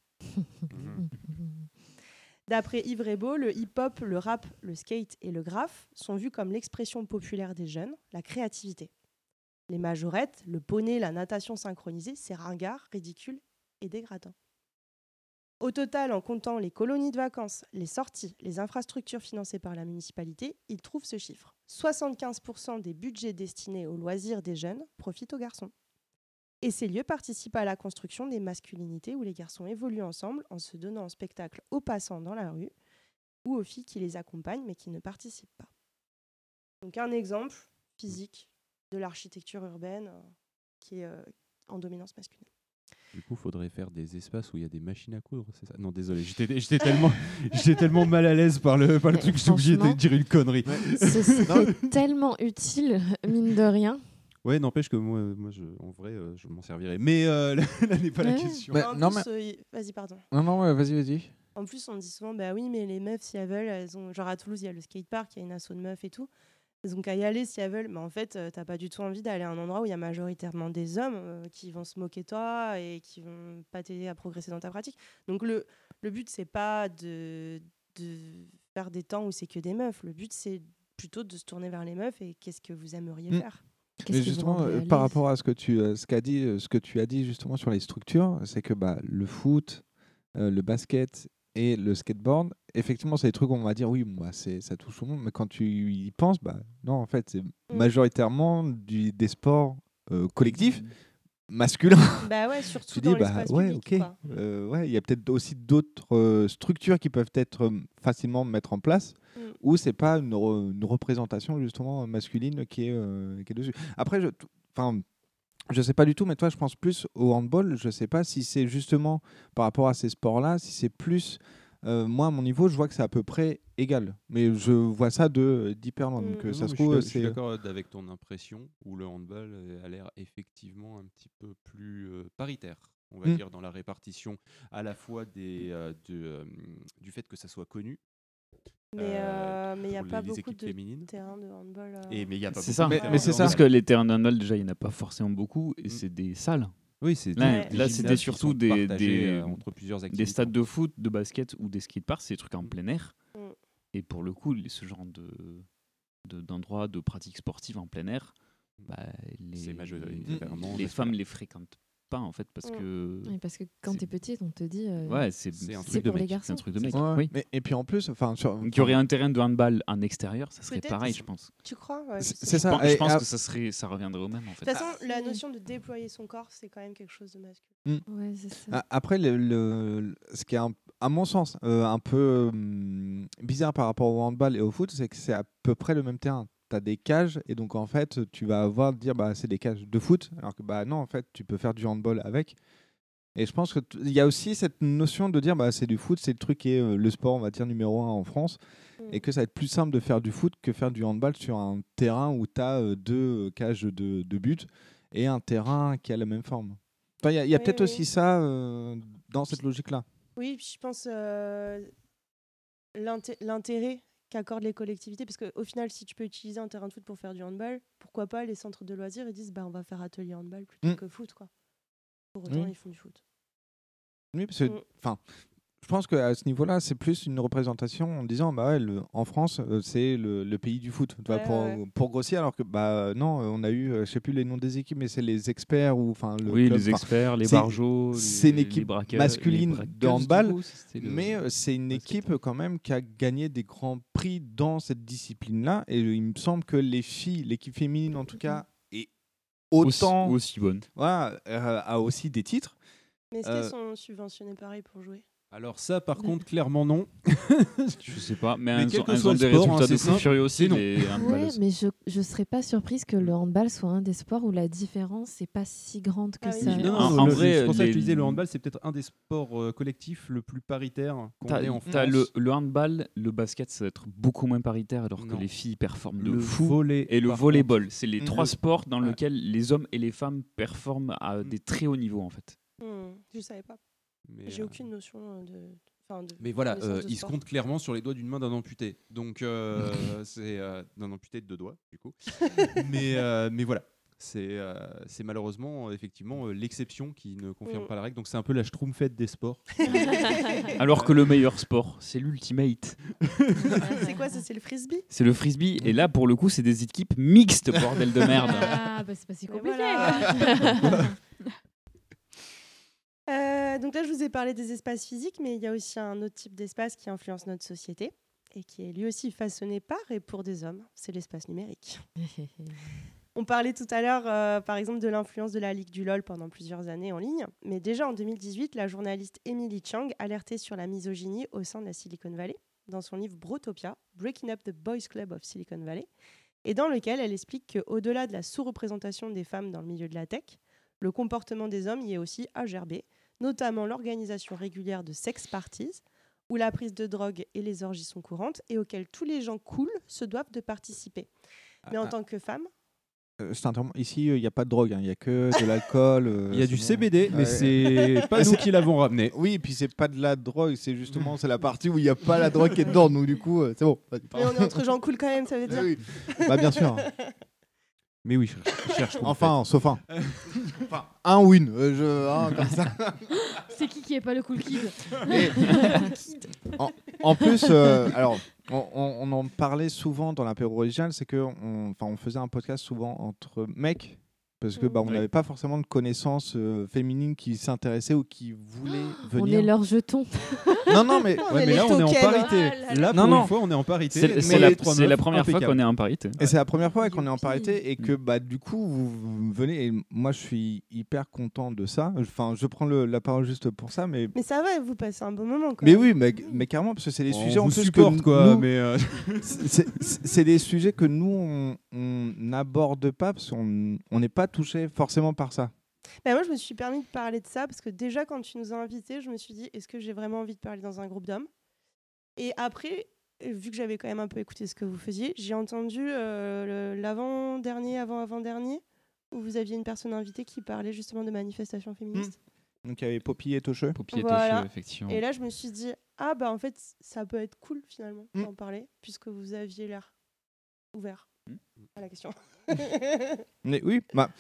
S9: D'après Yves Rebaud, le hip-hop, le rap, le skate et le graphe sont vus comme l'expression populaire des jeunes, la créativité. Les majorettes, le poney, la natation synchronisée, c'est ringard, ridicule et dégradant. Au total, en comptant les colonies de vacances, les sorties, les infrastructures financées par la municipalité, il trouve ce chiffre. 75% des budgets destinés aux loisirs des jeunes profitent aux garçons. Et ces lieux participent à la construction des masculinités où les garçons évoluent ensemble en se donnant en spectacle aux passants dans la rue ou aux filles qui les accompagnent mais qui ne participent pas. Donc un exemple physique de l'architecture urbaine qui est en dominance masculine.
S4: Du coup, il faudrait faire des espaces où il y a des machines à coudre, c'est ça ? Non, désolé, j'étais tellement mal à l'aise par le truc que j'ai oublié de dire une connerie.
S7: C'est tellement utile, mine de rien.
S4: Ouais, n'empêche que moi en vrai, je m'en servirais. Mais là n'est pas la question.
S9: Vas-y, pardon.
S6: Non, vas-y.
S9: En plus, on dit souvent, bah oui, mais les meufs, si elles veulent, elles ont... Genre à Toulouse, il y a le skatepark, il y a une asso de meufs et tout. Elles ont qu'à y aller si elles veulent. Mais en fait, t'as pas du tout envie d'aller à un endroit où il y a majoritairement des hommes qui vont se moquer de toi et qui vont pas t'aider à progresser dans ta pratique. Donc le but, c'est pas de faire des temps où c'est que des meufs. Le but, c'est plutôt de se tourner vers les meufs et qu'est-ce que vous aimeriez faire.
S6: Mais justement, par rapport à ce que tu as dit justement sur les structures, c'est que le foot, le basket et le skateboard, effectivement, c'est des trucs où on va dire oui, ça touche tout le monde, mais quand tu y penses, non, en fait, c'est majoritairement des sports collectifs masculin.
S9: Bah ouais, surtout
S6: Tu
S9: dans
S6: dis,
S9: l'espace
S6: ouais,
S9: public,
S6: ok.
S9: quoi.
S6: Ouais, il y a peut-être aussi d'autres structures qui peuvent être facilement mettre en place où c'est pas une représentation justement masculine qui est dessus. Après, je sais pas du tout, mais toi, je pense plus au handball. Je sais pas si c'est justement par rapport à ces sports-là, si c'est plus. Moi, à mon niveau, je vois que c'est à peu près égal. Mais je vois ça d'hyper loin. Donc, ça se trouve,
S4: je suis d'accord avec ton impression où le handball a l'air effectivement un petit peu plus paritaire, on va dire, dans la répartition à la fois du fait que ça soit connu.
S9: Mais il n'y a pas beaucoup
S4: équipes
S9: de
S4: féminines.
S9: terrains de handball.
S4: Mais il y a pas
S5: C'est
S4: beaucoup
S5: ça.
S4: de terrains
S5: Mais
S4: de
S5: c'est ça.
S4: handball.
S5: Parce que les terrains de handball, déjà, il n'y en a pas forcément beaucoup. Et c'est des salles.
S4: Oui, c'est
S5: là,
S4: des
S5: là
S4: gymnases
S5: c'était
S4: qui
S5: surtout
S4: sont partagés, entre plusieurs
S5: des
S4: activités.
S5: stades de foot, de basket ou des skateparks, c'est des trucs en plein air. Et pour le coup, ce genre d'endroits de pratiques sportives en plein air, les femmes les fréquentent pas en fait parce que.
S7: Oui, parce que quand t'es petite, on te dit.
S5: Ouais, c'est
S7: un
S5: truc de
S7: pour les
S5: mec.
S7: garçons.
S5: C'est un truc de mec.
S6: Ouais.
S5: Oui.
S6: Et puis en plus,
S5: Donc, il y aurait un terrain de handball en extérieur, ça serait
S9: Peut-être.
S5: pareil, je pense.
S9: Tu crois? Ouais,
S6: C'est ça.
S5: Je pense que ça reviendrait au même en fait.
S9: De toute façon, la notion de déployer son corps, c'est quand même quelque chose de masculin.
S7: Ouais, c'est ça.
S6: Après, ce qui est à mon sens un peu bizarre par rapport au handball et au foot, c'est que c'est à peu près le même terrain. Tu as des cages et donc en fait, tu vas dire c'est des cages de foot, alors que non, en fait, tu peux faire du handball avec. Et je pense qu'il y a aussi cette notion de dire c'est du foot, c'est le truc qui est le sport, on va dire, numéro 1 en France, et que ça va être plus simple de faire du foot que faire du handball sur un terrain où tu as 2 cages de but et un terrain qui a la même forme. Il y a peut-être aussi ça dans cette logique-là.
S9: Oui, puis je pense l'intérêt qu'accordent les collectivités, parce qu'au final, si tu peux utiliser un terrain de foot pour faire du handball, pourquoi pas les centres de loisirs, ils disent on va faire atelier handball plutôt que foot, quoi. Pour autant, ils font du foot.
S6: Oui, parce que je pense qu'à ce niveau-là, c'est plus une représentation en disant en France, c'est le pays du foot. Pour grossir, alors que non, on a eu, je sais plus les noms des équipes, mais c'est les experts ou
S5: oui, les experts, les barjots.
S6: C'est une équipe masculine de handball, mais c'est une
S5: basket.
S6: équipe quand même qui a gagné des grands prix dans cette discipline-là. Et il me semble que les filles, l'équipe féminine en tout cas, est autant
S5: aussi bonne.
S6: Voilà, a aussi des titres.
S9: Mais est-ce qu'elles sont subventionnées pareil pour jouer?
S4: Alors ça, par contre, clairement non.
S5: Je sais pas, mais
S4: quel que
S5: elles
S4: soit
S5: ont
S4: le
S5: des
S4: sport,
S5: résultats de
S4: c'est
S5: fou furieux aussi. Les
S7: Ouais,
S5: handballeuses.
S7: mais je serais pas surprise que le handball soit un des sports où la différence n'est pas si grande que ça.
S5: En vrai,
S4: c'est pour ça que je te disais, le handball, c'est peut-être un des sports collectifs le plus paritaire qu'on ait en France.
S5: T'as le handball, le basket, ça va être beaucoup moins paritaire, alors que les filles performent de fou. Et le volleyball, c'est les 3 sports dans lesquels les hommes et les femmes performent à des très hauts niveaux en fait.
S9: Je savais pas. J'ai aucune notion de.
S4: Mais voilà, il se compte clairement sur les doigts d'une main d'un amputé. Donc, c'est d'un amputé de 2 doigts, du coup. mais voilà, c'est malheureusement, effectivement, l'exception qui ne confirme pas la règle. Donc, c'est un peu la schtroumpfette des sports.
S5: Alors que le meilleur sport, c'est l'ultimate.
S9: C'est quoi ça? C'est le frisbee?
S5: C'est le frisbee. Et là, pour le coup, c'est des équipes mixtes, bordel de merde.
S8: Ah, c'est pas si compliqué.
S9: Donc là, je vous ai parlé des espaces physiques, mais il y a aussi un autre type d'espace qui influence notre société et qui est lui aussi façonné par et pour des hommes. C'est l'espace numérique. On parlait tout à l'heure, par exemple, de l'influence de la Ligue du LOL pendant plusieurs années en ligne. Mais déjà en 2018, la journaliste Emily Chang alertait sur la misogynie au sein de la Silicon Valley dans son livre Brotopia, Breaking Up the Boys Club of Silicon Valley, et dans lequel elle explique qu'au-delà de la sous-représentation des femmes dans le milieu de la tech, le comportement des hommes y est aussi à gerber, notamment l'organisation régulière de sex parties, où la prise de drogue et les orgies sont courantes et auxquelles tous les gens cool se doivent de participer. Mais en tant que femme...
S6: Ici, il n'y a pas de drogue, il n'y a que de l'alcool.
S4: Il y a du CBD, mais c'est pas nous qui l'avons ramené.
S6: Oui, et puis c'est pas de la drogue, c'est justement c'est la partie où il n'y a pas la drogue qui est dedans, donc du coup, c'est bon.
S9: Mais on est entre gens cool quand même, ça veut dire.
S6: Oui. Bien sûr.
S4: Mais oui, je cherche.
S6: Enfin, sauf un. Un ou une, comme ça.
S8: C'est qui est pas le cool kid?
S6: En plus, alors, on en parlait souvent dans l'apéro original, c'est qu'on faisait un podcast souvent entre mecs, parce que on n'avait pas forcément de connaissances féminines qui s'intéressaient ou qui voulaient venir.
S7: On est leur jeton.
S6: Non, mais,
S4: mais là, on est en parité. Là, pour une fois, on est en parité.
S5: C'est la première fois qu'on est en parité.
S6: Et c'est la première fois qu'on est en parité et que du coup, vous venez. Et moi, je suis hyper content de ça. Enfin, je prends la parole juste pour ça. Mais
S9: ça va, vous passez un bon moment.
S6: Mais oui, mais carrément, parce que c'est des sujets
S4: on
S6: en
S4: vous
S6: plus
S4: supporte,
S6: que
S4: quoi.
S6: nous,
S4: Mais
S6: c'est des sujets que nous, on n'aborde pas parce qu'on n'est pas touché forcément par ça.
S9: Moi, je me suis permis de parler de ça parce que déjà, quand tu nous as invités, je me suis dit, est-ce que j'ai vraiment envie de parler dans un groupe d'hommes ? Et après, vu que j'avais quand même un peu écouté ce que vous faisiez, j'ai entendu l'avant-dernier, avant-avant-dernier, où vous aviez une personne invitée qui parlait justement de manifestations féministes.
S6: Donc il y avait Poppy et Tocheux.
S5: Effectivement.
S9: Et là, je me suis dit, en fait, ça peut être cool finalement d'en parler, puisque vous aviez l'air ouvert à la question.
S6: Mais oui,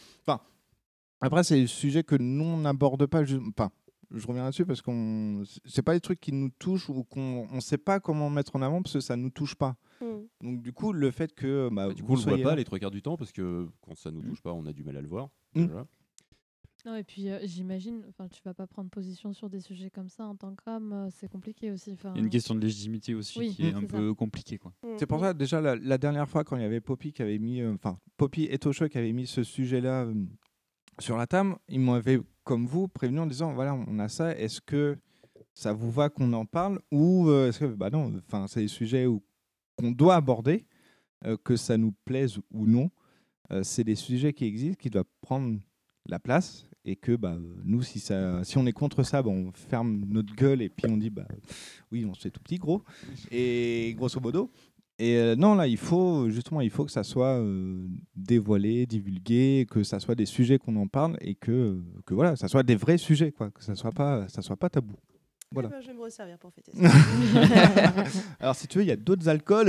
S6: après, c'est des sujets que nous, on n'aborde pas. Je reviens là-dessus parce qu'on c'est pas des trucs qui nous touchent ou qu'on ne sait pas comment mettre en avant parce que ça nous touche pas. Donc du coup, le fait que
S4: du coup, on le voit pas les 3/4 du temps parce que quand ça nous touche pas, on a du mal à le voir. Déjà.
S8: Non, et puis j'imagine, tu vas pas prendre position sur des sujets comme ça en tant qu'homme, c'est compliqué aussi.
S5: Il y a une question de légitimité aussi qui est un peu compliquée, quoi.
S6: C'est pour ça déjà la dernière fois quand il y avait Poppy qui avait mis, Poppy et Tocheux qui avaient mis ce sujet-là sur la table, ils m'avaient comme vous prévenu en disant voilà, on a ça, est-ce que ça vous va qu'on en parle ou est-ce que non, c'est des sujets qu'on doit aborder, que ça nous plaise ou non, c'est des sujets qui existent, qui doivent prendre la place et que nous si on est contre ça, on ferme notre gueule et puis on dit oui, on se fait tout petit gros et grosso modo. Et non, là, il faut que ça soit dévoilé, divulgué, que ça soit des sujets qu'on en parle et que voilà, ça soit des vrais sujets, quoi, que ça soit pas tabou. Voilà.
S9: Je vais me resservir pour fêter ça.
S6: Alors, si tu veux, il y a d'autres alcools.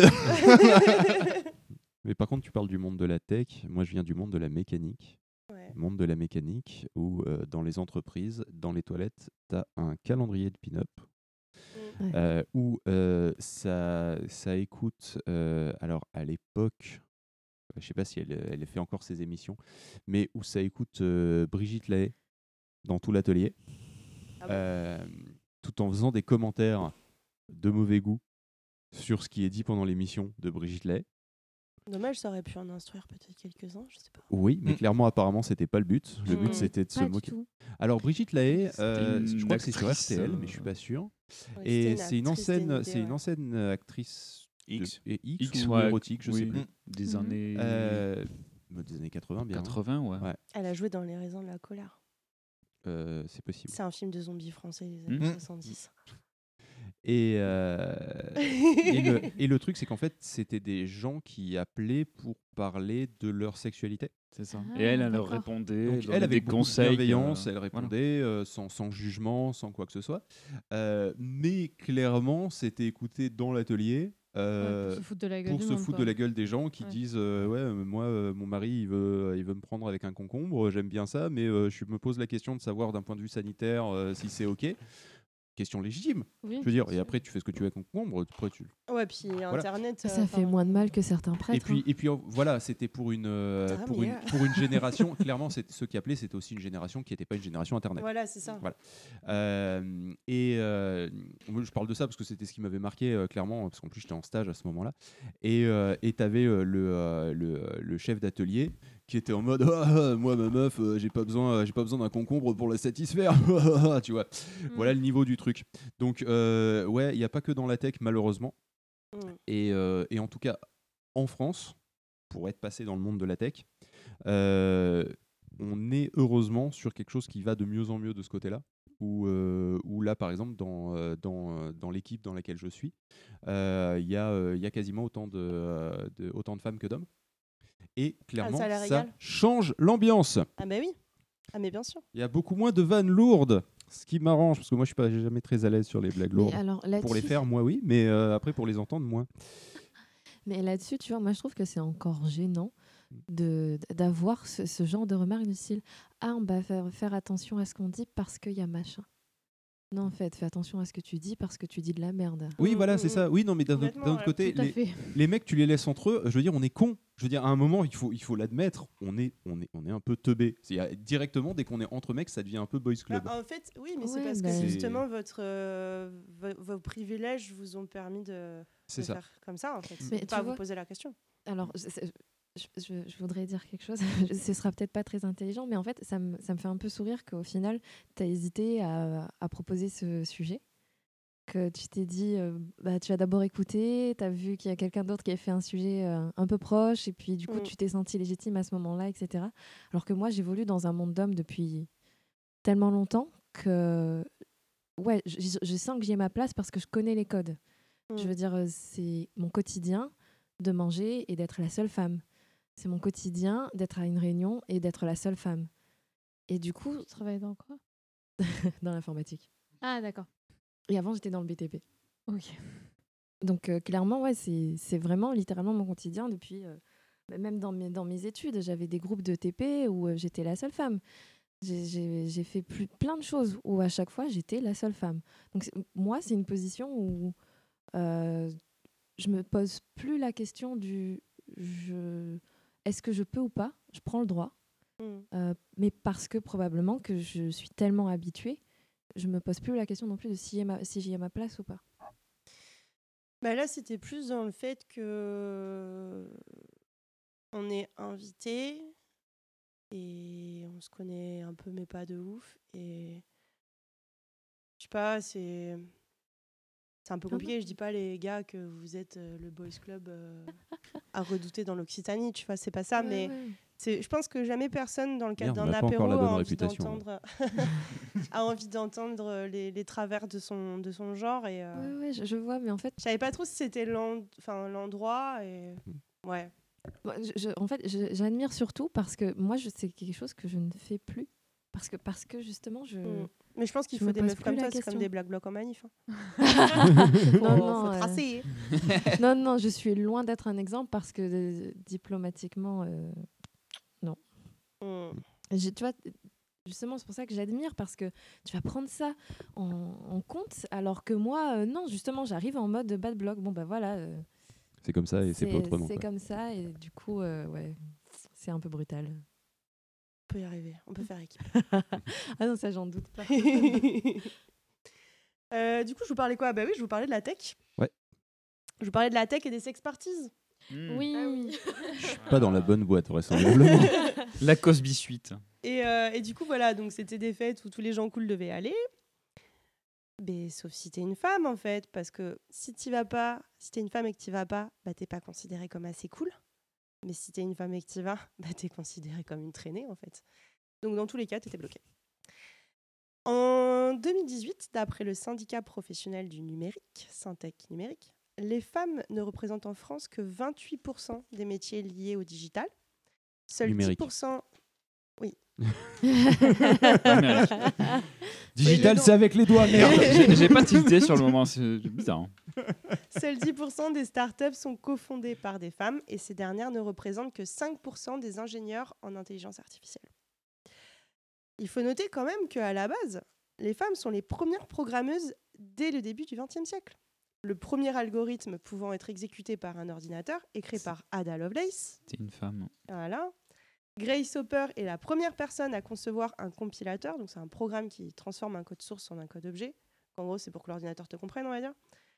S4: Mais par contre, tu parles du monde de la tech. Moi, je viens du monde de la mécanique. Monde de la mécanique où dans les entreprises, dans les toilettes, tu as un calendrier de pin-up. Où ça écoute, alors à l'époque, je ne sais pas si elle fait encore ses émissions, mais où ça écoute Brigitte Lahaie dans tout l'atelier, tout en faisant des commentaires de mauvais goût sur ce qui est dit pendant l'émission de Brigitte Lahaie.
S9: Dommage, ça aurait pu en instruire peut-être quelques-uns, je sais pas.
S4: Oui, mais clairement, apparemment, c'était pas le but. Le but, c'était de se moquer. Alors, Brigitte Lahaie, je crois que c'est sur RTL, mais je suis pas sûr. Et c'est une ancienne actrice X ou érotique, je sais plus.
S5: Des années...
S4: des années 80, bien.
S5: 80, ouais.
S9: Elle a joué dans Les Raisins de la colère.
S4: C'est possible.
S9: C'est un film de zombies français des années 70.
S4: Et le truc, c'est qu'en fait, c'était des gens qui appelaient pour parler de leur sexualité.
S5: C'est ça. Et elle leur répondait.
S4: Donc, elle avait
S5: des conseils.
S4: Bienveillance, elle répondait sans jugement, sans quoi que ce soit. Mais clairement, c'était écouté dans l'atelier.
S8: Pour se foutre de
S4: la gueule des gens qui disent moi mon mari il veut me prendre avec un concombre, j'aime bien ça, mais je me pose la question de savoir d'un point de vue sanitaire si c'est ok. Question légitime, je veux dire, et après tu fais ce que tu veux avec un concombre, après tu...
S9: Ouais, puis Internet...
S7: Ça fait moins de mal que certains prêtres.
S4: Et puis voilà, c'était pour une génération, clairement ceux qui appelaient, c'était aussi une génération qui n'était pas une génération Internet.
S9: Voilà, c'est ça.
S4: Voilà. Moi, je parle de ça parce que c'était ce qui m'avait marqué, clairement, parce qu'en plus j'étais en stage à ce moment-là, et tu avais le chef d'atelier qui était en mode moi ma meuf j'ai pas besoin d'un concombre pour la satisfaire tu vois. Voilà le niveau du truc. Donc il y a pas que dans la tech malheureusement. Et en tout cas en France, pour être passé dans le monde de la tech, on est heureusement sur quelque chose qui va de mieux en mieux de ce côté-là, où là par exemple dans l'équipe dans laquelle je suis, il y a quasiment autant de femmes que d'hommes. Et clairement, ça change l'ambiance.
S9: Ah bah oui, mais bien sûr.
S4: Il y a beaucoup moins de vannes lourdes, ce qui m'arrange, parce que moi je suis jamais très à l'aise sur les blagues lourdes. Pour les faire, moi oui, mais après pour les entendre, moins.
S7: Mais là-dessus, tu vois, moi je trouve que c'est encore gênant d'avoir ce genre de remarques du style « Ah, on va faire attention à ce qu'on dit parce qu'il y a machin ». Non, en fait, fais attention à ce que tu dis parce que tu dis de la merde.
S4: Oui, voilà, c'est ça. Oui, non, mais d'un
S9: Complètement,
S4: autre côté,
S7: tout à fait.
S4: les mecs, tu les laisses entre eux. Je veux dire, on est cons. Je veux dire, à un moment, il faut l'admettre. On est un peu teubé. Directement, dès qu'on est entre mecs, ça devient un peu boys club.
S9: En fait, oui, mais c'est
S7: Ouais,
S9: parce
S7: bah-
S9: que justement vos privilèges vous ont permis de
S4: C'est ça.
S9: faire comme ça en fait.
S7: Mais
S9: De
S7: tu
S9: pas vous
S7: vois-
S9: poser la question.
S7: Alors, je voudrais dire quelque chose. Ce sera peut-être pas très intelligent, mais en fait, ça me fait un peu sourire qu'au final, tu as hésité à proposer ce sujet. Que tu t'es dit, tu as d'abord écouté, tu as vu qu'il y a quelqu'un d'autre qui a fait un sujet un peu proche, et puis du coup, tu t'es senti légitime à ce moment-là, etc. Alors que moi, j'évolue dans un monde d'hommes depuis tellement longtemps que ouais, je sens que j'y ai ma place parce que je connais les codes. Je veux dire, c'est mon quotidien de manger et d'être la seule femme. C'est mon quotidien d'être à une réunion et d'être la seule femme. Et du coup...
S8: Tu travailles dans quoi?
S7: Dans l'informatique.
S8: Ah, d'accord.
S7: Et avant, j'étais dans le BTP.
S8: Ok.
S7: Donc, clairement, ouais, c'est vraiment littéralement mon quotidien depuis... même dans mes études, j'avais des groupes de TP où j'étais la seule femme. J'ai fait plein de choses où à chaque fois, j'étais la seule femme. Donc, moi, c'est une position où je me pose plus la question du... est-ce que je peux ou pas? Je prends le droit. Mais parce que probablement que je suis tellement habituée, je me pose plus la question non plus de si j'y ai ma place ou pas.
S9: Bah là, c'était plus dans le fait que on est invité et on se connaît un peu, mais pas de ouf. Et je sais pas, c'est un peu compliqué. Je dis pas les gars que vous êtes le boys club à redouter dans l'Occitanie, tu vois, c'est pas ça, mais je pense que jamais personne dans le cadre d'un apéro a envie d'entendre les travers de son genre. Et
S7: ouais, je vois, mais en fait,
S9: je savais pas trop si c'était l'endroit et ouais.
S7: En fait, j'admire surtout parce que moi, c'est quelque chose que je ne fais plus. Parce que justement,
S9: Mais je pense qu'il faut des meufs comme toi, c'est comme des black blocs en manif.
S7: Faut
S9: tracer.
S7: Non, je suis loin d'être un exemple parce que diplomatiquement, non. Tu vois, justement, c'est pour ça que j'admire parce que tu vas prendre ça en compte alors que moi, non, justement, j'arrive en mode bad block. Bon, bah voilà.
S4: C'est comme ça et c'est pas autrement.
S7: C'est comme ça et du coup, ouais, c'est un peu brutal.
S9: On peut y arriver, on peut faire équipe.
S7: Ah non, ça j'en doute pas.
S9: Du coup, je vous parlais quoi? Bah oui, je vous parlais de la tech.
S4: Ouais.
S9: Je vous parlais de la tech et des sex parties.
S7: Oui.
S9: Ah oui.
S4: Je suis pas dans la bonne boîte, vraisemblablement.
S5: La Cosby Suite.
S9: Et du coup, voilà, donc c'était des fêtes où tous les gens cool devaient aller. Mais sauf si t'es une femme, en fait, parce que si t'y vas pas, si t'es une femme et que t'y vas pas, bah t'es pas considérée comme assez cool. Mais si t'es une femme et que t'y vas, bah t'es considérée comme une traînée, en fait. Donc dans tous les cas, t'étais bloquée. En 2018, d'après le syndicat professionnel du numérique, Syntec Numérique, les femmes ne représentent en France que 28% des métiers liés au digital. Seuls
S4: Numérique.
S9: 10%... Oui.
S4: Digital, c'est avec les doigts, merde.
S5: J'ai pas tilté sur le moment, c'est bizarre. Hein.
S9: Seuls 10% des startups sont cofondées par des femmes et ces dernières ne représentent que 5% des ingénieurs en intelligence artificielle. Il faut noter quand même qu'à la base, les femmes sont les premières programmeuses dès le début du XXe siècle. Le premier algorithme pouvant être exécuté par un ordinateur est créé par Ada Lovelace.
S5: C'est une femme.
S9: Voilà. Grace Hopper est la première personne à concevoir un compilateur, donc c'est un programme qui transforme un code source en un code objet. En gros, c'est pour que l'ordinateur te comprenne, on va dire.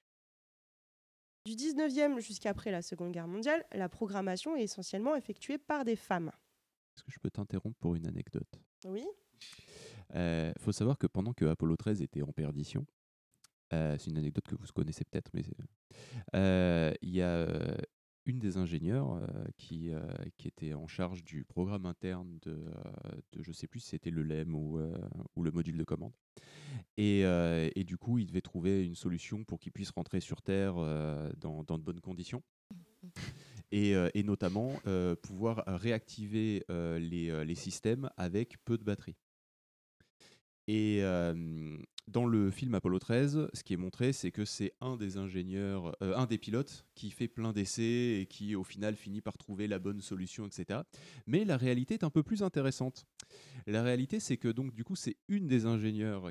S9: Du 19e jusqu'après la Seconde Guerre mondiale, la programmation est essentiellement effectuée par des femmes.
S4: Est-ce que je peux t'interrompre pour une anecdote?
S9: Oui.
S4: Faut savoir que pendant que Apollo 13 était en perdition, c'est une anecdote que vous connaissez peut-être, mais il y a une des ingénieures qui était en charge du programme interne de je ne sais plus si c'était le LEM ou le module de commande. Et du coup, il devait trouver une solution pour qu'il puisse rentrer sur Terre dans de bonnes conditions. Et notamment pouvoir réactiver les systèmes avec peu de batterie. Et dans le film Apollo 13, ce qui est montré, c'est que c'est un des ingénieurs, un des pilotes qui fait plein d'essais et qui, au final, finit par trouver la bonne solution, etc. Mais la réalité est un peu plus intéressante. La réalité, c'est que donc, du coup, c'est une des ingénieurs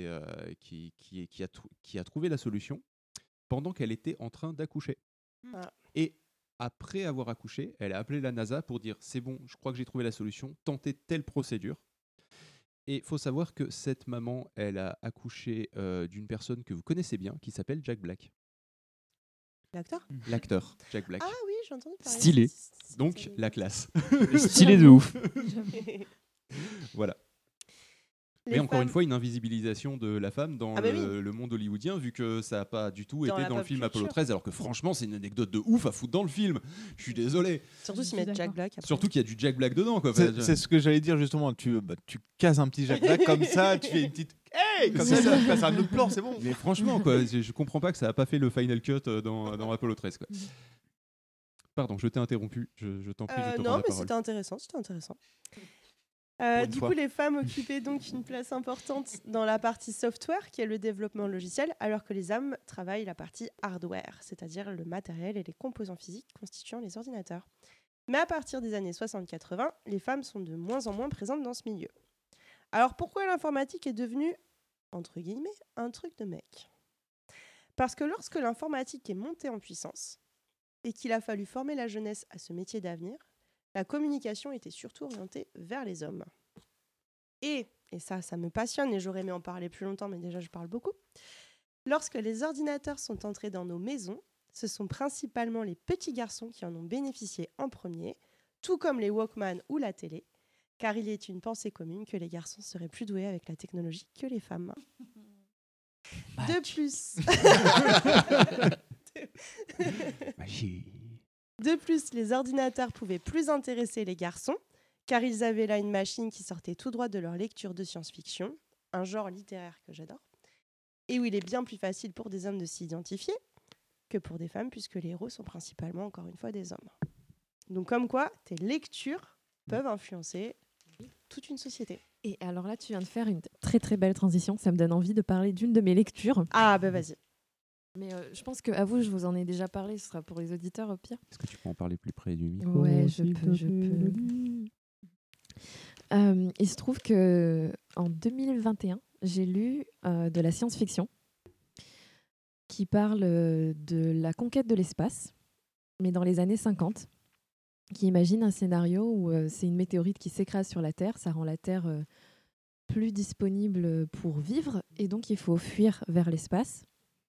S4: qui a trouvé la solution pendant qu'elle était en train d'accoucher. Et après avoir accouché, elle a appelé la NASA pour dire « c'est bon, je crois que j'ai trouvé la solution, tentez telle procédure ». Et il faut savoir que cette maman, elle a accouché d'une personne que vous connaissez bien, qui s'appelle Jack Black.
S9: L'acteur ?
S4: L'acteur, Jack Black.
S9: Ah oui, j'ai entendu parler.
S5: Stylé.
S4: Donc, la classe.
S5: Stylé de ouf.
S4: Voilà. Mais encore une fois, une invisibilisation de la femme dans le monde hollywoodien, vu que ça n'a pas du tout été dans le film Apollo 13, alors que franchement, c'est une anecdote de ouf à foutre dans le film. Je suis désolé.
S9: Surtout s'ils mettent Jack Black. Après.
S4: Surtout qu'il y a du Jack Black dedans. Quoi.
S6: C'est ce que j'allais dire justement. Tu cases un petit Jack Black comme ça, tu fais une petite. Hey, comme ça, tu passes à un autre plan, c'est bon.
S4: Mais franchement, quoi, je comprends pas que ça n'a pas fait le final cut dans Apollo 13. Quoi. Pardon, je t'ai interrompu. Je t'en prie, je te rends la parole.
S9: Non, mais c'était intéressant. Du coup, les femmes occupaient donc une place importante dans la partie software, qui est le développement logiciel, alors que les hommes travaillent la partie hardware, c'est-à-dire le matériel et les composants physiques constituant les ordinateurs. Mais à partir des années 60-80, les femmes sont de moins en moins présentes dans ce milieu. Alors pourquoi l'informatique est devenue, entre guillemets, un truc de mec ? Parce que lorsque l'informatique est montée en puissance, et qu'il a fallu former la jeunesse à ce métier d'avenir, la communication était surtout orientée vers les hommes. Et ça me passionne et j'aurais aimé en parler plus longtemps, mais déjà je parle beaucoup. Lorsque les ordinateurs sont entrés dans nos maisons, ce sont principalement les petits garçons qui en ont bénéficié en premier, tout comme les Walkman ou la télé, car il est une pensée commune que les garçons seraient plus doués avec la technologie que les femmes. De plus... De plus, les ordinateurs pouvaient plus intéresser les garçons, car ils avaient là une machine qui sortait tout droit de leur lecture de science-fiction, un genre littéraire que j'adore, et où il est bien plus facile pour des hommes de s'identifier que pour des femmes, puisque les héros sont principalement, encore une fois, des hommes. Donc comme quoi, tes lectures peuvent influencer toute une société.
S7: Et alors là, tu viens de faire une très très belle transition, ça me donne envie de parler d'une de mes lectures.
S9: Ah bah vas-y.
S7: Mais je pense qu'à vous, je vous en ai déjà parlé, ce sera pour les auditeurs au pire.
S4: Est-ce que tu peux en parler plus près du micro ?
S7: Ouais, je peux. Il se trouve qu'en 2021, j'ai lu de la science-fiction qui parle de la conquête de l'espace, mais dans les années 50, qui imagine un scénario où c'est une météorite qui s'écrase sur la Terre, ça rend la Terre plus disponible pour vivre, et donc il faut fuir vers l'espace.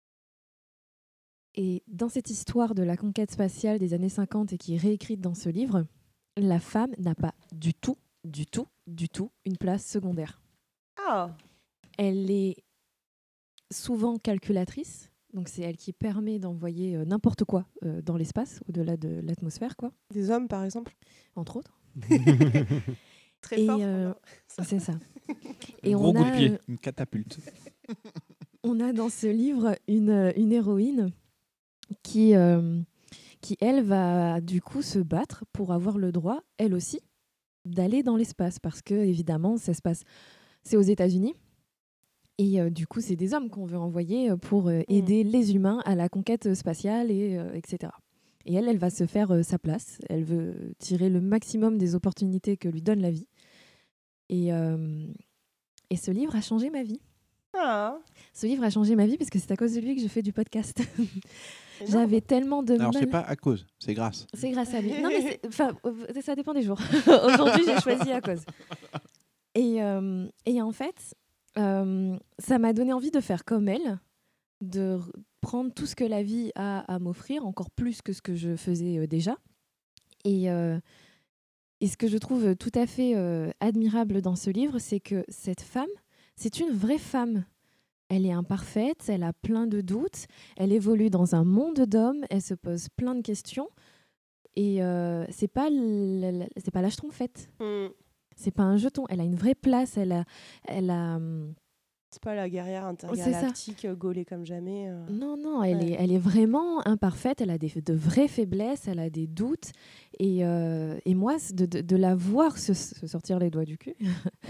S7: Et dans cette histoire de la conquête spatiale des années 50 et qui est réécrite dans ce livre, la femme n'a pas du tout une place secondaire.
S9: Oh.
S7: Elle est souvent calculatrice, donc c'est elle qui permet d'envoyer n'importe quoi dans l'espace, au-delà de l'atmosphère, quoi.
S9: Des hommes, par exemple ?
S7: Entre autres.
S9: Très fort.
S7: C'est ça. Et
S5: gros coup de pied.
S6: Une catapulte.
S7: On a dans ce livre une héroïne qui, elle, va du coup se battre pour avoir le droit, elle aussi, d'aller dans l'espace. Parce que, évidemment, c'est aux États-Unis. Et du coup, c'est des hommes qu'on veut envoyer pour aider les humains à la conquête spatiale, etc. Et elle va se faire sa place. Elle veut tirer le maximum des opportunités que lui donne la vie. Et ce livre a changé ma vie.
S9: Ah.
S7: Ce livre a changé ma vie parce que c'est à cause de lui que je fais du podcast. J'avais tellement de
S6: Alors,
S7: mal.
S6: c'est pas à cause, c'est grâce.
S7: C'est grâce à lui. Non, mais ça dépend des jours. Aujourd'hui, j'ai choisi à cause. Et en fait, ça m'a donné envie de faire comme elle, de prendre tout ce que la vie a à m'offrir, encore plus que ce que je faisais déjà. Et ce que je trouve tout à fait admirable dans ce livre, c'est que cette femme, c'est une vraie femme. Elle est imparfaite, elle a plein de doutes, elle évolue dans un monde d'hommes, elle se pose plein de questions. Et c'est pas la schtroumpfette. C'est pas un jeton. Elle a une vraie place. Elle a
S9: C'est pas la guerrière intergalactique gaulée comme jamais.
S7: Non, elle est vraiment imparfaite. Elle a de vraies faiblesses, elle a des doutes. Et moi, de la voir se sortir les doigts du cul,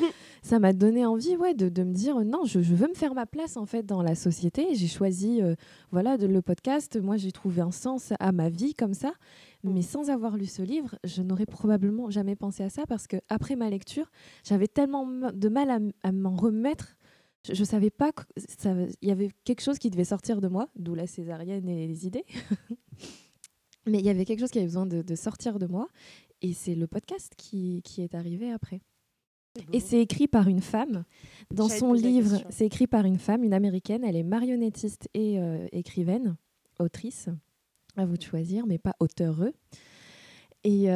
S7: ça m'a donné envie de me dire non, je veux me faire ma place en fait dans la société. J'ai choisi le podcast. Moi, j'ai trouvé un sens à ma vie comme ça. Mais sans avoir lu ce livre, je n'aurais probablement jamais pensé à ça parce qu'après ma lecture, j'avais tellement de mal à m'en remettre. Je ne savais pas qu'il y avait quelque chose qui devait sortir de moi, d'où la césarienne et les idées. Mais il y avait quelque chose qui avait besoin de sortir de moi. Et c'est le podcast qui est arrivé après. Et c'est écrit par une femme. Dans son livre, c'est écrit par une femme, une américaine. Elle est marionnettiste et écrivaine, autrice. À vous de choisir, mais pas auteureux. Et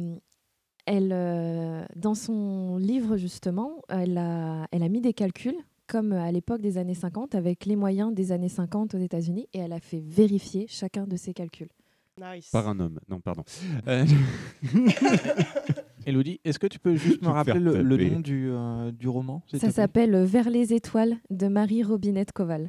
S7: dans son livre, justement, elle a mis des calculs, comme à l'époque des années 50, avec les moyens des années 50 aux États-Unis, et elle a fait vérifier chacun de ces calculs.
S9: Nice.
S4: Par un homme. Non, pardon.
S6: Elodie, est-ce que tu peux juste me rappeler le nom du roman, s'il te
S7: Ça
S6: plaît
S7: s'appelle Vers les étoiles de Marie Robinette Koval.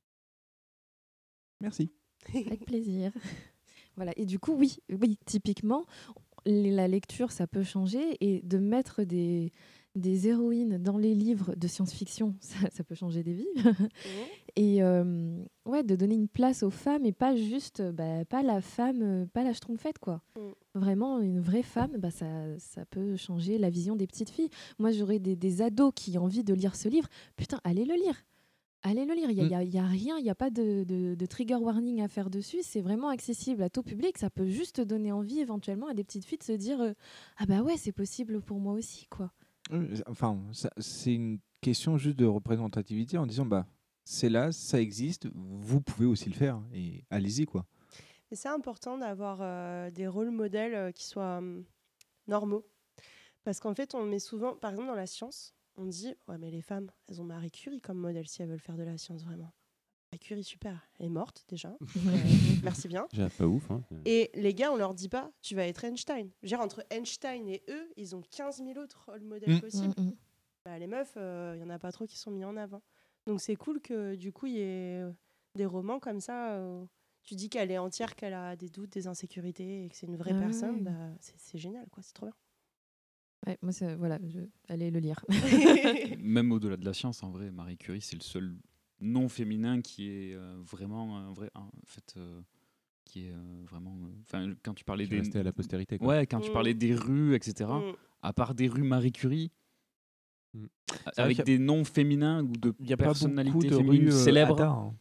S6: Merci.
S7: Avec plaisir. Voilà. Et du coup, oui, typiquement, la lecture, ça peut changer. Et de mettre des héroïnes dans les livres de science-fiction, ça peut changer des vies. Et de donner une place aux femmes et pas juste, pas la femme, pas la schtroumpfette, quoi. Vraiment, une vraie femme, ça peut changer la vision des petites filles. Moi, j'aurais des ados qui ont envie de lire ce livre. Putain, allez le lire. Allez le lire, il n'y a rien, il n'y a pas de trigger warning à faire dessus, c'est vraiment accessible à tout public, ça peut juste donner envie éventuellement à des petites filles de se dire ah bah ouais, c'est possible pour moi aussi, quoi.
S6: Enfin, c'est une question juste de représentativité en disant c'est là, ça existe, vous pouvez aussi le faire et allez-y, quoi.
S9: Et c'est important d'avoir des rôles modèles qui soient normaux, parce qu'en fait on met souvent, par exemple dans la science, on dit ouais mais les femmes, elles ont Marie Curie comme modèle si elles veulent faire de la science vraiment. Marie Curie, super, elle est morte déjà. Merci bien.
S4: Déjà pas ouf. Hein.
S9: Et les gars, on leur dit pas tu vas être Einstein. Je veux dire, entre Einstein et eux, ils ont 15 000 autres rôles modèles possibles. Les meufs, il y en a pas trop qui sont mis en avant. Donc c'est cool que du coup il y ait des romans comme ça. Tu dis qu'elle est entière, qu'elle a des doutes, des insécurités et que c'est une vraie personne. C'est génial, quoi. C'est trop bien.
S7: Ouais, moi, allez le lire.
S5: Même au-delà de la science, en vrai, Marie Curie, c'est le seul nom féminin qui est vraiment un vrai, en fait, qui est vraiment. Enfin, quand tu parlais
S4: des resté à la postérité. Quoi.
S5: Ouais, quand tu parlais des rues, etc. À part des rues Marie Curie, avec des noms féminins ou de personnalités féminines célèbres.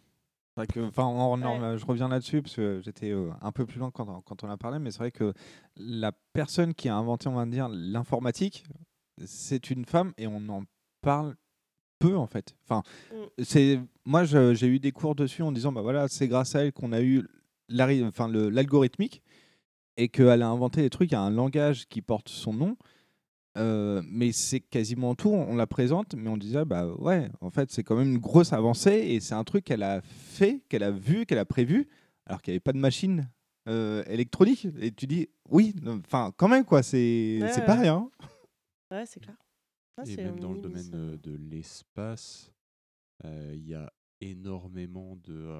S6: Je reviens là-dessus parce que j'étais un peu plus loin quand on a parlé, mais c'est vrai que la personne qui a inventé, on va dire, l'informatique, c'est une femme et on en parle peu en fait. Enfin, moi j'ai eu des cours dessus en disant c'est grâce à elle qu'on a eu l'algorithmique et qu'elle a inventé des trucs, il y a un langage qui porte son nom. Mais c'est quasiment tout, on la présente, mais on disait ouais, en fait c'est quand même une grosse avancée et c'est un truc qu'elle a fait, qu'elle a vu, qu'elle a prévu, alors qu'il n'y avait pas de machine électronique. Et tu dis oui, enfin quand même quoi, c'est pas rien.
S9: Ouais, c'est clair.
S4: Et même dans le domaine de l'espace, il y a énormément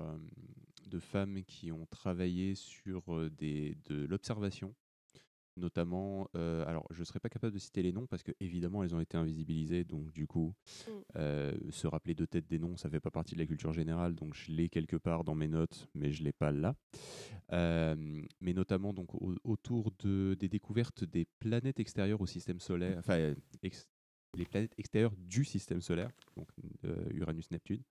S4: de femmes qui ont travaillé sur de l'observation. Notamment, alors je ne serais pas capable de citer les noms parce que évidemment elles ont été invisibilisées, donc du coup se rappeler de tête des noms, ça fait pas partie de la culture générale, donc je l'ai quelque part dans mes notes, mais je l'ai pas là. Mais notamment donc autour des découvertes des planètes extérieures au système solaire, enfin les planètes extérieures du système solaire, donc Uranus, Neptune.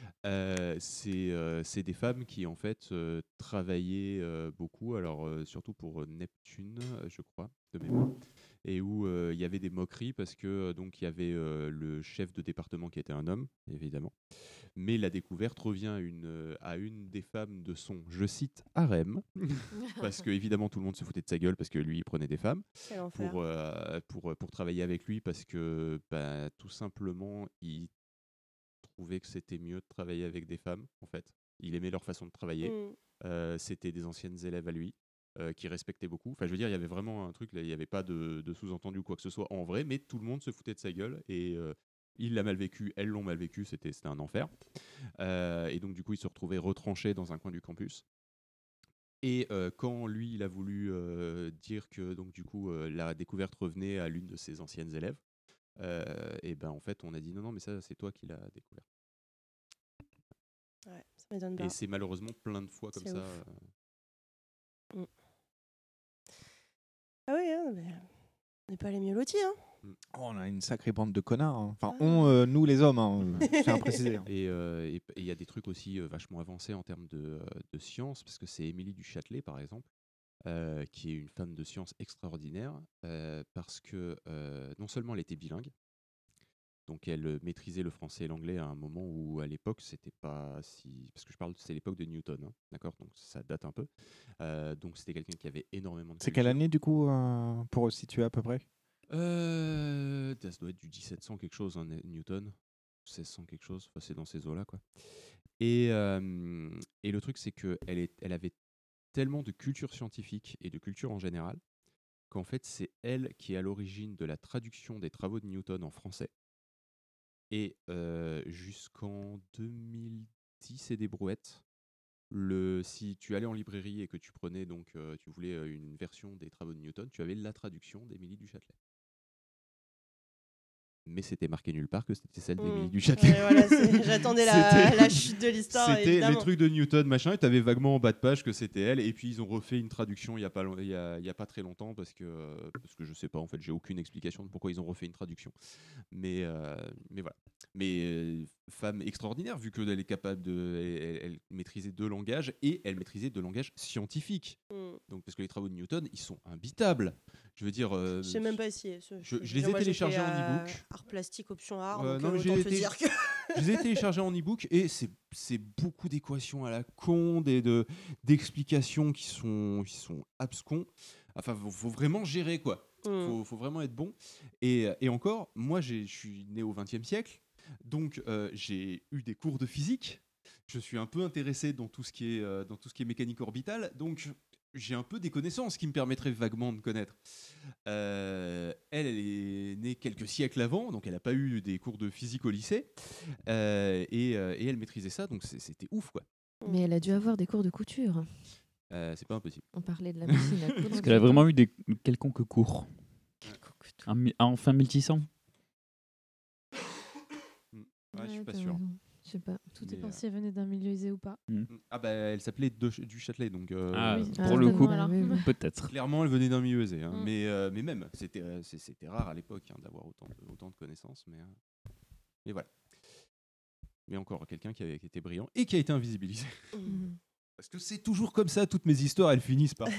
S4: C'est des femmes qui en fait travaillaient beaucoup, alors surtout pour Neptune, je crois, de mémoire, et où il y avait des moqueries parce que donc il y avait le chef de département qui était un homme, évidemment, mais la découverte revient à une des femmes de son, je cite, harem, parce que évidemment tout le monde se foutait de sa gueule parce que lui il prenait des femmes pour travailler avec lui parce que tout simplement il trouvait que c'était mieux de travailler avec des femmes, en fait. Il aimait leur façon de travailler. C'était des anciennes élèves à lui qui respectaient beaucoup. Enfin, je veux dire, il y avait vraiment un truc, là, il n'y avait pas de sous-entendu ou quoi que ce soit en vrai, mais tout le monde se foutait de sa gueule et il l'a mal vécu, elles l'ont mal vécu, c'était un enfer. Et donc, du coup, il se retrouvait retranché dans un coin du campus. Et quand lui, il a voulu dire que donc, du coup, la découverte revenait à l'une de ses anciennes élèves, Et ben en fait, on a dit non, mais ça, c'est toi qui l'as découvert.
S9: Ouais, ça m'étonne pas.
S4: Et c'est malheureusement plein de fois comme
S9: C'est
S4: ça.
S9: ouf. Ah oui, hein, mais on n'est pas les mieux lotis. Hein.
S6: On a une sacrée bande de connards. Hein. Enfin, nous les hommes, je tiens à préciser. Hein.
S4: Et il y a des trucs aussi vachement avancés en termes de science, parce que c'est Émilie du Châtelet, par exemple, qui est une femme de science extraordinaire, parce que non seulement elle était bilingue, donc elle maîtrisait le français et l'anglais à un moment où à l'époque c'était pas si, parce que c'est l'époque de Newton, hein, d'accord, donc ça date un peu. Donc c'était quelqu'un qui avait énormément de
S6: C'est quelle
S4: culture.
S6: année du coup pour situer à peu près?
S4: Ça doit être du 1700 quelque chose, hein, Newton, 1600 quelque chose, enfin, c'est dans ces eaux-là, quoi. Et le truc, c'est qu'elle avait tellement de culture scientifique et de culture en général qu'en fait, c'est elle qui est à l'origine de la traduction des travaux de Newton en français. Et jusqu'en 2010 et des brouettes, si tu allais en librairie et que tu prenais donc tu voulais une version des travaux de Newton, tu avais la traduction d'Émilie du Châtelet. Mais c'était marqué nulle part que c'était celle d'Émilie du Châtelet.
S9: Ouais, voilà, j'attendais la chute de l'histoire.
S4: C'était
S9: évidemment.
S4: les trucs de Newton, machin, et tu avais vaguement en bas de page que c'était elle. Et puis ils ont refait une traduction il y a pas très longtemps parce que je sais pas, en fait, j'ai aucune explication de pourquoi ils ont refait une traduction. Mais voilà. Mais femme extraordinaire, vu qu'elle est capable elle maîtrisait 2 langages et elle maîtrisait 2 langages scientifiques. Donc parce que les travaux de Newton, ils sont imbitables. Je veux dire.
S9: Je sais même pas essayer.
S4: Je les ai téléchargés en e-book.
S9: Art plastique option art.
S4: Non, mais
S9: autant te dire que
S4: je les ai téléchargés en e-book et c'est beaucoup d'équations à la con, d'explications qui sont abscons. Enfin, faut vraiment gérer, quoi. Faut vraiment être bon. Et encore, moi, je suis né au XXe siècle, donc j'ai eu des cours de physique. Je suis un peu intéressé dans tout ce qui est mécanique orbitale, donc j'ai un peu des connaissances qui me permettraient vaguement de connaître. Elle est née quelques siècles avant, donc elle n'a pas eu des cours de physique au lycée, et elle maîtrisait ça, donc c'était ouf, quoi.
S7: Mais elle a dû avoir des cours de couture.
S4: C'est pas impossible.
S7: On parlait de la machine à coudre.
S5: Est-ce qu'elle a vraiment eu des quelconques cours enfin 1600
S4: Ouais, je suis pas sûr.
S7: Je sais pas.
S8: Tout dépend si elle venait d'un milieu aisé ou pas.
S4: Ah bah elle s'appelait du Châtelet, donc
S5: pour le coup, peut-être.
S4: Clairement, elle venait d'un milieu aisé, hein. Mais même, c'était rare à l'époque, hein, d'avoir autant de connaissances, mais voilà. Mais encore quelqu'un qui était brillant et qui a été invisibilisé. Parce que c'est toujours comme ça, toutes mes histoires, elles finissent par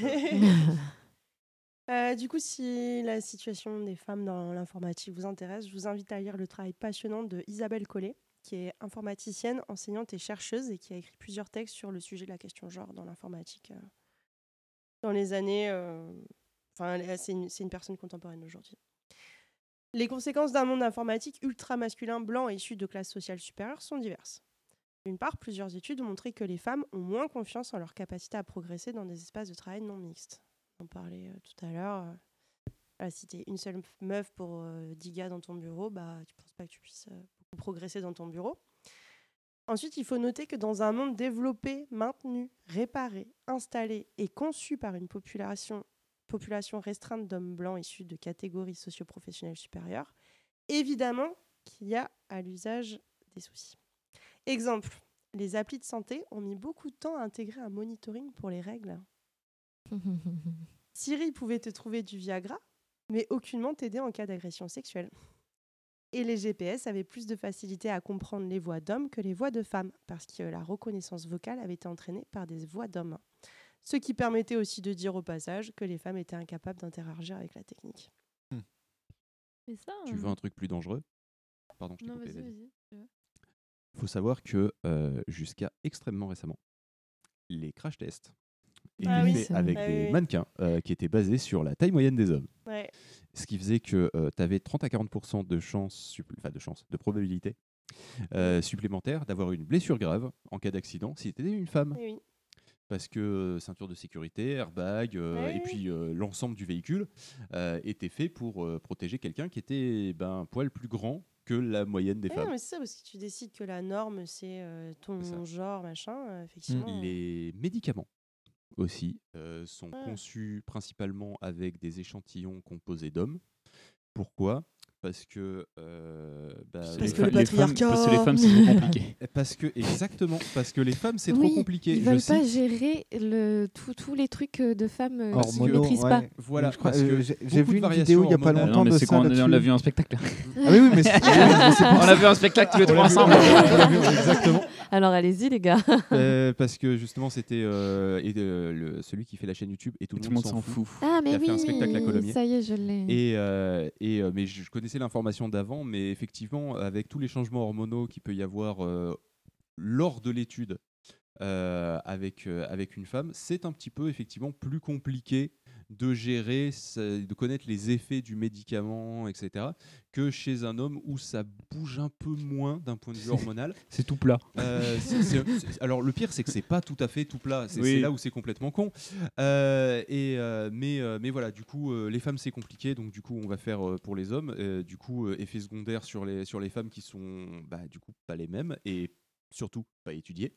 S9: Du coup, si la situation des femmes dans l'informatique vous intéresse, je vous invite à lire le travail passionnant de Isabelle Collet, qui est informaticienne, enseignante et chercheuse et qui a écrit plusieurs textes sur le sujet de la question genre dans l'informatique dans les années... c'est une personne contemporaine aujourd'hui. Les conséquences d'un monde informatique ultra masculin, blanc et issu de classes sociales supérieures sont diverses. D'une part, plusieurs études ont montré que les femmes ont moins confiance en leur capacité à progresser dans des espaces de travail non mixtes. On parlait tout à l'heure. Si tu es une seule meuf pour 10 gars dans ton bureau, tu ne penses pas que tu puisses beaucoup progresser dans ton bureau. Ensuite, il faut noter que dans un monde développé, maintenu, réparé, installé et conçu par une population restreinte d'hommes blancs issus de catégories socio-professionnelles supérieures, évidemment qu'il y a à l'usage des soucis. Exemple, les applis de santé ont mis beaucoup de temps à intégrer un monitoring pour les règles. Siri pouvait te trouver du Viagra, mais aucunement t'aider en cas d'agression sexuelle. Et les GPS avaient plus de facilité à comprendre les voix d'hommes que les voix de femmes, parce que la reconnaissance vocale avait été entraînée par des voix d'hommes. Ce qui permettait aussi de dire au passage que les femmes étaient incapables d'interagir avec la technique.
S8: Mais ça,
S4: Tu veux un truc plus dangereux? Pardon, je t'ai coupé.
S8: Vas-y.
S4: Il faut savoir que jusqu'à extrêmement récemment, les crash tests étaient faits avec des mannequins qui étaient basés sur la taille moyenne des hommes.
S9: Ouais.
S4: Ce qui faisait que tu avais 30 à 40% de probabilité supplémentaire d'avoir une blessure grave en cas d'accident si tu étais une femme.
S9: Oui.
S4: Parce que ceinture de sécurité, airbag, et puis l'ensemble du véhicule était fait pour protéger quelqu'un qui était un poil plus grand que la moyenne des femmes.
S9: Mais c'est ça, parce que tu décides que la norme, c'est ton genre, machin, effectivement.
S4: Les médicaments aussi sont conçus principalement avec des échantillons composés d'hommes. Pourquoi ? parce que
S9: Parce que le patriarcat.
S5: Parce que les femmes, c'est trop compliqué.
S4: Parce que les femmes, c'est
S7: Oui,
S4: trop compliqué.
S7: Ils veulent pas gérer tous les trucs de femmes qui ne maîtrisent pas.
S4: Voilà,
S6: je crois,
S4: parce que
S6: j'ai vu une vidéo il y a pas longtemps de ça.
S5: On l'a vu en spectacle.
S6: Ah oui, mais
S5: on l'a vu en spectacle tous les trois ensemble.
S4: Exactement.
S7: Alors allez-y les gars.
S4: Parce que justement c'était celui qui fait la chaîne YouTube et tout le monde s'en fout.
S7: Ah mais
S4: il a fait un spectacle à Colomiers.
S7: Ça y est, je l'ai.
S4: Mais je connaissais l'information d'avant, mais effectivement avec tous les changements hormonaux qu'il peut y avoir lors de l'étude avec une femme, c'est un petit peu effectivement plus compliqué de gérer, de connaître les effets du médicament, etc., que chez un homme où ça bouge un peu moins d'un point de vue hormonal.
S5: C'est tout plat.
S4: Alors le pire, c'est que c'est pas tout à fait tout plat. C'est là où c'est complètement con. Mais voilà, du coup, les femmes c'est compliqué, donc du coup on va faire pour les hommes. Du coup, effets secondaires sur les femmes qui sont du coup pas les mêmes et surtout pas étudiés.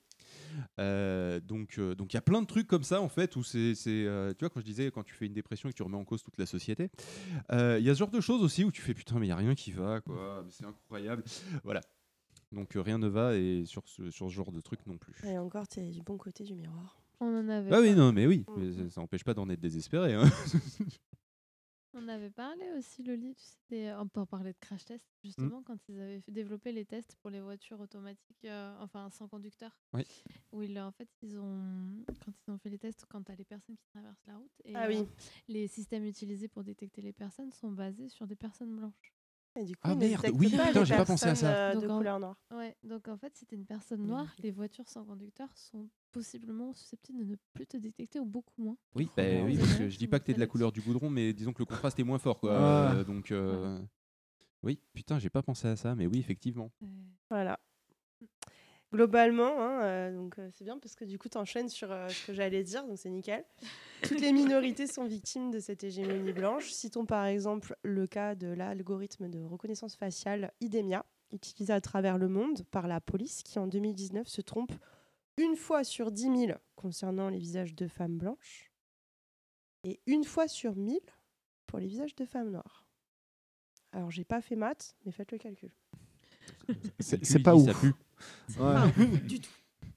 S4: Donc il y a plein de trucs comme ça en fait où tu vois, quand je disais quand tu fais une dépression et que tu remets en cause toute la société, il y a ce genre de choses aussi où tu fais putain mais il y a rien qui va quoi, mais c'est incroyable, voilà. Donc rien ne va et sur ce genre de truc non plus.
S9: Et encore, tu es du bon côté du miroir.
S8: On en avait.
S4: Bah oui, non mais oui, mais ça n'empêche pas d'en être désespéré. Hein.
S8: On avait parlé aussi, Loli, on peut en parler de crash test, justement, quand ils avaient développé les tests pour les voitures automatiques, sans conducteur.
S4: Oui.
S8: Où en fait, quand ils ont fait les tests, quand tu as les personnes qui traversent la route, et les systèmes utilisés pour détecter les personnes sont basés sur des personnes blanches.
S9: Et du coup,
S4: ah merde, oui, putain, j'ai pas pensé à ça.
S9: De couleur noire.
S8: Ouais, donc en fait, si t'es une personne noire, les voitures sans conducteur sont possiblement susceptibles de ne plus te détecter ou beaucoup moins.
S4: Oui, oui, parce que je dis pas que t'es de la couleur du goudron, mais disons que le contraste est moins fort, quoi. Donc, oui, putain, j'ai pas pensé à ça, mais oui, effectivement.
S9: Voilà. Globalement, donc c'est bien parce que du coup, tu enchaînes sur ce que j'allais dire, donc c'est nickel. Toutes les minorités sont victimes de cette hégémonie blanche. Citons par exemple le cas de l'algorithme de reconnaissance faciale IDEMIA, utilisé à travers le monde par la police, qui en 2019 se trompe une fois sur 10 000 concernant les visages de femmes blanches et une fois sur 1000 pour les visages de femmes noires. Alors, j'ai pas fait maths, mais faites le calcul.
S6: C'est pas ouf.
S4: Ça pue.
S9: Pas ouf du tout.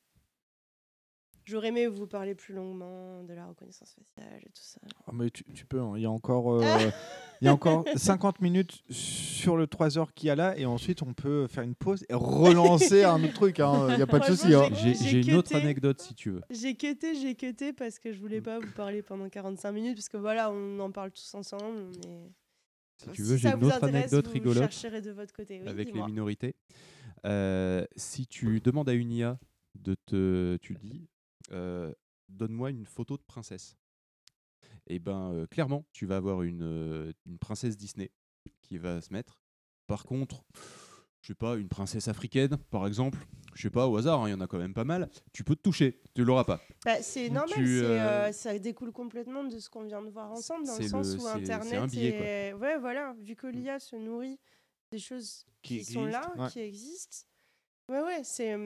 S9: J'aurais aimé vous parler plus longuement de la reconnaissance faciale et tout ça.
S6: Oh, mais tu peux, hein. Il y a encore 50 minutes sur le 3 heures qu'il y a là, et ensuite on peut faire une pause et relancer un autre truc. Il n'y a pas de souci. Hein.
S4: J'ai une autre anecdote si tu veux.
S9: J'ai cuté parce que je voulais pas vous parler pendant 45 minutes, parce que voilà, on en parle tous ensemble.
S4: Si tu veux, j'ai une autre anecdote rigolote
S9: chercherez de votre côté. Oui,
S4: avec
S9: dis-moi.
S4: les minorités. Si tu demandes à une IA tu dis donne-moi une photo de princesse. Et clairement, tu vas avoir une princesse Disney qui va se mettre. Par contre, je sais pas, une princesse africaine, par exemple, je sais pas, au hasard, il y en a quand même pas mal. Tu peux te toucher, tu l'auras pas.
S9: C'est normal, ça découle complètement de ce qu'on vient de voir ensemble, dans le sens où Internet
S4: c'est un biais, quoi.
S9: Ouais, voilà, vu que l'IA se nourrit des choses qui sont là, qui existent. Ouais, c'est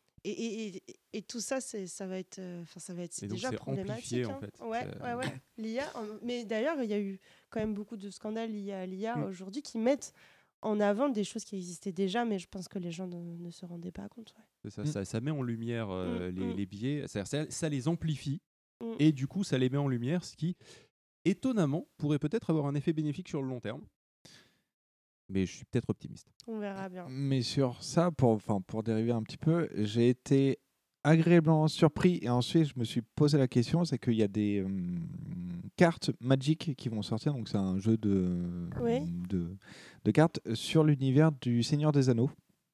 S9: et tout ça, ça va être c'est déjà problématique.
S4: En fait.
S9: Ouais. L'IA, mais d'ailleurs, il y a eu quand même beaucoup de scandales liés à l'IA aujourd'hui qui mettent en avant des choses qui existaient déjà, mais je pense que les gens ne se rendaient pas compte. Ouais.
S4: C'est ça met en lumière les biais, ça les amplifie, et du coup, ça les met en lumière, ce qui, étonnamment, pourrait peut-être avoir un effet bénéfique sur le long terme. Mais je suis peut-être optimiste.
S9: On verra bien.
S6: Mais sur ça, pour dériver un petit peu, j'ai été agréablement surpris, et ensuite je me suis posé la question, c'est qu'il y a des cartes Magic qui vont sortir, donc c'est un jeu de cartes sur l'univers du Seigneur des Anneaux.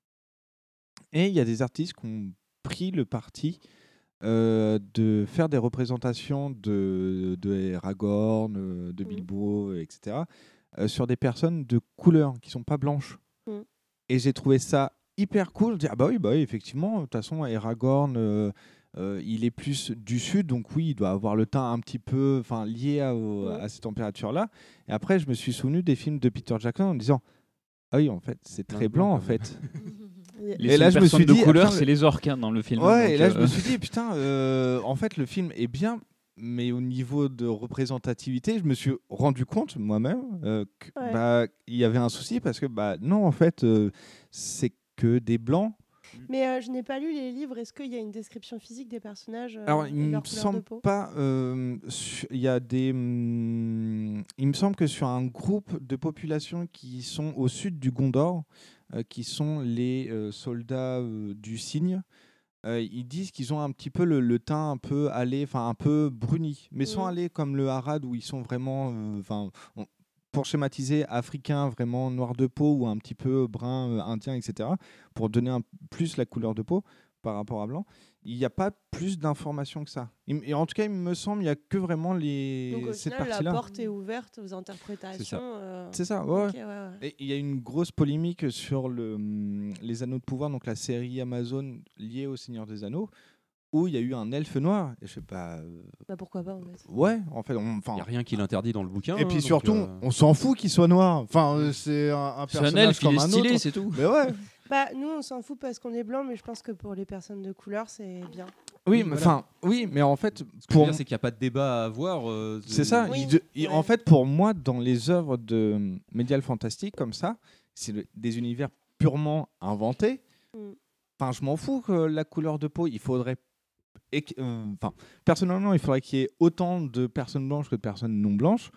S6: Et il y a des artistes qui ont pris le parti de faire des représentations de Aragorn, de Bilbo, etc., sur des personnes de couleur qui sont pas blanches. Et j'ai trouvé ça hyper cool. Je dis, bah oui, effectivement, de toute façon, Aragorn, il est plus du sud, donc oui, il doit avoir le teint un petit peu lié à ces températures-là. Et après, je me suis souvenu des films de Peter Jackson en me disant, ah oui, en fait, c'est très blanc, en fait.
S5: Et là, je me suis dit, de couleur, c'est les orques dans le film.
S6: Ouais, et là, je me suis dit, putain, en fait, le film est bien, mais au niveau de représentativité, je me suis rendu compte moi-même qu'il y avait un souci parce que non, en fait, c'est que des blancs.
S9: Mais je n'ai pas lu les livres. Est-ce qu'il y a une description physique des personnages
S6: Alors,
S9: et
S6: il me
S9: leur couleur de
S6: semble
S9: peau
S6: pas. Il y a des. Il me semble que sur un groupe de population qui sont au sud du Gondor, qui sont les soldats du cygne. Ils disent qu'ils ont un petit peu le teint un peu allé, enfin un peu bruni, mais sans aller comme le Harad où ils sont vraiment, pour schématiser, africains, vraiment noir de peau ou un petit peu brun indien, etc. Pour donner plus la couleur de peau par rapport à blanc. Il n'y a pas plus d'informations que ça. Et en tout cas, il me semble, il n'y a que vraiment
S9: Donc au
S6: cette
S9: final, la
S6: partie-là.
S9: porte est ouverte aux interprétations.
S6: C'est ça, ouais.
S9: Ok, ouais.
S6: Et il y a une grosse polémique sur les Anneaux de pouvoir, donc la série Amazon liée au Seigneur des Anneaux, où il y a eu un elfe noir. Et je sais pas.
S9: Pourquoi pas en fait.
S6: Ouais, en fait,
S4: Il n'y a rien qui l'interdit dans le bouquin.
S6: Et puis
S4: donc,
S6: surtout, on s'en fout qu'il soit noir. Enfin, c'est un
S5: C'est un
S6: personnage
S5: elfe, il
S6: comme
S5: est
S6: un
S5: stylé,
S6: autre.
S5: c'est tout.
S6: Mais ouais.
S9: Nous, on s'en fout parce qu'on est blanc, mais je pense que pour les personnes de couleur, c'est bien.
S6: Oui, mais mais en fait,
S4: Ce que je veux dire, c'est qu'il n'y a pas de débat à avoir.
S6: C'est ça. En fait, pour moi, dans les œuvres de médial fantastique comme ça, c'est des univers purement inventés. Enfin, je m'en fous que la couleur de peau, il faudrait. Personnellement, il faudrait qu'il y ait autant de personnes blanches que de personnes non blanches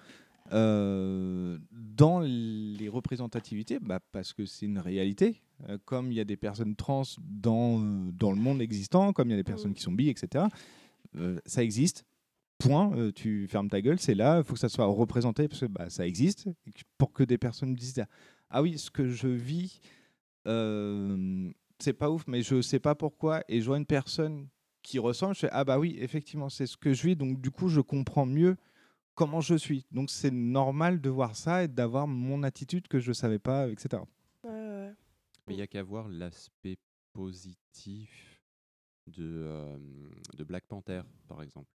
S6: dans les représentativités, parce que c'est une réalité. Comme il y a des personnes trans dans le monde existant, comme il y a des personnes qui sont bi, etc. Ça existe. Point. Tu fermes ta gueule, c'est là. Il faut que ça soit représenté parce que ça existe. Et pour que des personnes disent ah oui, ce que je vis, c'est pas ouf, mais je sais pas pourquoi. Et je vois une personne qui ressemble, je fais ah bah oui, effectivement, c'est ce que je vis. Donc du coup, je comprends mieux comment je suis. Donc c'est normal de voir ça et d'avoir mon attitude que je savais pas, etc.
S4: Mais il n'y a qu'à voir l'aspect positif de Black Panther, par exemple.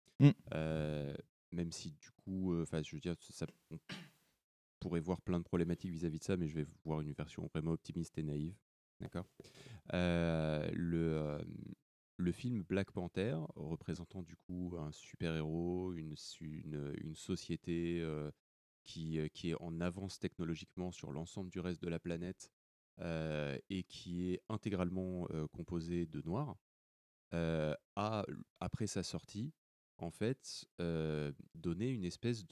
S4: Même si du coup, je veux dire, on pourrait voir plein de problématiques vis-à-vis de ça, mais je vais voir une version vraiment optimiste et naïve. D'accord. Le film Black Panther, représentant du coup un super-héros, une société qui est en avance technologiquement sur l'ensemble du reste de la planète et qui est intégralement composée de noirs, a, après sa sortie, en fait, donné une espèce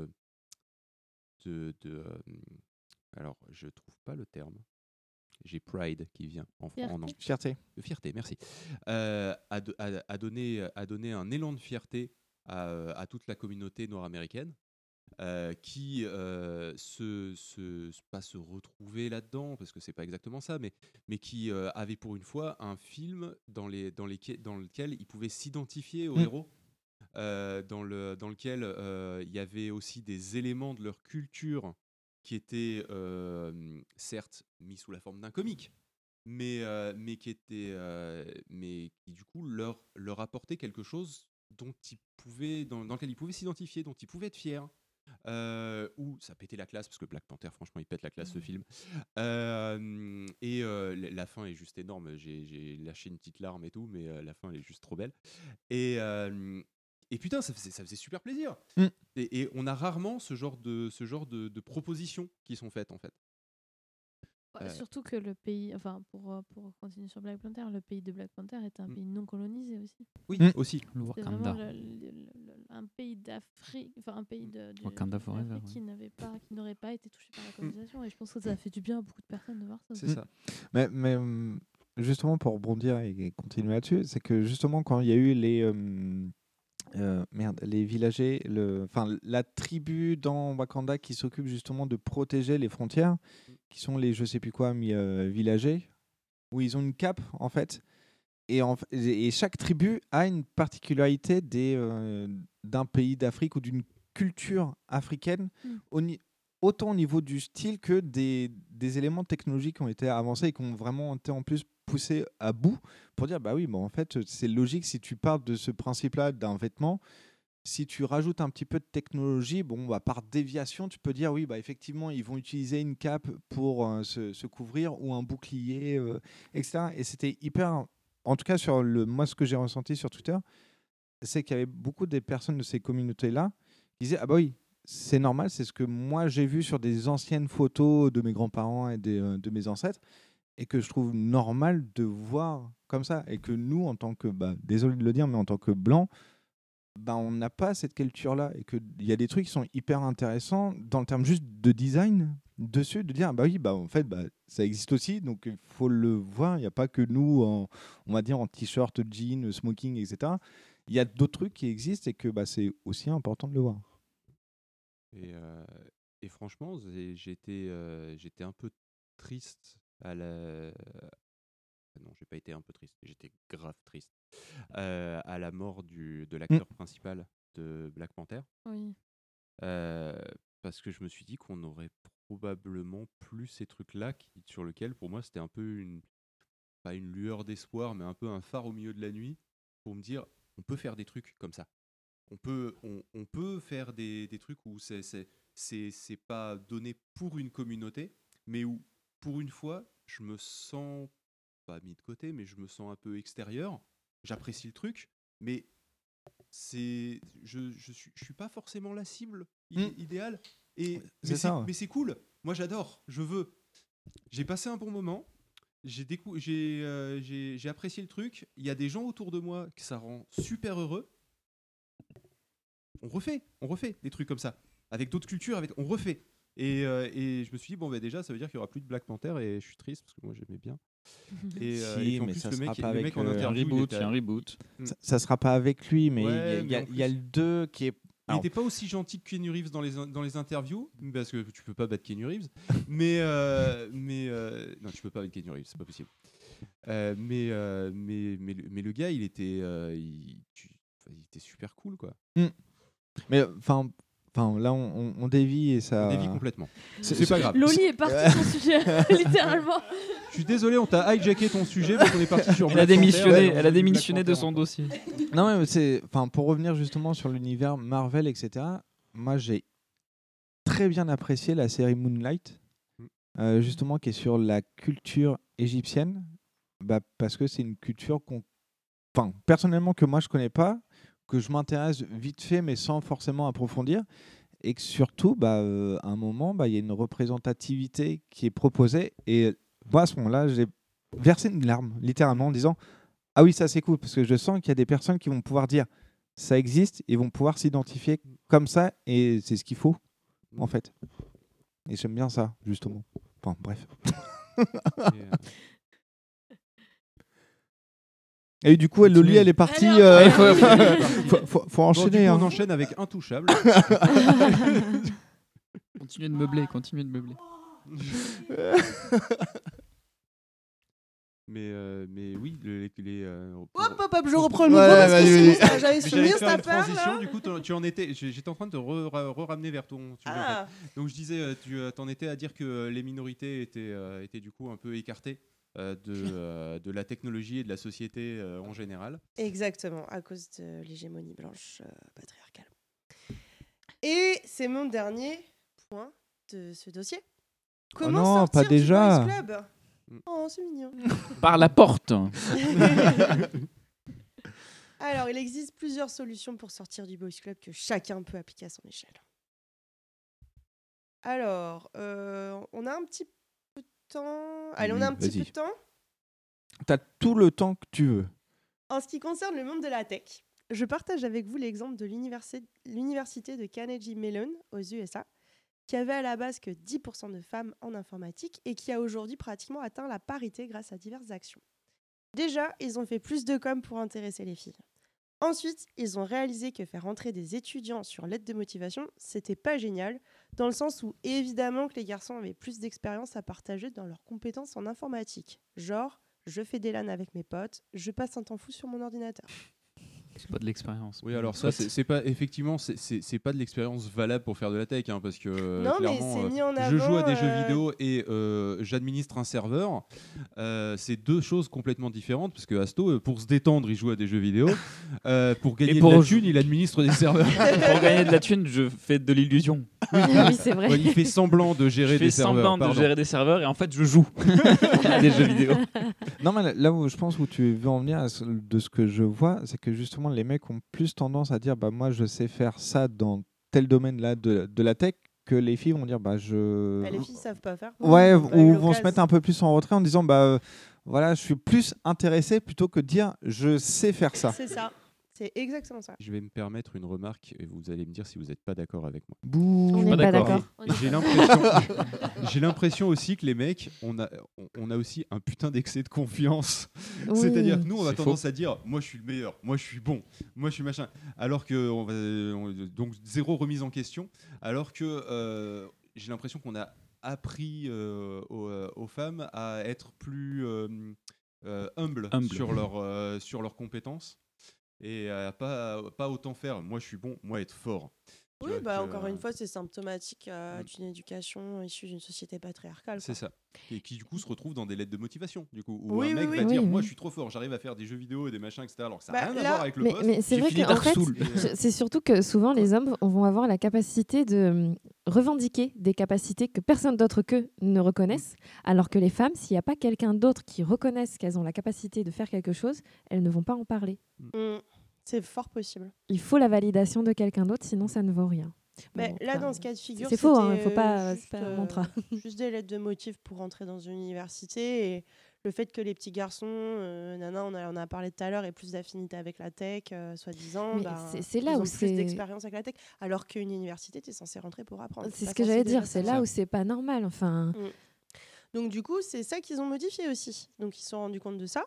S4: alors, je trouve pas le terme. J'ai pride qui vient en anglais.
S6: Fierté.
S4: Fierté, merci. A donné un élan de fierté à toute la communauté noire américaine qui pas se retrouver là-dedans, parce que c'est pas exactement ça, mais qui avait pour une fois un film dans lequel ils pouvaient s'identifier aux héros. Dans lequel il y avait aussi des éléments de leur culture qui étaient certes mis sous la forme d'un comique, mais qui du coup leur apportaient quelque chose dans lequel ils pouvaient s'identifier, dont ils pouvaient être fiers. Où ça pétait la classe, parce que Black Panther, franchement, il pète la classe ce film. La fin est juste énorme. J'ai lâché une petite larme et tout, mais la fin elle est juste trop belle. Et putain, ça faisait super plaisir. Et on a rarement ce genre de propositions qui sont faites en fait.
S8: Surtout que le pays, pour continuer sur Black Panther, le pays de Black Panther est un pays non colonisé aussi.
S4: Oui, aussi.
S8: Le Wakanda. Un pays d'Afrique, un pays
S5: Wakanda Forever,
S8: qui n'aurait pas été touché par la colonisation. Et je pense que ça a fait du bien à beaucoup de personnes de voir ça.
S6: C'est ça. Mais justement, pour rebondir et continuer là-dessus, c'est que justement, quand il y a eu les villagers, la tribu dans Wakanda qui s'occupe justement de protéger les frontières, qui sont les je sais plus quoi villagers, où ils ont une cape en fait, et chaque tribu a une particularité d'un pays d'Afrique ou d'une culture africaine, autant au niveau du style que des éléments technologiques qui ont été avancés et qui ont vraiment été en plus poussés à bout pour dire en fait c'est logique si tu parles de ce principe-là d'un vêtement, si tu rajoutes un petit peu de technologie, par déviation tu peux dire effectivement ils vont utiliser une cape pour se couvrir ou un bouclier, etc. Et c'était hyper, en tout cas sur moi ce que j'ai ressenti sur Twitter, c'est qu'il y avait beaucoup des personnes de ces communautés-là qui disaient « Ah bah oui, c'est normal, c'est ce que moi j'ai vu sur des anciennes photos de mes grands-parents et de mes ancêtres, et que je trouve normal de voir comme ça. Et que nous, en tant que, désolé de le dire, mais en tant que blancs, on n'a pas cette culture-là. Et qu'il y a des trucs qui sont hyper intéressants dans le terme juste de design dessus, de dire, en fait, ça existe aussi, donc il faut le voir. Il n'y a pas que nous, on va dire, en t-shirt, jean, smoking, etc. Il y a d'autres trucs qui existent et que c'est aussi important de le voir.
S4: Et franchement, j'étais un peu triste non, j'ai pas été un peu triste, j'étais grave triste à la mort de l'acteur principal de Black Panther.
S8: Oui.
S4: Parce que je me suis dit qu'on aurait probablement plus ces trucs-là sur lesquels, pour moi, c'était un peu pas une lueur d'espoir, mais un peu un phare au milieu de la nuit pour me dire, on peut faire des trucs comme ça. On peut faire des trucs où c'est pas donné pour une communauté, mais où, pour une fois, je me sens pas mis de côté, mais je me sens un peu extérieur. J'apprécie le truc, mais je suis pas forcément la cible idéale. Mais c'est cool. Moi, j'adore. Je veux. J'ai passé un bon moment. J'ai apprécié le truc. Il y a des gens autour de moi que ça rend super heureux. On refait des trucs comme ça. Avec d'autres cultures, on refait. Et je me suis dit, déjà, ça veut dire qu'il n'y aura plus de Black Panther et je suis triste parce que moi, j'aimais bien. Et en
S6: mais
S4: plus,
S6: ça
S4: le
S6: sera
S4: mec,
S6: pas avec
S4: en interview,
S5: un reboot.
S6: Ça sera pas avec lui, mais
S4: Ouais,
S6: il y a le 2 qui est...
S4: Il n'était pas aussi gentil que Keanu Reeves dans les interviews, parce que tu peux pas battre Keanu Reeves. Mais non, tu peux pas battre Keanu Reeves, c'est pas possible. Mais le gars, il était super cool, quoi.
S6: Mais enfin, là, on dévie et ça.
S4: On dévie complètement. C'est pas grave.
S8: Loli est parti de son sujet, littéralement.
S4: Je suis désolé, on t'a hijacké ton sujet, donc on est parti sur.
S5: Elle a démissionné de son dossier.
S6: Non, mais pour revenir justement sur l'univers Marvel, etc. Moi, j'ai très bien apprécié la série Moonlight, justement, qui est sur la culture égyptienne, parce que c'est une culture personnellement que moi je connais pas, que je m'intéresse vite fait, mais sans forcément approfondir. Et que surtout, à un moment, il y a une représentativité qui est proposée. Et moi, à ce moment-là, j'ai versé une larme, littéralement, en disant « Ah oui, ça c'est cool », parce que je sens qu'il y a des personnes qui vont pouvoir dire « Ça existe » et vont pouvoir s'identifier comme ça. Et c'est ce qu'il faut, en fait. Et j'aime bien ça, justement. Enfin, bref. Et du coup, Loli, elle est partie. Faut enchaîner.
S4: On enchaîne avec Intouchable.
S5: Continuez de meubler.
S4: Mais oui,
S9: Hop, je reprends le micro parce que j'avais souvenir cette affaire.
S4: Transition, du coup, j'étais en train de te ramener vers ton sujet. En fait. Donc je disais, tu t'en étais à dire que les minorités étaient du coup un peu écartées de la technologie et de la société en général.
S9: Exactement, à cause de l'hégémonie blanche patriarcale. Et c'est mon dernier point de ce dossier. Comment sortir
S6: pas déjà.
S9: du Boys Club ? Oh, c'est mignon.
S5: Par la porte.
S9: Alors, il existe plusieurs solutions pour sortir du Boys Club que chacun peut appliquer à son échelle. Alors, on a un petit peu de temps. Allez, on a un petit peu de temps.
S6: T'as tout le temps que tu veux.
S9: En ce qui concerne le monde de la tech, je partage avec vous l'exemple de l'université de Carnegie Mellon aux USA, qui avait à la base que 10% de femmes en informatique et qui a aujourd'hui pratiquement atteint la parité grâce à diverses actions. Déjà, ils ont fait plus de com pour intéresser les filles. Ensuite, ils ont réalisé que faire entrer des étudiants sur l'aide de motivation, c'était pas génial, dans le sens où évidemment que les garçons avaient plus d'expérience à partager dans leurs compétences en informatique. Genre, je fais des LAN avec mes potes, je passe un temps fou sur mon ordinateur.
S5: C'est pas de l'expérience.
S4: Oui, alors ça, c'est pas effectivement, c'est pas de l'expérience valable pour faire de la tech, parce que
S9: non,
S4: clairement,
S9: mais c'est mis en avant,
S4: je joue à des jeux vidéo et j'administre un serveur. C'est deux choses complètement différentes, parce que Asto, pour se détendre, il joue à des jeux vidéo. Pour gagner de la thune, il administre des serveurs.
S5: Pour gagner de la thune, je fais de l'illusion.
S7: Oui, c'est vrai.
S4: Ouais, il fait semblant de gérer des serveurs.
S5: semblant de gérer des serveurs et en fait, je joue à des jeux vidéo.
S6: Non, mais là où je pense où tu veux en venir, de ce que je vois, c'est que justement, les mecs ont plus tendance à dire moi, je sais faire ça dans tel domaine-là de la tech, que les filles vont dire
S9: les filles savent pas faire.
S6: Ouais,
S9: Ils ont pas eu
S6: ou vont
S9: l'occasion.
S6: se mettre un peu plus en retrait en disant voilà, je suis plus intéressé plutôt que de dire je sais faire ça.
S9: C'est ça. C'est exactement ça.
S4: Je vais me permettre une remarque et vous allez me dire si vous n'êtes pas d'accord avec moi.
S6: Bouh.
S7: On n'est pas d'accord.
S4: J'ai l'impression aussi que les mecs, on a aussi un putain d'excès de confiance.
S7: Oui.
S4: C'est-à-dire que nous, on a
S5: C'est
S4: tendance
S5: faux.
S4: à dire moi je suis le meilleur, moi je suis bon, moi je suis machin. Alors que donc zéro remise en question. Alors que j'ai l'impression qu'on a appris aux femmes à être plus humble sur leurs compétences et à pas autant faire moi je suis bon, moi être fort. Tu
S9: Oui,
S4: vois,
S9: encore une fois, c'est symptomatique d'une éducation issue d'une société patriarcale.
S4: c'est
S9: quoi.
S4: ça. Et qui du coup se retrouve dans des lettres de motivation, du coup, où
S9: Oui,
S4: un mec
S9: oui,
S4: va
S9: oui.
S4: dire
S7: Oui,
S4: moi
S7: oui.
S4: je suis trop fort, j'arrive à faire des jeux vidéo et des machins, etc. Alors que ça
S9: Bah,
S4: n'a rien à
S9: là-
S4: voir avec le poste.
S7: Mais c'est
S5: J'ai
S7: vrai
S5: fini
S7: qu'en
S5: Dark
S7: fait,
S5: Souls.
S7: c'est surtout que souvent les hommes vont avoir la capacité de revendiquer des capacités que personne d'autre qu'eux ne reconnaissent, alors que les femmes, s'il n'y a pas quelqu'un d'autre qui reconnaisse qu'elles ont la capacité de faire quelque chose, elles ne vont pas en parler.
S9: C'est fort possible.
S7: Il faut la validation de quelqu'un d'autre, sinon ça ne vaut rien.
S9: Mais
S7: Bon,
S9: là,
S7: enfin,
S9: dans ce cas de figure,
S7: c'est faux, il
S9: c'était,
S7: faut pas,
S9: juste,
S7: c'est pas un mantra.
S9: juste des lettres de motifs pour rentrer dans une université. Et le fait que les petits garçons, on en a parlé tout à l'heure, aient plus d'affinité avec la tech, soi-disant,
S7: Mais c'est là
S9: ils
S7: où
S9: ont plus
S7: c'est-
S9: d'expérience avec la tech. Alors qu'une université, tu es censé rentrer pour apprendre.
S7: C'est
S9: Pas
S7: ce que
S9: censé
S7: j'allais
S9: déjà
S7: dire, c'est
S9: savoir.
S7: là où c'est pas normal. Enfin,
S9: Donc du coup, c'est ça qu'ils ont modifié aussi. Donc ils se sont rendus compte de ça.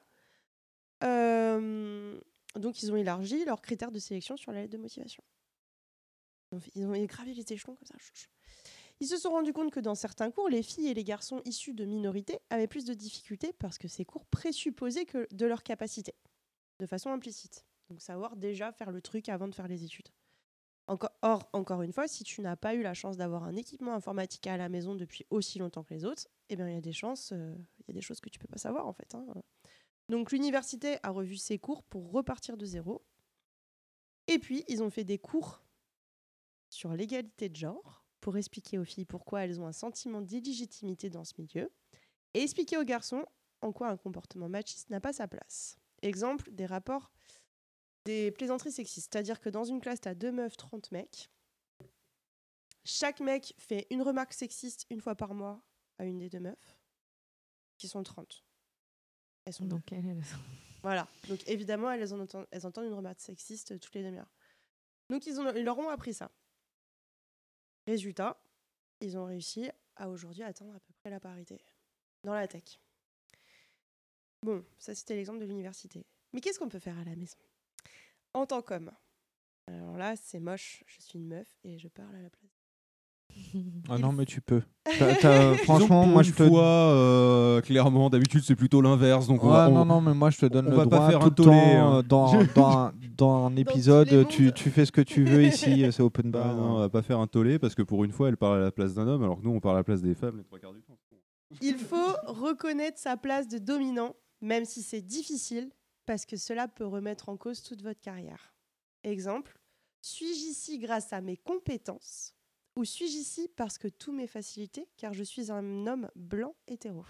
S9: Donc ils ont élargi leurs critères de sélection sur la lettre de motivation. Ils ont gravé les échelons comme ça. Ils se sont rendus compte que dans certains cours, les filles et les garçons issus de minorités avaient plus de difficultés parce que ces cours présupposaient que de leur capacité, de façon implicite. Donc savoir déjà faire le truc avant de faire les études. Or, encore une fois, si tu n'as pas eu la chance d'avoir un équipement informatique à la maison depuis aussi longtemps que les autres, eh bien, il y a des chances, il y a des choses que tu peux pas savoir en fait. Donc l'université a revu ses cours pour repartir de zéro. Et puis, ils ont fait des cours sur l'égalité de genre pour expliquer aux filles pourquoi elles ont un sentiment d'illégitimité dans ce milieu et expliquer aux garçons en quoi un comportement machiste n'a pas sa place. Exemple, des plaisanteries sexistes. C'est-à-dire que dans une classe, tu as 2 meufs, 30 mecs. Chaque mec fait une remarque sexiste une fois par mois à une des 2 meufs, qui sont 30. Elles sont
S7: donc
S9: Voilà. Donc évidemment, elles entendent une remarque sexiste toutes les demi-heures. Donc ils leur ont appris ça. Résultat, ils ont réussi à aujourd'hui atteindre à peu près la parité dans la tech. Bon, ça c'était l'exemple de l'université. Mais qu'est-ce qu'on peut faire à la maison en tant qu'homme? Alors là, c'est moche, je suis une meuf et je parle à la place.
S6: Ah non, mais tu peux.
S4: Franchement,
S6: moi je te.
S4: Clairement, d'habitude c'est plutôt l'inverse. Donc
S6: non, mais moi je te donne
S4: on
S6: le
S4: va
S6: droit
S4: pas faire
S6: tout
S4: un
S6: le
S4: tollé,
S6: temps,
S4: hein.
S6: dans un épisode, tu fais ce que tu veux ici, c'est open bar.
S4: Non, on va pas faire un tollé parce que pour une fois elle parle à la place d'un homme alors que nous on parle à la place des femmes les 3/4 du temps.
S9: Il faut reconnaître sa place de dominant, même si c'est difficile, parce que cela peut remettre en cause toute votre carrière. Exemple, suis-je ici grâce à mes compétences ou suis-je ici parce que tout m'est facilité car je suis un homme blanc hétéro?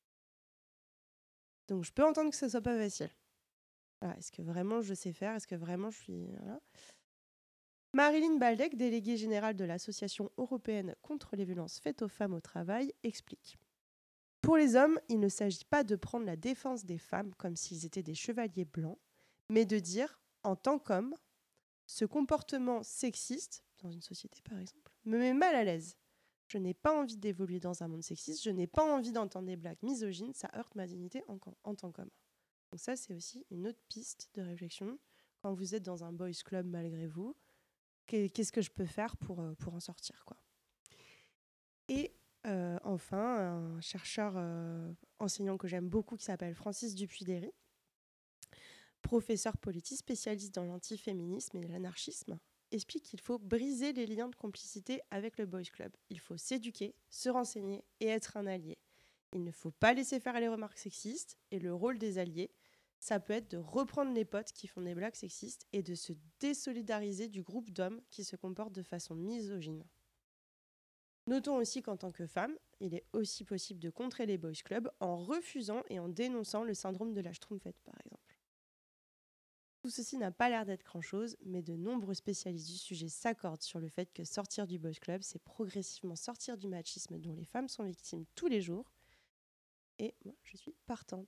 S9: Donc je peux entendre que ce soit pas facile. Voilà, est-ce que vraiment je sais faire? Est-ce que vraiment je suis... Voilà. Marilyn Baldec, déléguée générale de l'Association européenne contre les violences faites aux femmes au travail, explique. Pour les hommes, il ne s'agit pas de prendre la défense des femmes comme s'ils étaient des chevaliers blancs, mais de dire, en tant qu'homme, ce comportement sexiste, dans une société par exemple, me met mal à l'aise. Je n'ai pas envie d'évoluer dans un monde sexiste, je n'ai pas envie d'entendre des blagues misogynes, ça heurte ma dignité en tant qu'homme. Donc ça, c'est aussi une autre piste de réflexion. Quand vous êtes dans un boys club malgré vous, qu'est-ce que je peux faire pour en sortir, quoi. Et enfin, un chercheur enseignant que j'aime beaucoup qui s'appelle Francis Dupuy-Derry, professeur politique spécialiste dans l'antiféminisme et l'anarchisme, explique qu'il faut briser les liens de complicité avec le boys club. Il faut s'éduquer, se renseigner et être un allié. Il ne faut pas laisser faire les remarques sexistes et le rôle des alliés, ça peut être de reprendre les potes qui font des blagues sexistes et de se désolidariser du groupe d'hommes qui se comportent de façon misogyne. Notons aussi qu'en tant que femme, il est aussi possible de contrer les boys clubs en refusant et en dénonçant le syndrome de la Schtroumpfette, par exemple. Tout ceci n'a pas l'air d'être grand-chose, mais de nombreux spécialistes du sujet s'accordent sur le fait que sortir du boys club, c'est progressivement sortir du machisme dont les femmes sont victimes tous les jours. Et moi, je suis partante.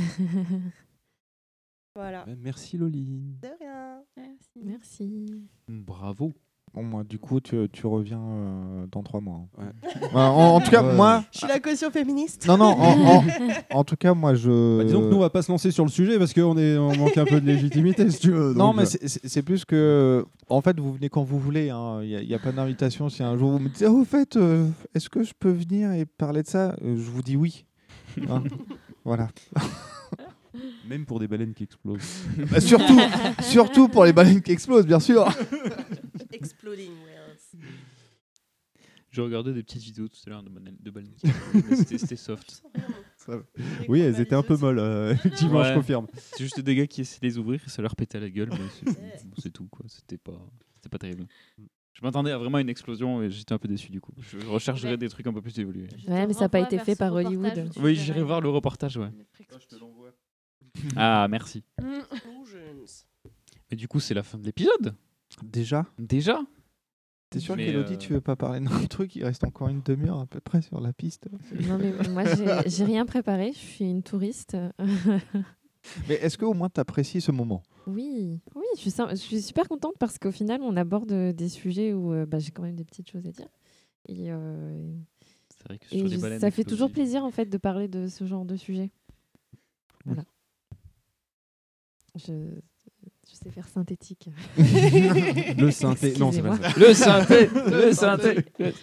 S9: Voilà.
S4: Merci Loli.
S9: De rien.
S7: Merci.
S5: Bravo.
S6: Bon, moi, du coup, tu reviens dans 3 mois. Ouais. En tout cas, moi.
S9: Je suis la caution féministe.
S6: Non, en tout cas, moi, je.
S4: Disons que nous, on va pas se lancer sur le sujet parce qu'on manque un peu de légitimité, si tu veux.
S6: Non,
S4: donc,
S6: mais c'est plus que. En fait, vous venez quand vous voulez. Il n'y a pas d'invitation. Si un jour vous me dites, au fait, est-ce que je peux venir et parler de ça, je vous dis oui. Hein. Voilà.
S4: Même pour des baleines qui explosent.
S6: Bah, surtout pour les baleines qui explosent, bien sûr.
S9: Exploding whales.
S5: Je regardais des petites vidéos tout à l'heure de baleines qui explosent, mais c'était soft.
S4: Oui, elles étaient un peu molles, effectivement, je confirme.
S5: C'est juste des gars qui essaient de les ouvrir et ça leur pétait à la gueule, mais c'est tout, quoi. C'était pas terrible. Je m'attendais à vraiment une explosion et j'étais un peu déçu du coup. Je rechercherais des trucs un peu plus évolués.
S7: Ouais, mais ça n'a pas été fait par Hollywood.
S5: Oui, j'irai voir le reportage, ouais.
S1: Je te l'envoie.
S5: Ah, merci. Et du coup, c'est la fin de l'épisode.
S6: Déjà. T'es sûr qu'Elodie, tu veux pas parler d'un truc? Il reste encore une demi-heure à peu près sur la piste.
S7: Non, mais moi, j'ai rien préparé. Je suis une touriste.
S6: Mais est-ce qu'au moins t'apprécies ce moment?
S7: Oui, je suis super contente parce qu'au final, on aborde des sujets où j'ai quand même des petites choses à dire. Et,
S5: c'est vrai que sur les baleines
S7: ça fait toujours plaisir en fait de parler de ce genre de sujet. Voilà. Je sais faire synthétique.
S4: Le synthé. Non, c'est pas ça.
S5: Le synthé.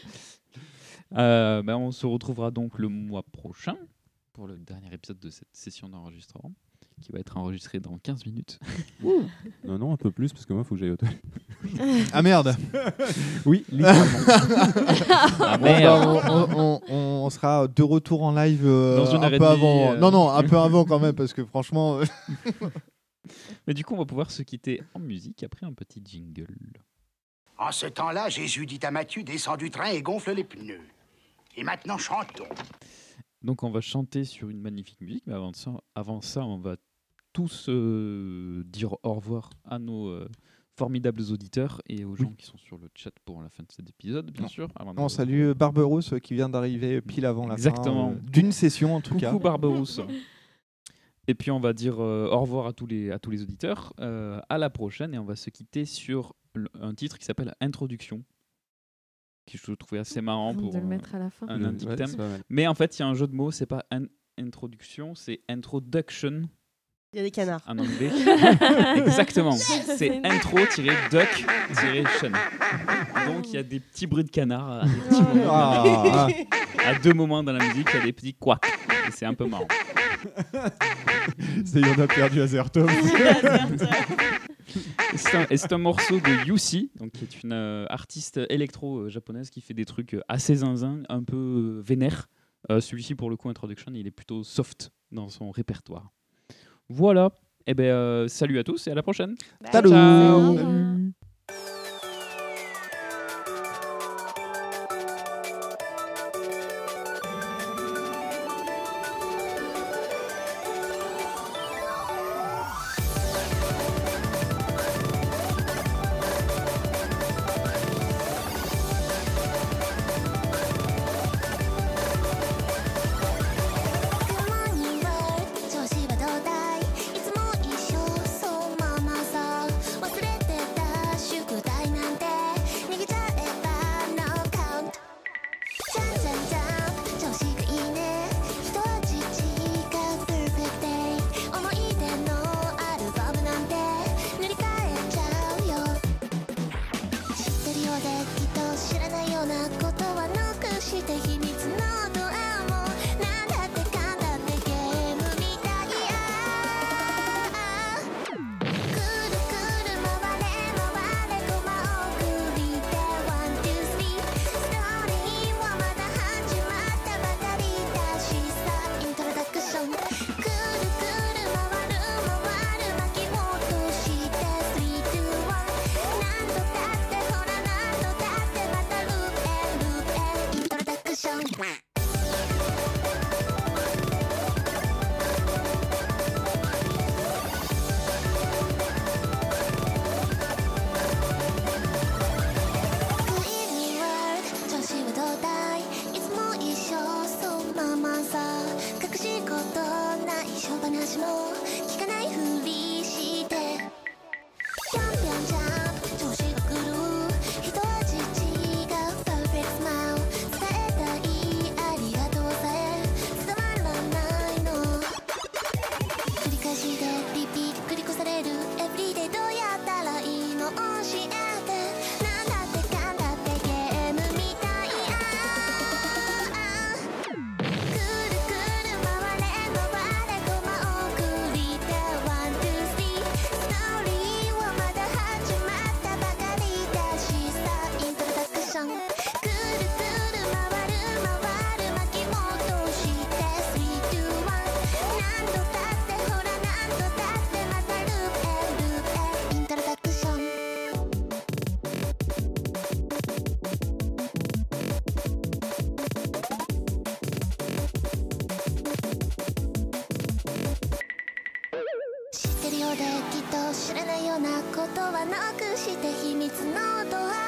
S5: On se retrouvera donc le mois prochain pour le dernier épisode de cette session d'enregistrement qui va être enregistré dans 15 minutes.
S4: Non, un peu plus parce que moi, il faut que j'aille au toilette.
S6: Ah merde.
S4: Oui, littéralement.
S5: Ah merde.
S6: On sera de retour en live
S5: dans une
S6: un peu avant. Non, un peu avant quand même parce que franchement.
S5: Mais du coup, on va pouvoir se quitter en musique après un petit jingle.
S12: En ce temps-là, Jésus dit à Matthieu, descends du train et gonfle les pneus. Et maintenant, chantons.
S5: Donc, on va chanter sur une magnifique musique, mais avant ça, on va tous dire au revoir à nos formidables auditeurs et aux gens qui sont sur le chat pour la fin de cet épisode, bien sûr.
S6: On salue Barberousse qui vient d'arriver pile avant la fin d'une session en tout cas.
S5: Coucou Barberousse. Et puis on va dire au revoir à tous les auditeurs, à la prochaine, et on va se quitter sur un titre qui s'appelle Introduction, qui je trouvais assez marrant pour
S7: de le mettre à la fin.
S5: Un petit thème. Mais en fait, il y a un jeu de mots, c'est pas introduction, c'est introduction.
S9: Il y a des canards.
S5: En anglais. Exactement. C'est intro-duck-tion. Donc il y a des petits bruits de canards à deux moments dans la musique, il y a des petits couacs. Et c'est un peu marrant.
S4: Il y en a perdu à Zertov.
S5: C'est un morceau de Yusi, donc qui est une artiste électro japonaise qui fait des trucs assez zinzin, un peu vénère. Celui-ci, pour le coup, Introduction, il est plutôt soft dans son répertoire. Voilà. Et salut à tous et à la prochaine.
S6: Salut.
S5: Ciao.
S13: 知ってるようできっと知らないようなことはなくして秘密のドア